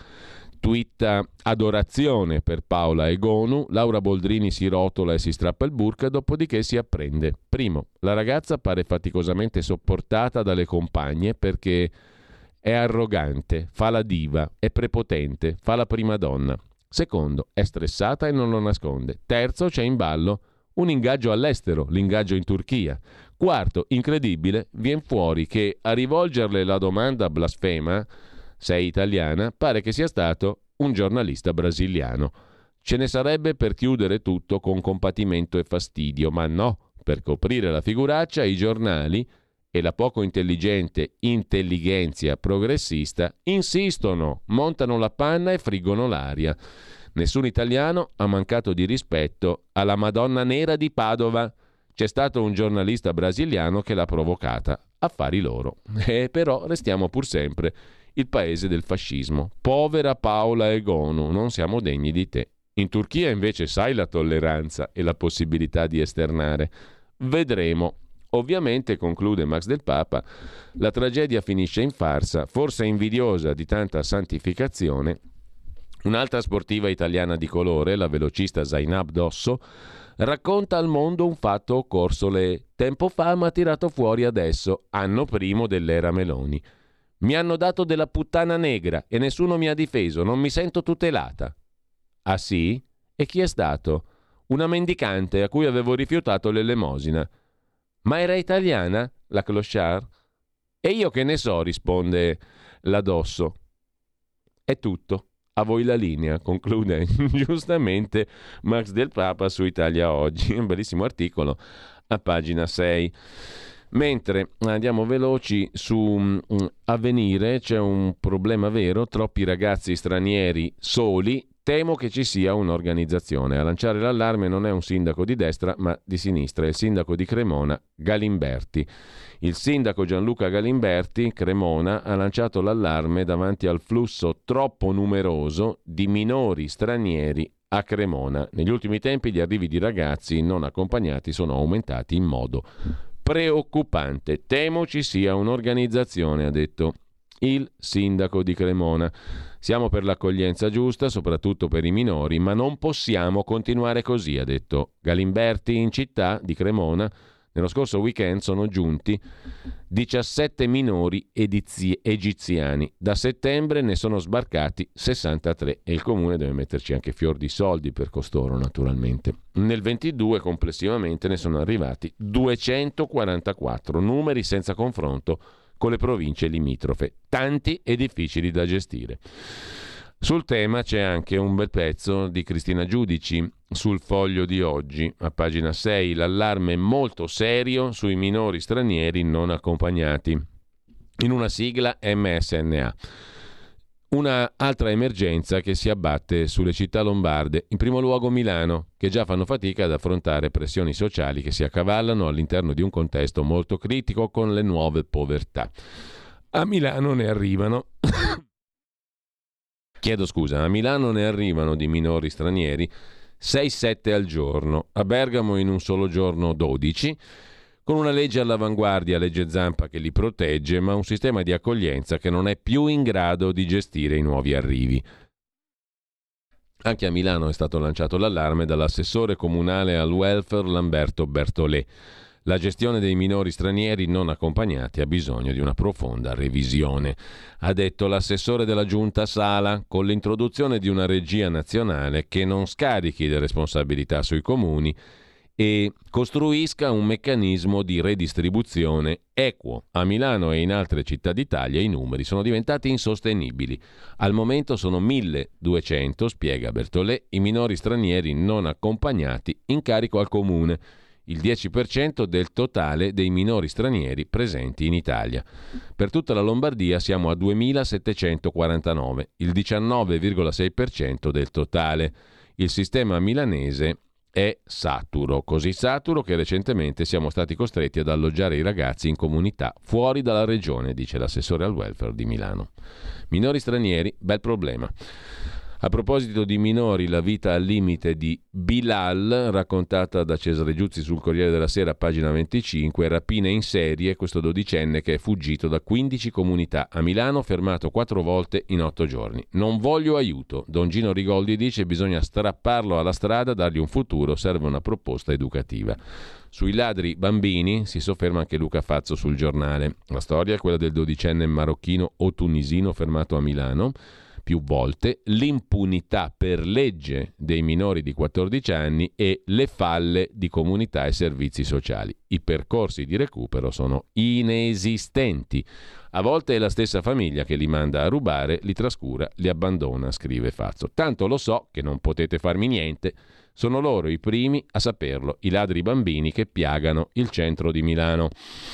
twitta adorazione per Paola Egonu, Laura Boldrini si rotola e si strappa il burka, dopodiché si apprende. Primo, la ragazza pare faticosamente sopportata dalle compagne perché è arrogante, fa la diva, è prepotente, fa la prima donna. Secondo, è stressata e non lo nasconde. Terzo, c'è in ballo un ingaggio all'estero, l'ingaggio in Turchia. Quarto, incredibile, viene fuori che a rivolgerle la domanda blasfema, sei italiana, pare che sia stato un giornalista brasiliano. Ce ne sarebbe per chiudere tutto con compatimento e fastidio, ma no, per coprire la figuraccia i giornali e la poco intelligente intellighenzia progressista insistono, montano la panna e friggono l'aria. Nessun italiano ha mancato di rispetto alla Madonna Nera di Padova. C'è stato un giornalista brasiliano che l'ha provocata. Affari loro. E però restiamo pur sempre il paese del fascismo. Povera Paola Egonu, non siamo degni di te. In Turchia invece sai la tolleranza e la possibilità di esternare. Vedremo. Ovviamente, conclude Max Del Papa, la tragedia finisce in farsa, forse invidiosa di tanta santificazione. Un'altra sportiva italiana di colore, la velocista Zainab Dosso, racconta al mondo un fatto occorso le tempo fa ma tirato fuori adesso, anno primo dell'era Meloni. Mi hanno dato della puttana negra e nessuno mi ha difeso, non mi sento tutelata. Ah sì? E chi è stato? Una mendicante a cui avevo rifiutato l'elemosina. Ma era italiana, la clochard? E io che ne so, risponde la Dosso. È tutto. A voi la linea, conclude giustamente Max Del Papa su Italia Oggi. Un bellissimo articolo a pagina sei. Mentre andiamo veloci su um, Avvenire, c'è un problema vero, troppi ragazzi stranieri soli, temo che ci sia un'organizzazione. A lanciare l'allarme non è un sindaco di destra ma di sinistra, è il sindaco di Cremona, Galimberti. Il sindaco Gianluca Galimberti, Cremona, ha lanciato l'allarme davanti al flusso troppo numeroso di minori stranieri a Cremona. Negli ultimi tempi gli arrivi di ragazzi non accompagnati sono aumentati in modo preoccupante. Temo ci sia un'organizzazione, ha detto il sindaco di Cremona. Siamo per l'accoglienza giusta, soprattutto per i minori, ma non possiamo continuare così, ha detto Galimberti. In città di Cremona nello scorso weekend sono giunti diciassette minori edizi- egiziani. Da settembre ne sono sbarcati sessantatré e il comune deve metterci anche fior di soldi per costoro, naturalmente. Nel ventidue complessivamente ne sono arrivati duecentoquarantaquattro, numeri senza confronto con le province limitrofe, tanti e difficili da gestire. Sul tema c'è anche un bel pezzo di Cristina Giudici sul Foglio di oggi, a pagina sei, l'allarme molto serio sui minori stranieri non accompagnati. in una sigla M S N A. Una altra emergenza che si abbatte sulle città lombarde, in primo luogo Milano, che già fanno fatica ad affrontare pressioni sociali che si accavallano all'interno di un contesto molto critico con le nuove povertà. A Milano ne arrivano chiedo scusa, a Milano ne arrivano di minori stranieri sei sette al giorno, a Bergamo in un solo giorno dodici, con una legge all'avanguardia, legge Zampa, che li protegge, ma un sistema di accoglienza che non è più in grado di gestire i nuovi arrivi. Anche a Milano è stato lanciato l'allarme dall'assessore comunale al welfare Lamberto Bertolè. La gestione dei minori stranieri non accompagnati ha bisogno di una profonda revisione, ha detto l'assessore della Giunta Sala, con l'introduzione di una regia nazionale che non scarichi le responsabilità sui comuni e costruisca un meccanismo di redistribuzione equo. A Milano e in altre città d'Italia i numeri sono diventati insostenibili. Al momento sono milleduecento, spiega Bertolè, i minori stranieri non accompagnati in carico al comune, il dieci per cento del totale dei minori stranieri presenti in Italia. Per tutta la Lombardia siamo a duemilasettecentoquarantanove, il diciannove virgola sei per cento del totale. Il sistema milanese è saturo, così saturo che recentemente siamo stati costretti ad alloggiare i ragazzi in comunità fuori dalla regione, dice l'assessore al welfare di Milano. Minori stranieri, bel problema. A proposito di minori, la vita al limite di Bilal, raccontata da Cesare Giuzzi sul Corriere della Sera, pagina venticinque, rapine in serie, questo dodicenne che è fuggito da quindici comunità a Milano, fermato quattro volte in otto giorni. Non voglio aiuto, Don Gino Rigoldi dice bisogna strapparlo alla strada, dargli un futuro, serve una proposta educativa. Sui ladri bambini si sofferma anche Luca Fazzo sul Giornale. La storia è quella del dodicenne marocchino o tunisino fermato a Milano più volte, l'impunità per legge dei minori di quattordici anni e le falle di comunità e servizi sociali. I percorsi di recupero sono inesistenti. A volte è la stessa famiglia che li manda a rubare, li trascura, li abbandona, scrive Fazzo. Tanto lo so che non potete farmi niente. Sono loro i primi a saperlo, i ladri bambini che piagano il centro di Milano.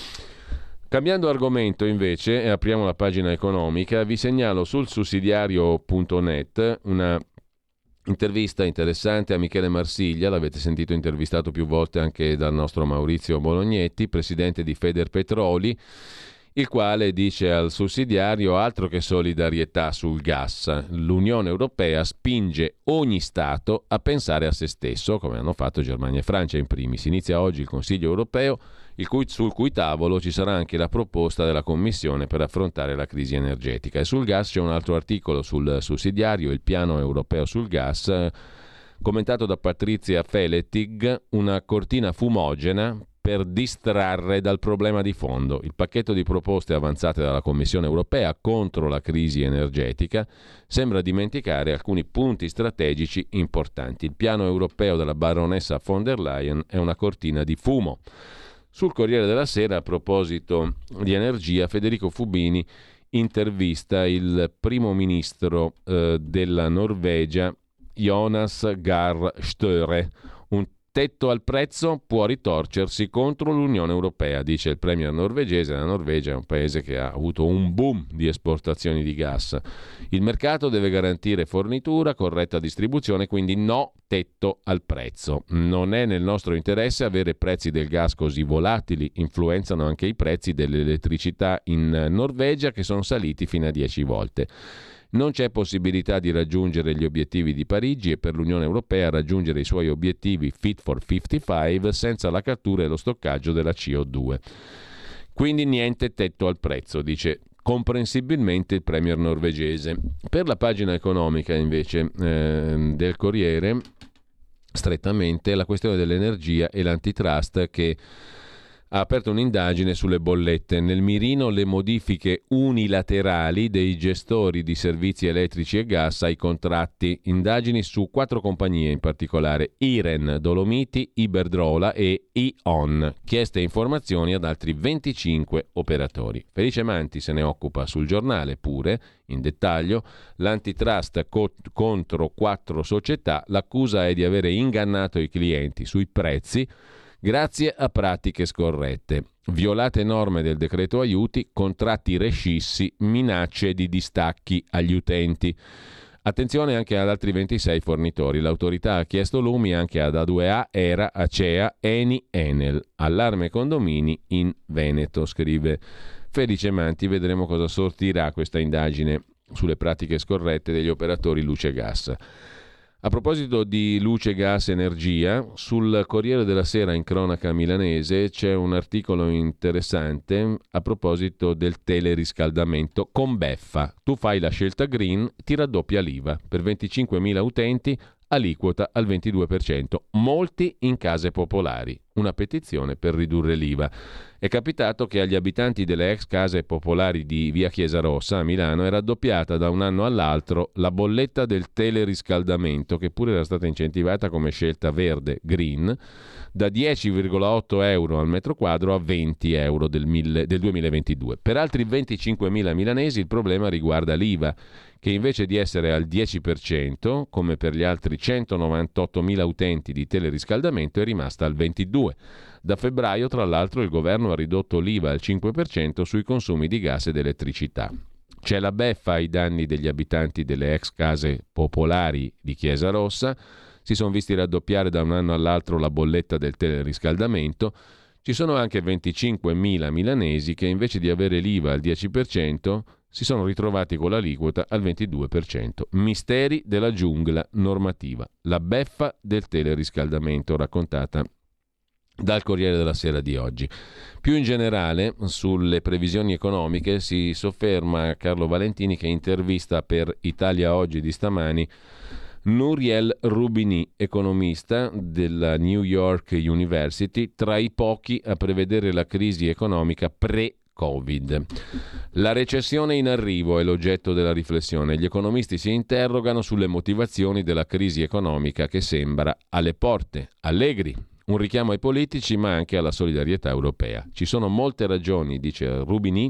Cambiando argomento invece, e apriamo la pagina economica, vi segnalo sul sussidiario punto net una intervista interessante a Michele Marsiglia, l'avete sentito intervistato più volte anche dal nostro Maurizio Bolognetti, presidente di Federpetroli, il quale dice al sussidiario altro che solidarietà sul gas. L'Unione Europea spinge ogni Stato a pensare a se stesso, come hanno fatto Germania e Francia in primis. Inizia oggi il Consiglio Europeo, il cui, sul cui tavolo ci sarà anche la proposta della Commissione per affrontare la crisi energetica. E sul gas c'è un altro articolo sul sussidiario, il piano europeo sul gas, commentato da Patrizia Feletig, una cortina fumogena per distrarre dal problema di fondo. Il pacchetto di proposte avanzate dalla Commissione europea contro la crisi energetica sembra dimenticare alcuni punti strategici importanti. Il piano europeo della baronessa von der Leyen è una cortina di fumo. Sul Corriere della Sera, a proposito di energia, Federico Fubini intervista il primo ministro eh, della Norvegia, Jonas Gahr Støre. Un tetto al prezzo può ritorcersi contro l'Unione Europea, dice il premier norvegese. La Norvegia è un paese che ha avuto un boom di esportazioni di gas. Il mercato deve garantire fornitura, corretta distribuzione, quindi no tetto al prezzo. Non è nel nostro interesse avere prezzi del gas così volatili, influenzano anche i prezzi dell'elettricità in Norvegia che sono saliti fino a dieci volte. Non c'è possibilità di raggiungere gli obiettivi di Parigi e per l'Unione Europea raggiungere i suoi obiettivi Fit for cinquantacinque senza la cattura e lo stoccaggio della C O due. Quindi niente tetto al prezzo, dice comprensibilmente il premier norvegese. Per la pagina economica invece eh, del Corriere, strettamente la questione dell'energia e l'antitrust che ha aperto un'indagine sulle bollette. Nel mirino le modifiche unilaterali dei gestori di servizi elettrici e gas ai contratti. Indagini su quattro compagnie in particolare: Iren, Dolomiti, Iberdrola e E O N. Chieste informazioni ad altri venticinque operatori. Felice Manti se ne occupa sul Giornale pure, in dettaglio. L'antitrust co- contro quattro società. L'accusa è di avere ingannato i clienti sui prezzi grazie a pratiche scorrette. Violate norme del decreto aiuti, contratti rescissi, minacce di distacchi agli utenti. Attenzione anche ad altri ventisei fornitori. L'autorità ha chiesto lumi anche ad A due A, Era, Acea, Eni, Enel. Allarme condomini in Veneto, scrive Felice Manti. Vedremo cosa sortirà questa indagine sulle pratiche scorrette degli operatori luce e gas. A proposito di luce, gas, energia, sul Corriere della Sera in cronaca milanese c'è un articolo interessante a proposito del teleriscaldamento con beffa. Tu fai la scelta green, ti raddoppia l'I V A. Per venticinquemila utenti, aliquota al ventidue per cento. Molti in case popolari. Una petizione per ridurre l'I V A. È capitato che agli abitanti delle ex case popolari di via Chiesa Rossa a Milano è raddoppiata da un anno all'altro la bolletta del teleriscaldamento, che pure era stata incentivata come scelta verde, green, da dieci virgola otto euro al metro quadro a venti euro del, mille, del duemilaventidue. Per altri venticinquemila milanesi il problema riguarda l'I V A, che invece di essere al dieci per cento, come per gli altri centonovantottomila utenti di teleriscaldamento, è rimasta al ventidue per cento. Da febbraio, tra l'altro, il governo ha ridotto l'I V A al cinque per cento sui consumi di gas ed elettricità. C'è la beffa ai danni degli abitanti delle ex case popolari di Chiesa Rossa. Si sono visti raddoppiare da un anno all'altro la bolletta del teleriscaldamento. Ci sono anche venticinquemila milanesi che invece di avere l'I V A al dieci per cento si sono ritrovati con l'aliquota al ventidue per cento. Misteri della giungla normativa. La beffa del teleriscaldamento raccontata dal Corriere della Sera di oggi. Più in generale, sulle previsioni economiche si sofferma Carlo Valentini, che intervista per Italia Oggi di stamani Nouriel Roubini, economista della New York University, tra i pochi a prevedere la crisi economica pre-Covid. La recessione in arrivo è l'oggetto della riflessione. Gli economisti si interrogano sulle motivazioni della crisi economica che sembra alle porte. Allegri. Un richiamo ai politici, ma anche alla solidarietà europea. Ci sono molte ragioni, dice Roubini,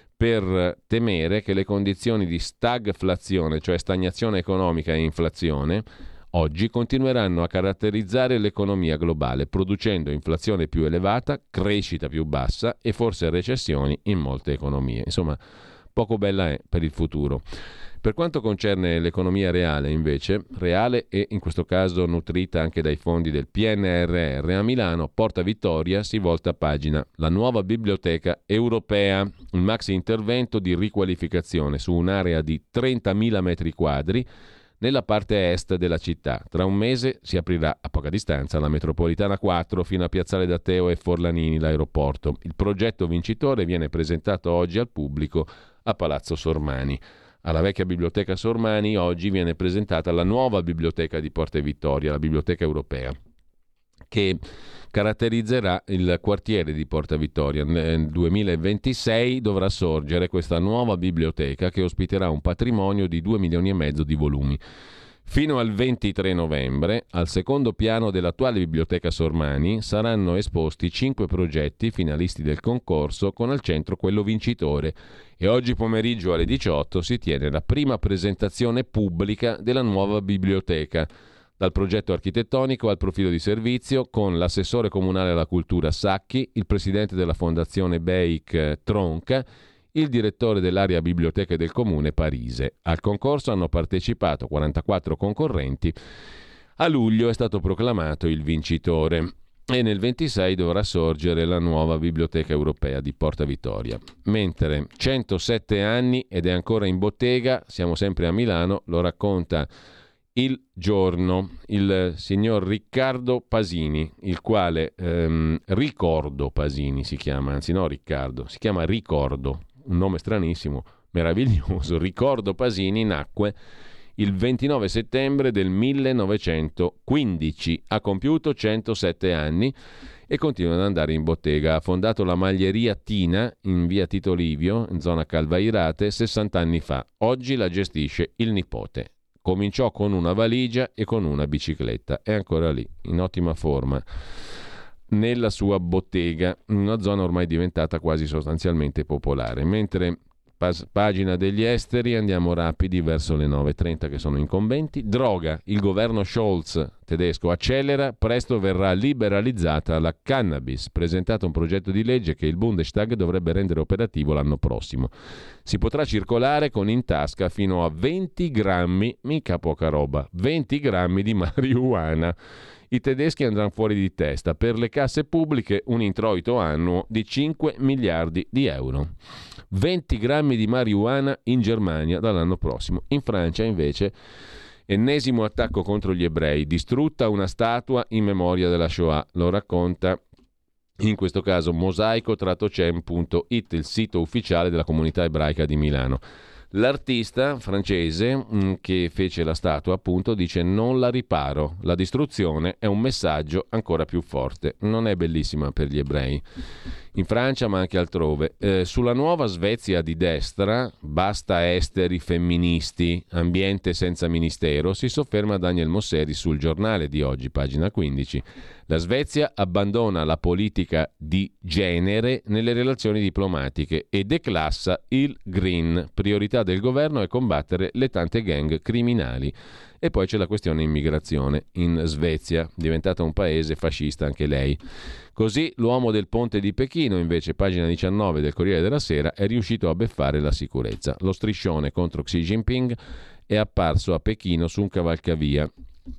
per temere che le condizioni di stagflazione, cioè stagnazione economica e inflazione, oggi continueranno a caratterizzare l'economia globale, producendo inflazione più elevata, crescita più bassa e forse recessioni in molte economie. Insomma, poco bella è per il futuro. Per quanto concerne l'economia reale, invece, reale e in questo caso nutrita anche dai fondi del P N R R, a Milano, Porta Vittoria, si volta pagina. La nuova biblioteca europea, un maxi intervento di riqualificazione su un'area di trentamila metri quadri nella parte est della città. Tra un mese si aprirà a poca distanza la metropolitana quattro fino a Piazzale Datteo e Forlanini, l'aeroporto. Il progetto vincitore viene presentato oggi al pubblico a Palazzo Sormani. Alla vecchia biblioteca Sormani oggi viene presentata la nuova biblioteca di Porta Vittoria, la biblioteca europea, che caratterizzerà il quartiere di Porta Vittoria. Nel duemilaventisei dovrà sorgere questa nuova biblioteca che ospiterà un patrimonio di due milioni e mezzo di volumi. Fino al ventitré novembre, al secondo piano dell'attuale biblioteca Sormani, saranno esposti cinque progetti finalisti del concorso, con al centro quello vincitore. E oggi pomeriggio alle diciotto si tiene la prima presentazione pubblica della nuova biblioteca, dal progetto architettonico al profilo di servizio, con l'assessore comunale alla cultura Sacchi, il presidente della fondazione Beic Tronca, il direttore dell'area biblioteche del comune Parise. Al concorso hanno partecipato quarantaquattro concorrenti. A luglio è stato proclamato il vincitore e nel ventisei dovrà sorgere la nuova biblioteca europea di Porta Vittoria. Mentre centosette anni ed è ancora in bottega, siamo sempre a Milano, lo racconta Il Giorno, il signor Riccardo Pasini, il quale ehm, Ricordo Pasini si chiama, anzi no Riccardo, si chiama Ricordo, un nome stranissimo, meraviglioso. Ricordo Pasini nacque il ventinove settembre del millenovecentoquindici, ha compiuto centosette anni e continua ad andare in bottega. Ha fondato la maglieria Tina in via Tito Livio, in zona Calvairate, sessanta anni fa. Oggi la gestisce il nipote. Cominciò con una valigia e con una bicicletta. È ancora lì, in ottima forma, nella sua bottega, in una zona ormai diventata quasi sostanzialmente popolare. Mentre Pas- pagina degli esteri, andiamo rapidi verso le nove e trenta che sono incombenti. Droga, il governo Scholz tedesco accelera, presto verrà liberalizzata la cannabis. Presentato un progetto di legge che il Bundestag dovrebbe rendere operativo l'anno prossimo. Si potrà circolare con in tasca fino a venti grammi, mica poca roba, venti grammi di marijuana. I tedeschi andranno fuori di testa. Per le casse pubbliche un introito annuo di cinque miliardi di euro. venti grammi di marijuana in Germania dall'anno prossimo. In Francia invece ennesimo attacco contro gli ebrei, distrutta una statua in memoria della Shoah. Lo racconta in questo caso mosaico cem punto it, il sito ufficiale della comunità ebraica di Milano. L'artista francese mh, che fece la statua, appunto, dice: non la riparo, la distruzione è un messaggio ancora più forte. Non è bellissima per gli ebrei in Francia ma anche altrove. Eh, sulla nuova Svezia di destra, basta esteri femministi, ambiente senza ministero, si sofferma Daniel Mosseri sul Giornale di oggi, pagina quindici. La Svezia abbandona la politica di genere nelle relazioni diplomatiche e declassa il green. Priorità del governo è combattere le tante gang criminali. E poi c'è la questione immigrazione. In Svezia, diventata un paese fascista anche lei. Così l'uomo del ponte di Pechino, invece, pagina diciannove del Corriere della Sera, è riuscito a beffare la sicurezza. Lo striscione contro Xi Jinping è apparso a Pechino su un cavalcavia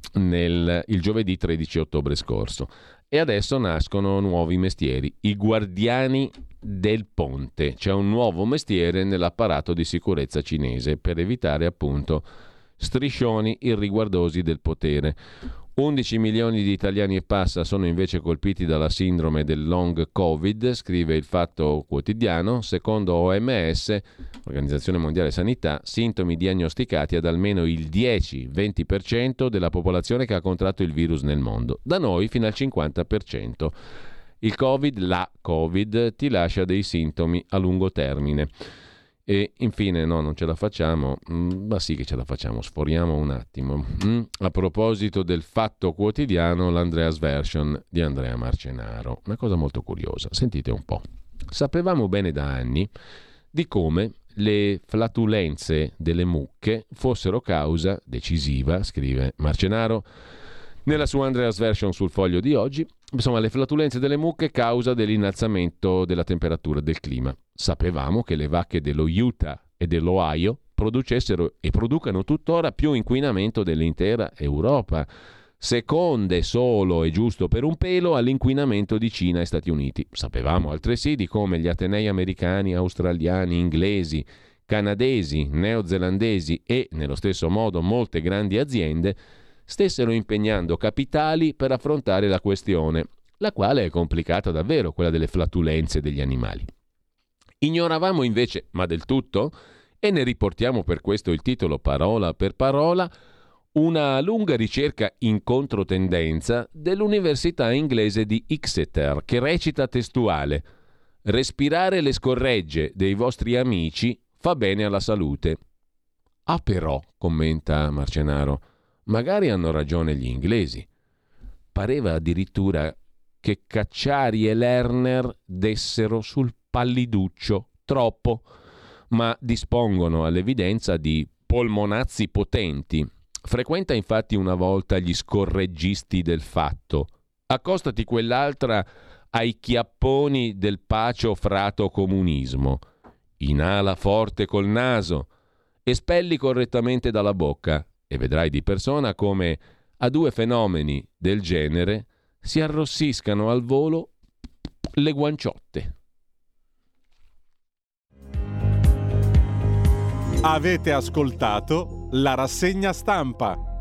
nel, il giovedì tredici ottobre scorso. E adesso nascono nuovi mestieri, i guardiani del ponte. C'è un nuovo mestiere nell'apparato di sicurezza cinese per evitare, appunto, striscioni irriguardosi del potere. undici milioni di italiani e passa sono invece colpiti dalla sindrome del long covid, scrive il Fatto Quotidiano. Secondo O M S, Organizzazione Mondiale Sanità, sintomi diagnosticati ad almeno il dieci venti per cento della popolazione che ha contratto il virus nel mondo. Da noi fino al cinquanta per cento. Il Covid, la Covid, ti lascia dei sintomi a lungo termine. E infine, no, non ce la facciamo, mm, ma sì che ce la facciamo, sforiamo un attimo. Mm, a proposito del Fatto Quotidiano, l'Andreas Version di Andrea Marcenaro. Una cosa molto curiosa, sentite un po'. Sapevamo bene da anni di come le flatulenze delle mucche fossero causa decisiva, scrive Marcenaro nella sua Andreas Version sul Foglio di oggi. Insomma, le flatulenze delle mucche causa dell'innalzamento della temperatura del clima. Sapevamo che le vacche dello Utah e dell'Ohio producessero e producano tuttora più inquinamento dell'intera Europa, seconde solo e giusto per un pelo all'inquinamento di Cina e Stati Uniti. Sapevamo altresì di come gli atenei americani, australiani, inglesi, canadesi, neozelandesi e, nello stesso modo, molte grandi aziende stessero impegnando capitali per affrontare la questione, la quale è complicata davvero, quella delle flatulenze degli animali. Ignoravamo invece, ma del tutto, e ne riportiamo per questo il titolo parola per parola, una lunga ricerca in controtendenza dell'Università inglese di Exeter, che recita testuale: respirare le scorregge dei vostri amici fa bene alla salute. Ah però, commenta Marcenaro, magari hanno ragione gli inglesi. Pareva addirittura che Cacciari e Lerner dessero sul palliduccio, troppo, ma dispongono all'evidenza di polmonazzi potenti. Frequenta infatti una volta gli scorreggisti del Fatto. Accostati quell'altra ai chiapponi del pacio frato comunismo. Inala forte col naso, espelli correttamente dalla bocca e vedrai di persona come a due fenomeni del genere si arrossiscano al volo le guanciotte. Avete ascoltato la rassegna stampa.